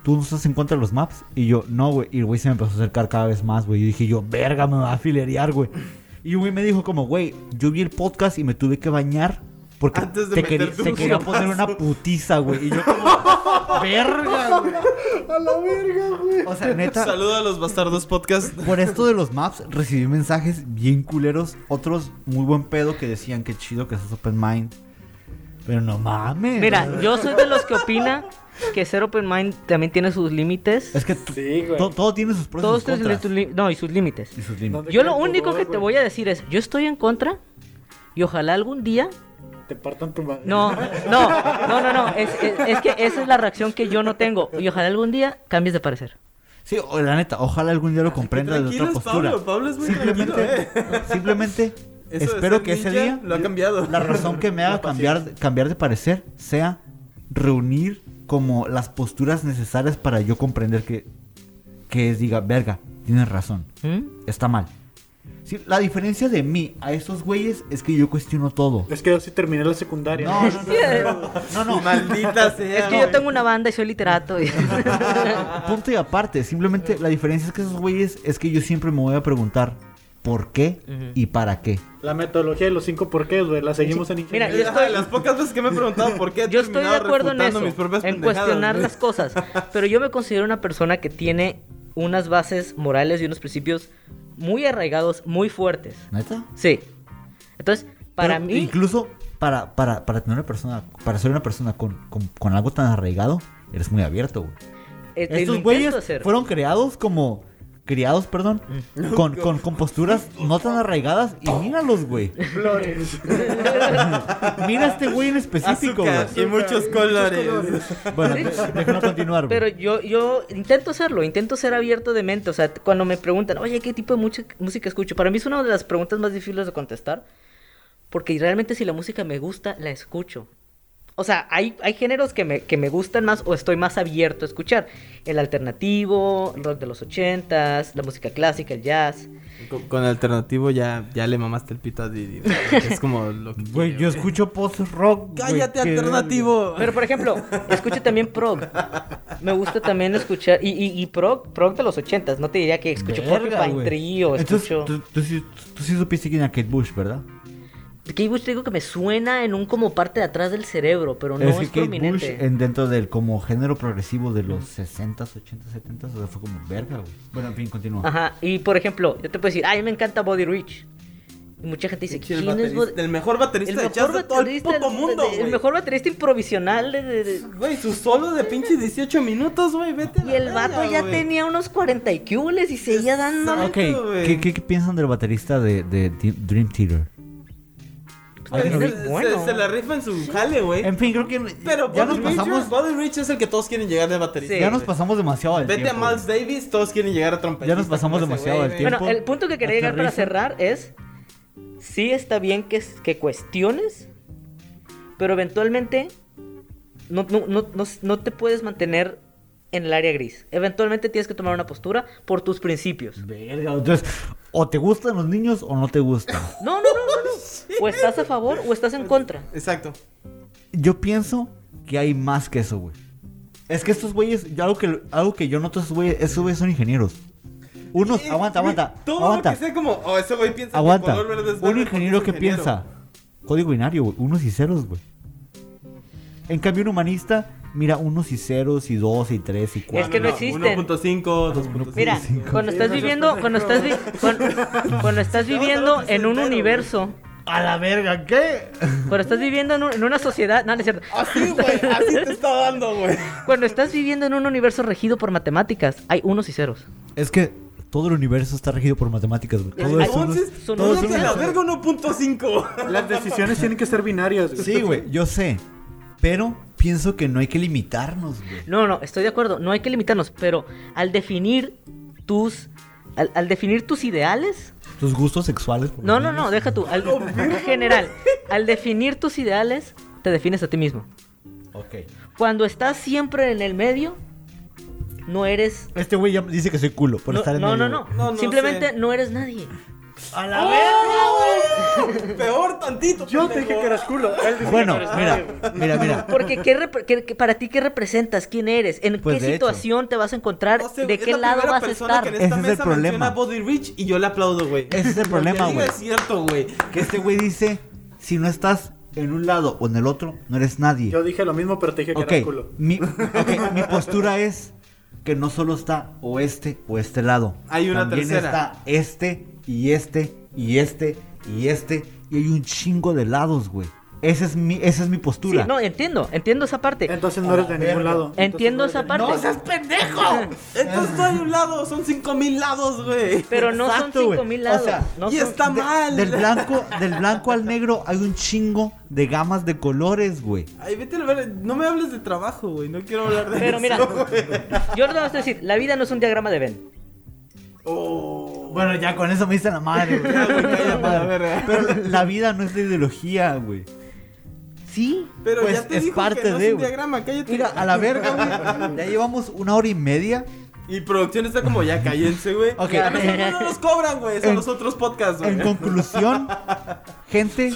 ¿tú no estás en contra de los maps? Y yo, no, güey. Y el güey se me empezó a acercar cada vez más, güey. Y dije yo, verga, me va a filerear, güey. Y un güey me dijo como, güey, yo vi el podcast y me tuve que bañar porque Antes de te, meter quería, tus te quería maps. poner una putiza, güey. Y yo como, verga, güey. A la verga, güey. O sea, neta, Saludo a los Bastardos Podcast. por esto de los maps recibí mensajes bien culeros. Otros muy buen pedo que decían que chido que seas open mind. Pero no mames. Mira, yo soy de los que opina que ser open mind también tiene sus límites. Es que t- Sí, güey. to- todo tiene sus pros y Todos sus tienen contras. sus li- no, y sus límites. Y sus límites. Yo lo cae el único pudor, que te güey. voy a decir es, yo estoy en contra y ojalá algún día... Te partan tu madre. No, no, no, no, no, es, es, es que esa es la reacción que yo no tengo y ojalá algún día cambies de parecer. Sí, o- la neta, ojalá algún día lo comprenda de otra tranquilo es postura. Pablo, Pablo es muy simplemente, tranquilo, eh. simplemente Eso de espero ser que ese ninja día lo ha cambiado. la razón que me haga cambiar, cambiar de parecer sea reunir como las posturas necesarias para yo comprender que, que es, diga, verga, tienes razón, ¿Mm? está mal. Sí, la diferencia de mí a esos güeyes es que yo cuestiono todo. Es que yo sí terminé la secundaria. No, no, no, no, no, no. Maldita sea. Es que yo tengo una banda y soy literato. Y... Punto y aparte, simplemente la diferencia es que esos güeyes es que yo siempre me voy a preguntar por qué Ujú. y para qué. La metodología de los cinco porqués, güey. La seguimos en Mira, ingeniería. yo estoy- Las pocas veces que me he preguntado por qué he Yo estoy de terminado acuerdo en refutando eso, mis propias en pendejadas, cuestionar güey. las cosas, pero yo me considero una persona que tiene unas bases morales y unos principios muy arraigados, muy fuertes. ¿Neta? Sí. Entonces, para Pero mí, incluso para, para, para tener una persona, para ser una persona con, con, con algo tan arraigado, eres muy abierto, güey. eh, lo Estos intento güeyes hacer. fueron creados como... Criados, perdón, con, con, con posturas no tan arraigadas y míralos, güey. Flores. Mira a este güey en específico, güey. Azúcar y muchos colores. Bueno, de- déjame continuar, güey. Pero yo, yo intento hacerlo, intento ser abierto de mente. O sea, cuando me preguntan, oye, ¿qué tipo de mucha- música escucho? Para mí es una de las preguntas más difíciles de contestar. Porque realmente si la música me gusta, la escucho. O sea, hay, hay géneros que me, que me gustan más o estoy más abierto a escuchar. El alternativo, el rock de los ochentas, la música clásica, el jazz. Con, con alternativo ya, ya le mamaste el pito a Didi. güey. Es como lo que Güey, quiere, yo güey. escucho post-rock, güey, ¡Cállate, que- alternativo! Pero por ejemplo, escucho también prog. Me gusta también escuchar. Y, y, y prog, prog de los ochentas. No te diría que escucho Verga, Porcupine güey. Tree o Entonces, escucho. tú, tú sí, tú sí supiste quién era Kate Bush, ¿verdad? Kate Bush te digo que me suena en un como parte de atrás del cerebro, pero no es es, que Kate Bush, prominente. en, dentro del como género progresivo de los sesentas, ochentas, setentas, o sea, fue como verga, güey. Bueno, en fin, continúa. Ajá, y por ejemplo, yo te puedo decir, ay, me encanta Body Rich. Y mucha gente dice, Sí, el, ¿quién es baterista- Body el mejor baterista de jazz de todo el puto del- mundo, de- el güey. mejor baterista improvisional de- de- de- Güey, su solo de pinches dieciocho minutos, güey, vete a Y la el vato verga, ya güey. tenía unos cuarenta y cubles y seguía dando. Exacto. Ok, güey. ¿qué, qué, qué piensan del baterista de, de Di- Dream Theater? Güey, ¿Alguien lo es vi? se, bueno. se- se la rifa en su jale, güey. En fin, creo que Pero ya Bobby nos Rich, pasamos, Bobby Rich es el que todos quieren llegar de baterista. Sí. ya nos pasamos demasiado del Vete tiempo. a Miles Davis, todos quieren llegar a trompetista. Ya nos pasamos como ese demasiado güey, del güey. tiempo. Bueno, el punto que quería llegar para Aterriza. cerrar es, sí está bien que, que cuestiones, pero eventualmente no, no, no, no, no te puedes mantener en el área gris. Eventualmente tienes que tomar una postura por tus principios. Verga, entonces, o te gustan los niños o no te gustan. No, no, no, no, no. O estás a favor o estás en contra. Exacto. Yo pienso que hay más que eso, güey. Es que estos güeyes, yo algo que, algo que yo noto, esos güeyes, esos güeyes son ingenieros. Unos, Eh, aguanta, güey, aguanta, Todo aguanta, lo que sea como, oh, ese güey piensa aguanta. que el color verde es verde Un porque ingeniero es que ingeniero. piensa, código binario, güey, unos y ceros, güey. En cambio, un humanista mira unos y ceros y dos y tres y Es cuatro. que no existen. uno punto cinco, dos punto cinco. Mira, cuando estás viviendo, cuando estás, vi- cuando, cuando estás viviendo en un universo, A la verga, ¿qué? cuando estás viviendo en, un- en una sociedad, no, no es cierto. Así, güey, así te está dando, güey. Cuando estás viviendo en un universo regido por matemáticas, hay unos y ceros. Es que todo el universo está regido por matemáticas, güey. Todo es unos, Entonces, son todo es unos tómate la unos- verga uno punto cinco. Las decisiones tienen que ser binarias, güey. Sí, güey, yo sé. Pero pienso que no hay que limitarnos, güey. No, no, estoy de acuerdo, no hay que limitarnos, pero al definir tus, al, al definir tus ideales, Tus gustos sexuales. por no, los no, niños. no, deja tú, al, en general, al definir tus ideales, te defines a ti mismo. Ok. Cuando estás siempre en el medio, no eres... Este güey ya dice que soy culo por No, estar en no, medio, no, no, güey. No, no simplemente sé. no eres nadie. ¡A la verga, güey! Peor tantito. Yo te pendejo. dije que eras culo. Él dice Bueno, que eres mira, nadie. mira, mira. Porque ¿qué repre- qué- qué- para ti, ¿qué representas? ¿Quién eres? ¿En Pues, qué de hecho. situación te vas a encontrar? No sé, ¿De es qué la lado primera vas a persona estar? que en esta Ese es el mesa problema. menciona Body Rich y yo le aplaudo, güey. Ese es el problema, Lo que diga güey. Es cierto, güey. Que este güey dice, si no estás en un lado o en el otro, no eres nadie. Yo dije lo mismo, pero te dije que Ok, eras culo. mi, ok, mi postura es que no solo está o este o este lado. Hay una También tercera. está este y este y este y este y hay un chingo de lados, güey. Esa es mi, esa es mi Sí, postura. no, entiendo, entiendo esa parte. Entonces no eres de ningún lado. Entiendo Entonces esa no eres de parte. ningún- ¡No seas pendejo! Entonces no hay un lado, son cinco mil lados, güey. Pero no Exacto, son güey. cinco mil O lados. sea, no y son- está De- mal. del blanco, del blanco al negro hay un chingo de gamas de colores, güey. Ay, vete a la verga. No me hables de trabajo, güey. No quiero hablar de Pero eso. mira, güey. yo no te voy a decir, la vida no es un diagrama de Venn. Oh. Bueno, ya con eso me dicen la madre, güey. Ya, güey, cállate, la verga. Pero la vida no es de ideología, güey. Sí, Pero pues ya te es dijo parte que no de, es un güey. diagrama, cállate. Mira, a la verga, güey. Ya llevamos una hora y media. Y producción está como, ya cállense, güey. Ok. A nosotros no nos cobran, güey. Son En- los otros podcasts, güey. En conclusión, gente,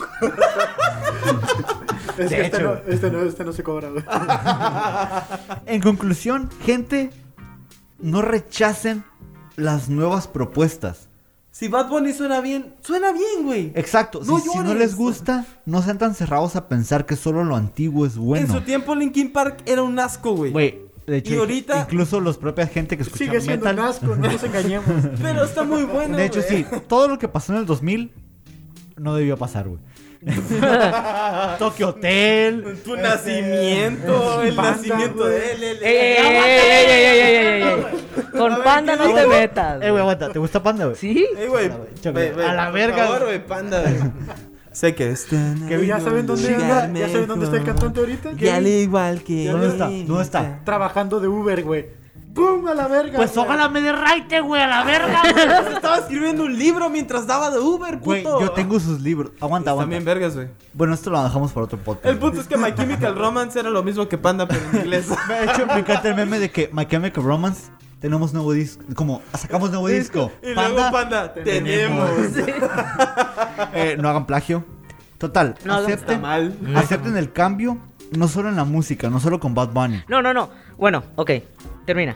Es De que este hecho. no, este, no, este no se cobra, güey. en conclusión, gente, no rechacen las nuevas propuestas. Si Bad Bunny suena bien, suena bien, güey. Exacto, No si, si no llores. les gusta, no sean tan cerrados a pensar que solo lo antiguo es En bueno. su tiempo Linkin Park era un asco, güey. Güey, de hecho, Y ahorita- incluso los propias gente que escucha Sigue siendo metal. un asco, no nos engañemos. Pero está muy bueno, De hecho, güey. sí, todo lo que pasó en el dos mil no debió pasar, güey. Tokyo Hotel. Tu nacimiento, el Panda, nacimiento güey. de él, él, ¡Ey, él. ey, ey, ey, ey, ey, ey, ey, ey! Con ver, Panda ¿qué no te dijo? metas. Eh, güey, aguanta, ¿te gusta Panda, güey? ¿Sí? Ey, güey. Chocolate. ve, ve, A la por verga, favor, güey. güey, Panda. Sé que está. Que ya saben dónde anda, ya saben dónde está el cantante ahorita. Ya al igual que. ¿Dónde está? ¿Dónde está? Trabajando de Uber, güey. ¡Pum! A la verga. Pues güey. ojalá me dé raite, güey, a la verga, güey. Estaba escribiendo un libro mientras daba de Uber, puto. Güey, yo tengo sus libros. Aguanta, aguanta. También vergas, güey. Bueno, esto lo dejamos para otro podcast. El punto es que My Chemical Romance era lo mismo que Panda, pero en inglés. De hecho, me encanta el meme de que My Chemical Romance tenemos nuevo disco. Como, sacamos nuevo disco. Y luego Panda, tenemos. Eh, no hagan plagio. Total, No hagan- acepten, Está mal. acepten el cambio. No solo en la música, no solo con Bad Bunny. No, no, no. Bueno, ok. Termina.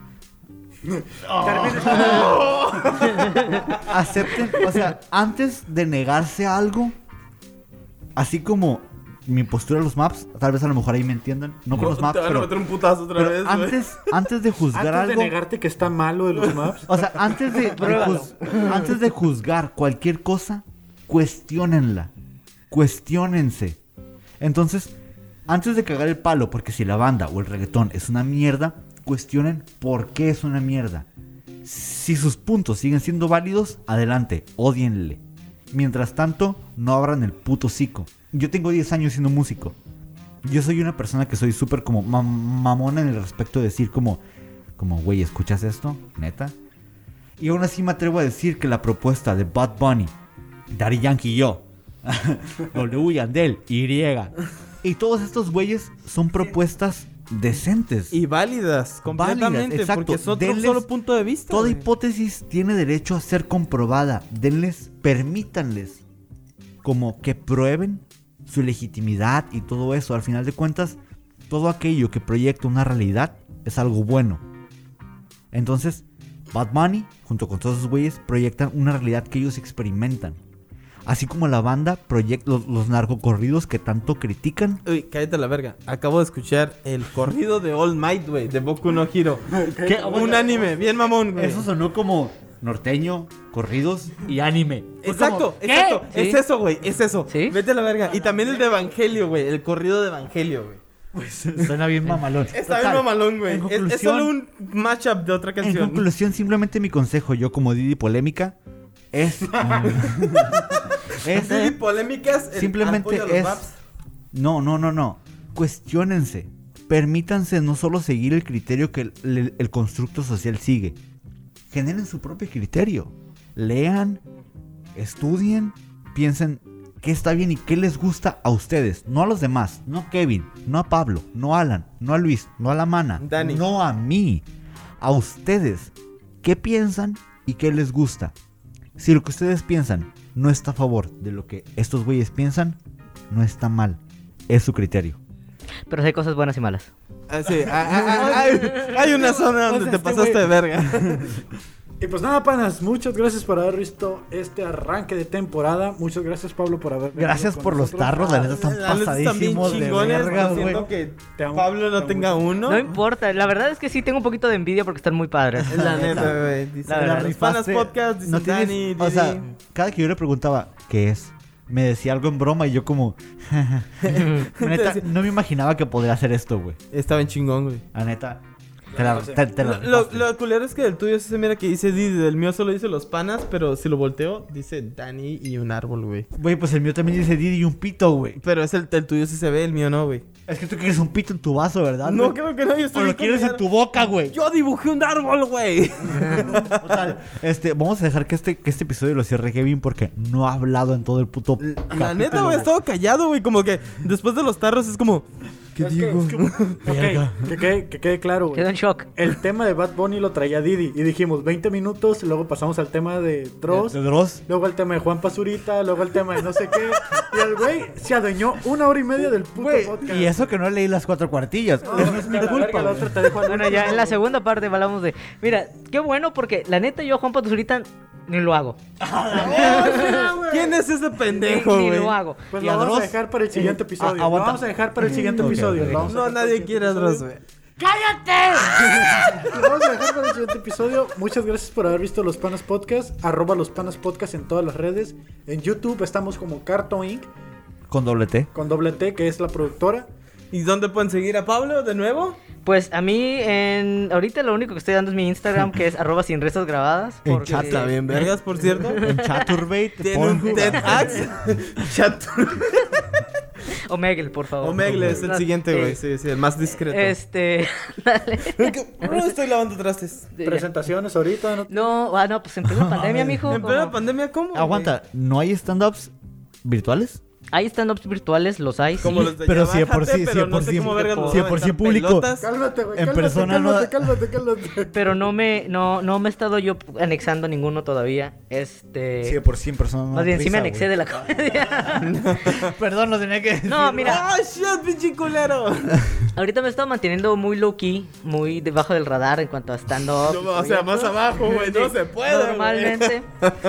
Acepten, o sea, antes de negarse a algo, así como mi postura de los maps, tal vez a lo mejor ahí me entiendan, no con los maps, Te van a pero, meter un putazo otra pero vez, güey. antes, antes de juzgar Antes de algo, negarte que está malo de los maps. o sea, antes de, de Pruébalo. juz- antes de juzgar cualquier cosa, cuestiónenla, cuestiónense. Entonces, antes de cagar el palo, porque si la banda o el reggaetón es una mierda, cuestionen por qué es una mierda. Si sus puntos siguen siendo válidos, adelante, ódienle. Mientras tanto, no abran el puto hocico. Yo tengo diez años siendo músico. Yo soy una persona que soy súper como mam- mamona en el respecto de decir como, como, güey, ¿escuchas esto? ¿Neta? Y aún así me atrevo a decir que la propuesta de Bad Bunny, Daddy Yankee y yo, W. Yandel, Y, y todos estos güeyes son propuestas decentes. Y válidas, completamente, Válidas, exacto. porque es otro Denles- solo punto de vista. Toda güey. hipótesis tiene derecho a ser comprobada. Denles, permítanles como que prueben su legitimidad y todo eso. Al final de cuentas, todo aquello que proyecta una realidad es algo bueno. Entonces, Bad Bunny, junto con todos esos güeyes, proyectan una realidad que ellos experimentan. Así como la banda proyecta los, los narcocorridos que tanto critican. Uy, cállate la verga. Acabo de escuchar el corrido de All Might, güey, de Boku no Hero. ¿Qué? Un anime, bien mamón, güey. Eso sonó como norteño, corridos y anime. Fue Exacto, como, exacto. ¿Qué? Es Sí. eso, güey, es eso. ¿Sí? Vete a la verga. Y también el de Evangelio, güey, el corrido de Evangelio, güey. Suena bien mamalón. Está Total, bien mamalón, güey. en Es, es conclusión- solo un matchup de otra En canción. conclusión, simplemente mi consejo, yo como Didi Polémica, es... es Sí, polémicas. el simplemente apoyo a los es... maps. No, no, no, no. Cuestiónense. Permítanse no solo seguir el criterio que el, el- el constructo social sigue. Generen su propio criterio. Lean, estudien, piensen qué está bien y qué les gusta a ustedes, no a los demás, no a Kevin, no a Pablo, no a Alan, no a Luis, no a la Mana, Dani. no a mí, a ustedes. ¿Qué piensan y qué les gusta? Si lo que ustedes piensan no está a favor de lo que estos güeyes piensan, no está mal. Es su criterio. Pero sí hay cosas buenas y malas. Ah, sí, ah, ah, ah, hay, hay una zona donde te pasaste de verga. Y pues nada, panas, muchas gracias por haber visto este arranque de temporada. Muchas gracias, Pablo, por haber venido Gracias con por los nosotros. tarros, la neta están La neta están bien pasadísimos de chingones, verga, pero güey. siento que Te amo, Pablo te no amo tenga mucho. uno. No importa, la verdad es que sí tengo un poquito de envidia porque están muy padres. La neta, güey. Dice, La La verdad. los panas rifaste. podcast, dice No tienes- Dani, o sea, Didi. cada que yo le preguntaba qué es, me decía algo en broma y yo como... neta, no me imaginaba que podría hacer esto, güey. Estaba en chingón, güey. La neta, te la, te, te la Lo, lo, rifaste. lo culero es que del tuyo sí se mira que dice Didi, del mío solo dice los panas, pero si lo volteo, dice Dani y un árbol, güey. Güey, pues el mío también dice Didi y un pito, güey. Pero es el, el tuyo sí se ve, el mío no, güey. Es que tú quieres un pito en tu vaso, ¿verdad? No, güey? creo que no, yo O estoy lo bien quieres en confiado. tu boca, güey. Yo dibujé un árbol, güey. Total, este, vamos a dejar que este, que este episodio lo cierre Kevin porque no ha hablado en todo el puto La capítulo, neta, güey, he estado callado, güey. Como que después de los tarros es como... ¿Qué Es que- digo? es que- ok, que, quede, que quede claro, güey. Quedo en shock. El tema de Bad Bunny lo traía Didi y dijimos veinte minutos, luego pasamos al tema de Dross, ¿De Dross? luego al tema de Juan Pazurita, luego al tema de no sé qué. Y el güey se adueñó una hora y media del puto Güey, podcast. y eso que no leí las cuatro cuartillas. No, Eso no es mi a la culpa, verga, la güey. otra te dejo al Bueno, último, ya en la güey. segunda parte hablamos de... Mira, qué bueno porque la neta yo a Juan Pazurita ni lo hago. ¿Quién es ese pendejo, ni, ni güey? lo hago. Pues ¿Y lo a vamos a Dross? dejar para el siguiente episodio. Ah, Lo aguanta. vamos a dejar para el siguiente Ok, episodio. ok. Lo vamos a No, dejar para el nadie siguiente quiere a episodio. Dross, güey. Lo vamos a dejar para el siguiente episodio. Muchas gracias por haber visto Los Panas Podcast. Arroba Los Panas Podcast en todas las redes. En YouTube estamos como Carto Inc. Con doble T. Con doble T, que es la productora. ¿Y dónde pueden seguir a Pablo de nuevo? Pues a mí, en... ahorita lo único que estoy dando es mi Instagram, que es arroba sin risas grabadas. En porque- chat Está bien, vergas, por cierto. En Chaturbate. Tiene un TED Axe. Chat. Omegle, por favor. Omegle es el No, siguiente, sí. güey. Sí, sí, el más discreto. Este... dale. No estoy lavando trastes. Presentaciones ahorita. ¿no? No, ah, no, pues en plena pandemia, mijo. En plena ¿cómo? pandemia, ¿cómo? Aguanta, ¿no hay stand-ups virtuales? Hay stand-ups virtuales, los hay, sí. Como los de Pero ya sí, de por bájate, sí, sí, pero de no por sé sí. cómo vergas los Sí, de van a por sí aventar público. pelotas. Cálmate, güey. En cálmate, persona no- cálmate, cálmate, cálmate. Pero no me, no, no me he estado yo anexando ninguno todavía. Este... Sí, de por sí en persona. no Más bien, da sí me risa, anexé de la comedia. güey. Perdón, lo tenía que decir. No, mira, ¡Oh, shit, pinche culero! ahorita me he estado manteniendo muy low key, muy debajo del radar en cuanto a stand-up. No, o sea, más abajo, güey. No se puede, güey. Normalmente.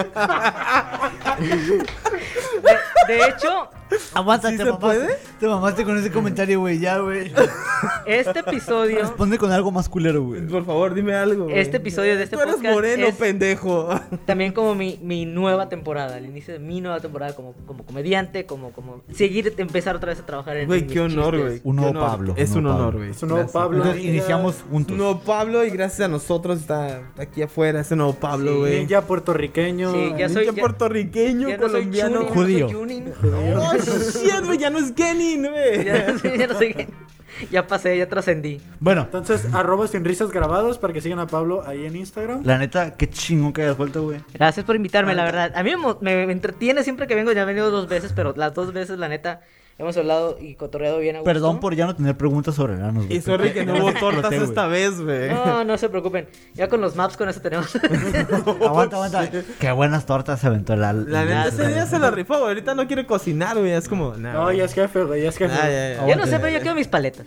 de, de hecho, Aguanta, ¿Sí te se mamaste. puede? Te mamaste con ese comentario, güey. Ya, güey. este episodio, Responde con algo más culero, güey. Por favor, dime algo, güey. este episodio de este Tú eres podcast moreno, es pendejo. también como mi, mi nueva temporada, el inicio de mi nueva temporada como, como comediante, como, como seguir, empezar otra vez a trabajar en Güey, en qué mis honor, chistes. güey. Un Qué nuevo honor. Pablo, Es un un nuevo honor, Pablo. güey. Es un nuevo Gracias. Pablo. Entonces Ninja. iniciamos Un juntos. nuevo Pablo y gracias a nosotros está aquí afuera ese nuevo Pablo, Sí. güey. Ninja puertorriqueño. Sí, ya soy- Ninja puertorriqueño, Ya no soy colombiano. Chunin, judío. no soy Junin. Oh, shit, güey, ya no es Genin, güey. Ya, sí, ya no soy qué. Ya pasé, ya trascendí. Bueno, Entonces, arroba sin risas grabados para que sigan a Pablo ahí en Instagram. la neta, qué chingón que hayas vuelto, güey. Gracias por invitarme, la verdad. A mí me, mo- me entretiene siempre que vengo, ya he venido dos veces, pero las dos veces, la neta, hemos hablado y cotorreado bien a gusto. Perdón por ya no tener preguntas sobre enanos, güey. Y sorry que no hubo tortas Exploté, güey. esta vez, güey. No, no se preocupen. Ya con los maps, con eso tenemos. Aguanta, aguanta. Qué buenas tortas se aventó la... La neta, ese día se la rifó, güey. Ahorita no quiere cocinar, güey. Es como, nah, No, güey. ya es jefe, güey, ya es jefe. Ah, ya, ya. Yo no sé, pero yo quiero mis paletas.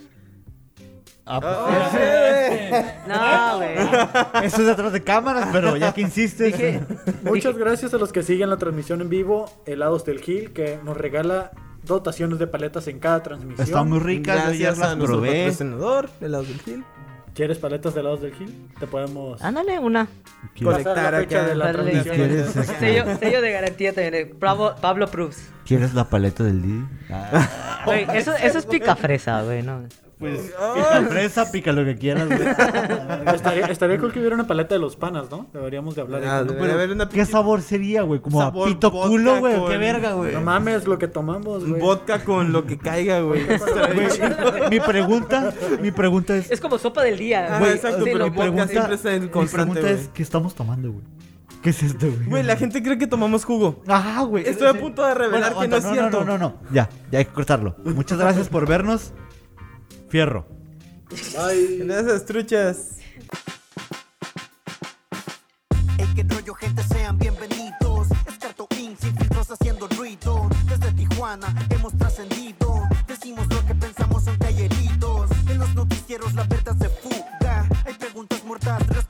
Ah, Ah, sí. No, güey. Eso es detrás de cámaras, pero ya que insistes. Dije, Muchas gracias a los que siguen la transmisión en vivo, Helados del Gil, que nos regala dotaciones de paletas en cada transmisión. Están muy ricas, yo ya Gracias a las nuestro probé. patrocinador, Helados del Gil. ¿Quieres paletas de Helados del Gil? Te podemos ándale, una. ¿Quieres, pasar la fecha acá. de la Dale. transmisión. ¿Quieres, este, Sello, sello de garantía también. eh, Bravo, Pablo Proofs. ¿Quieres la paleta del Didi? Ah, Güey, eso, eso es picafresa, güey, ¿no? pues, pica fresa, pica lo que quieras, güey. Estaría, estaría cool que hubiera una paleta de los panas, ¿no? Deberíamos de hablar de Ah, eso. debería haber una ¿Qué sabor sería, güey? Como a Sabor pito vodka culo, güey. con- Qué verga, güey. No mames lo que tomamos, güey. vodka con lo que caiga, güey. Güey, mi pregunta, mi pregunta es... Es como sopa del día. Ah, güey. exacto, Sí, pero lo mi vodka pregunta- sí. siempre está en mi constante, pregunta es, güey. ¿qué estamos tomando, güey? ¿Qué es esto, güey? Güey, la gente cree que tomamos jugo. Ajá, güey. Estoy a punto de revelar Bueno, que no aguanta, es cierto. No, no, no, no. Ya, ya hay que cortarlo. Muchas gracias por vernos. Fierro. Bye. Gracias, truchas. Ey, qué rollo, gente, sean bienvenidos. Tijuana hemos trascendido. Decimos lo que pensamos aunque hay heridos. En los noticieros la verdad se fuga. Hay preguntas mortales,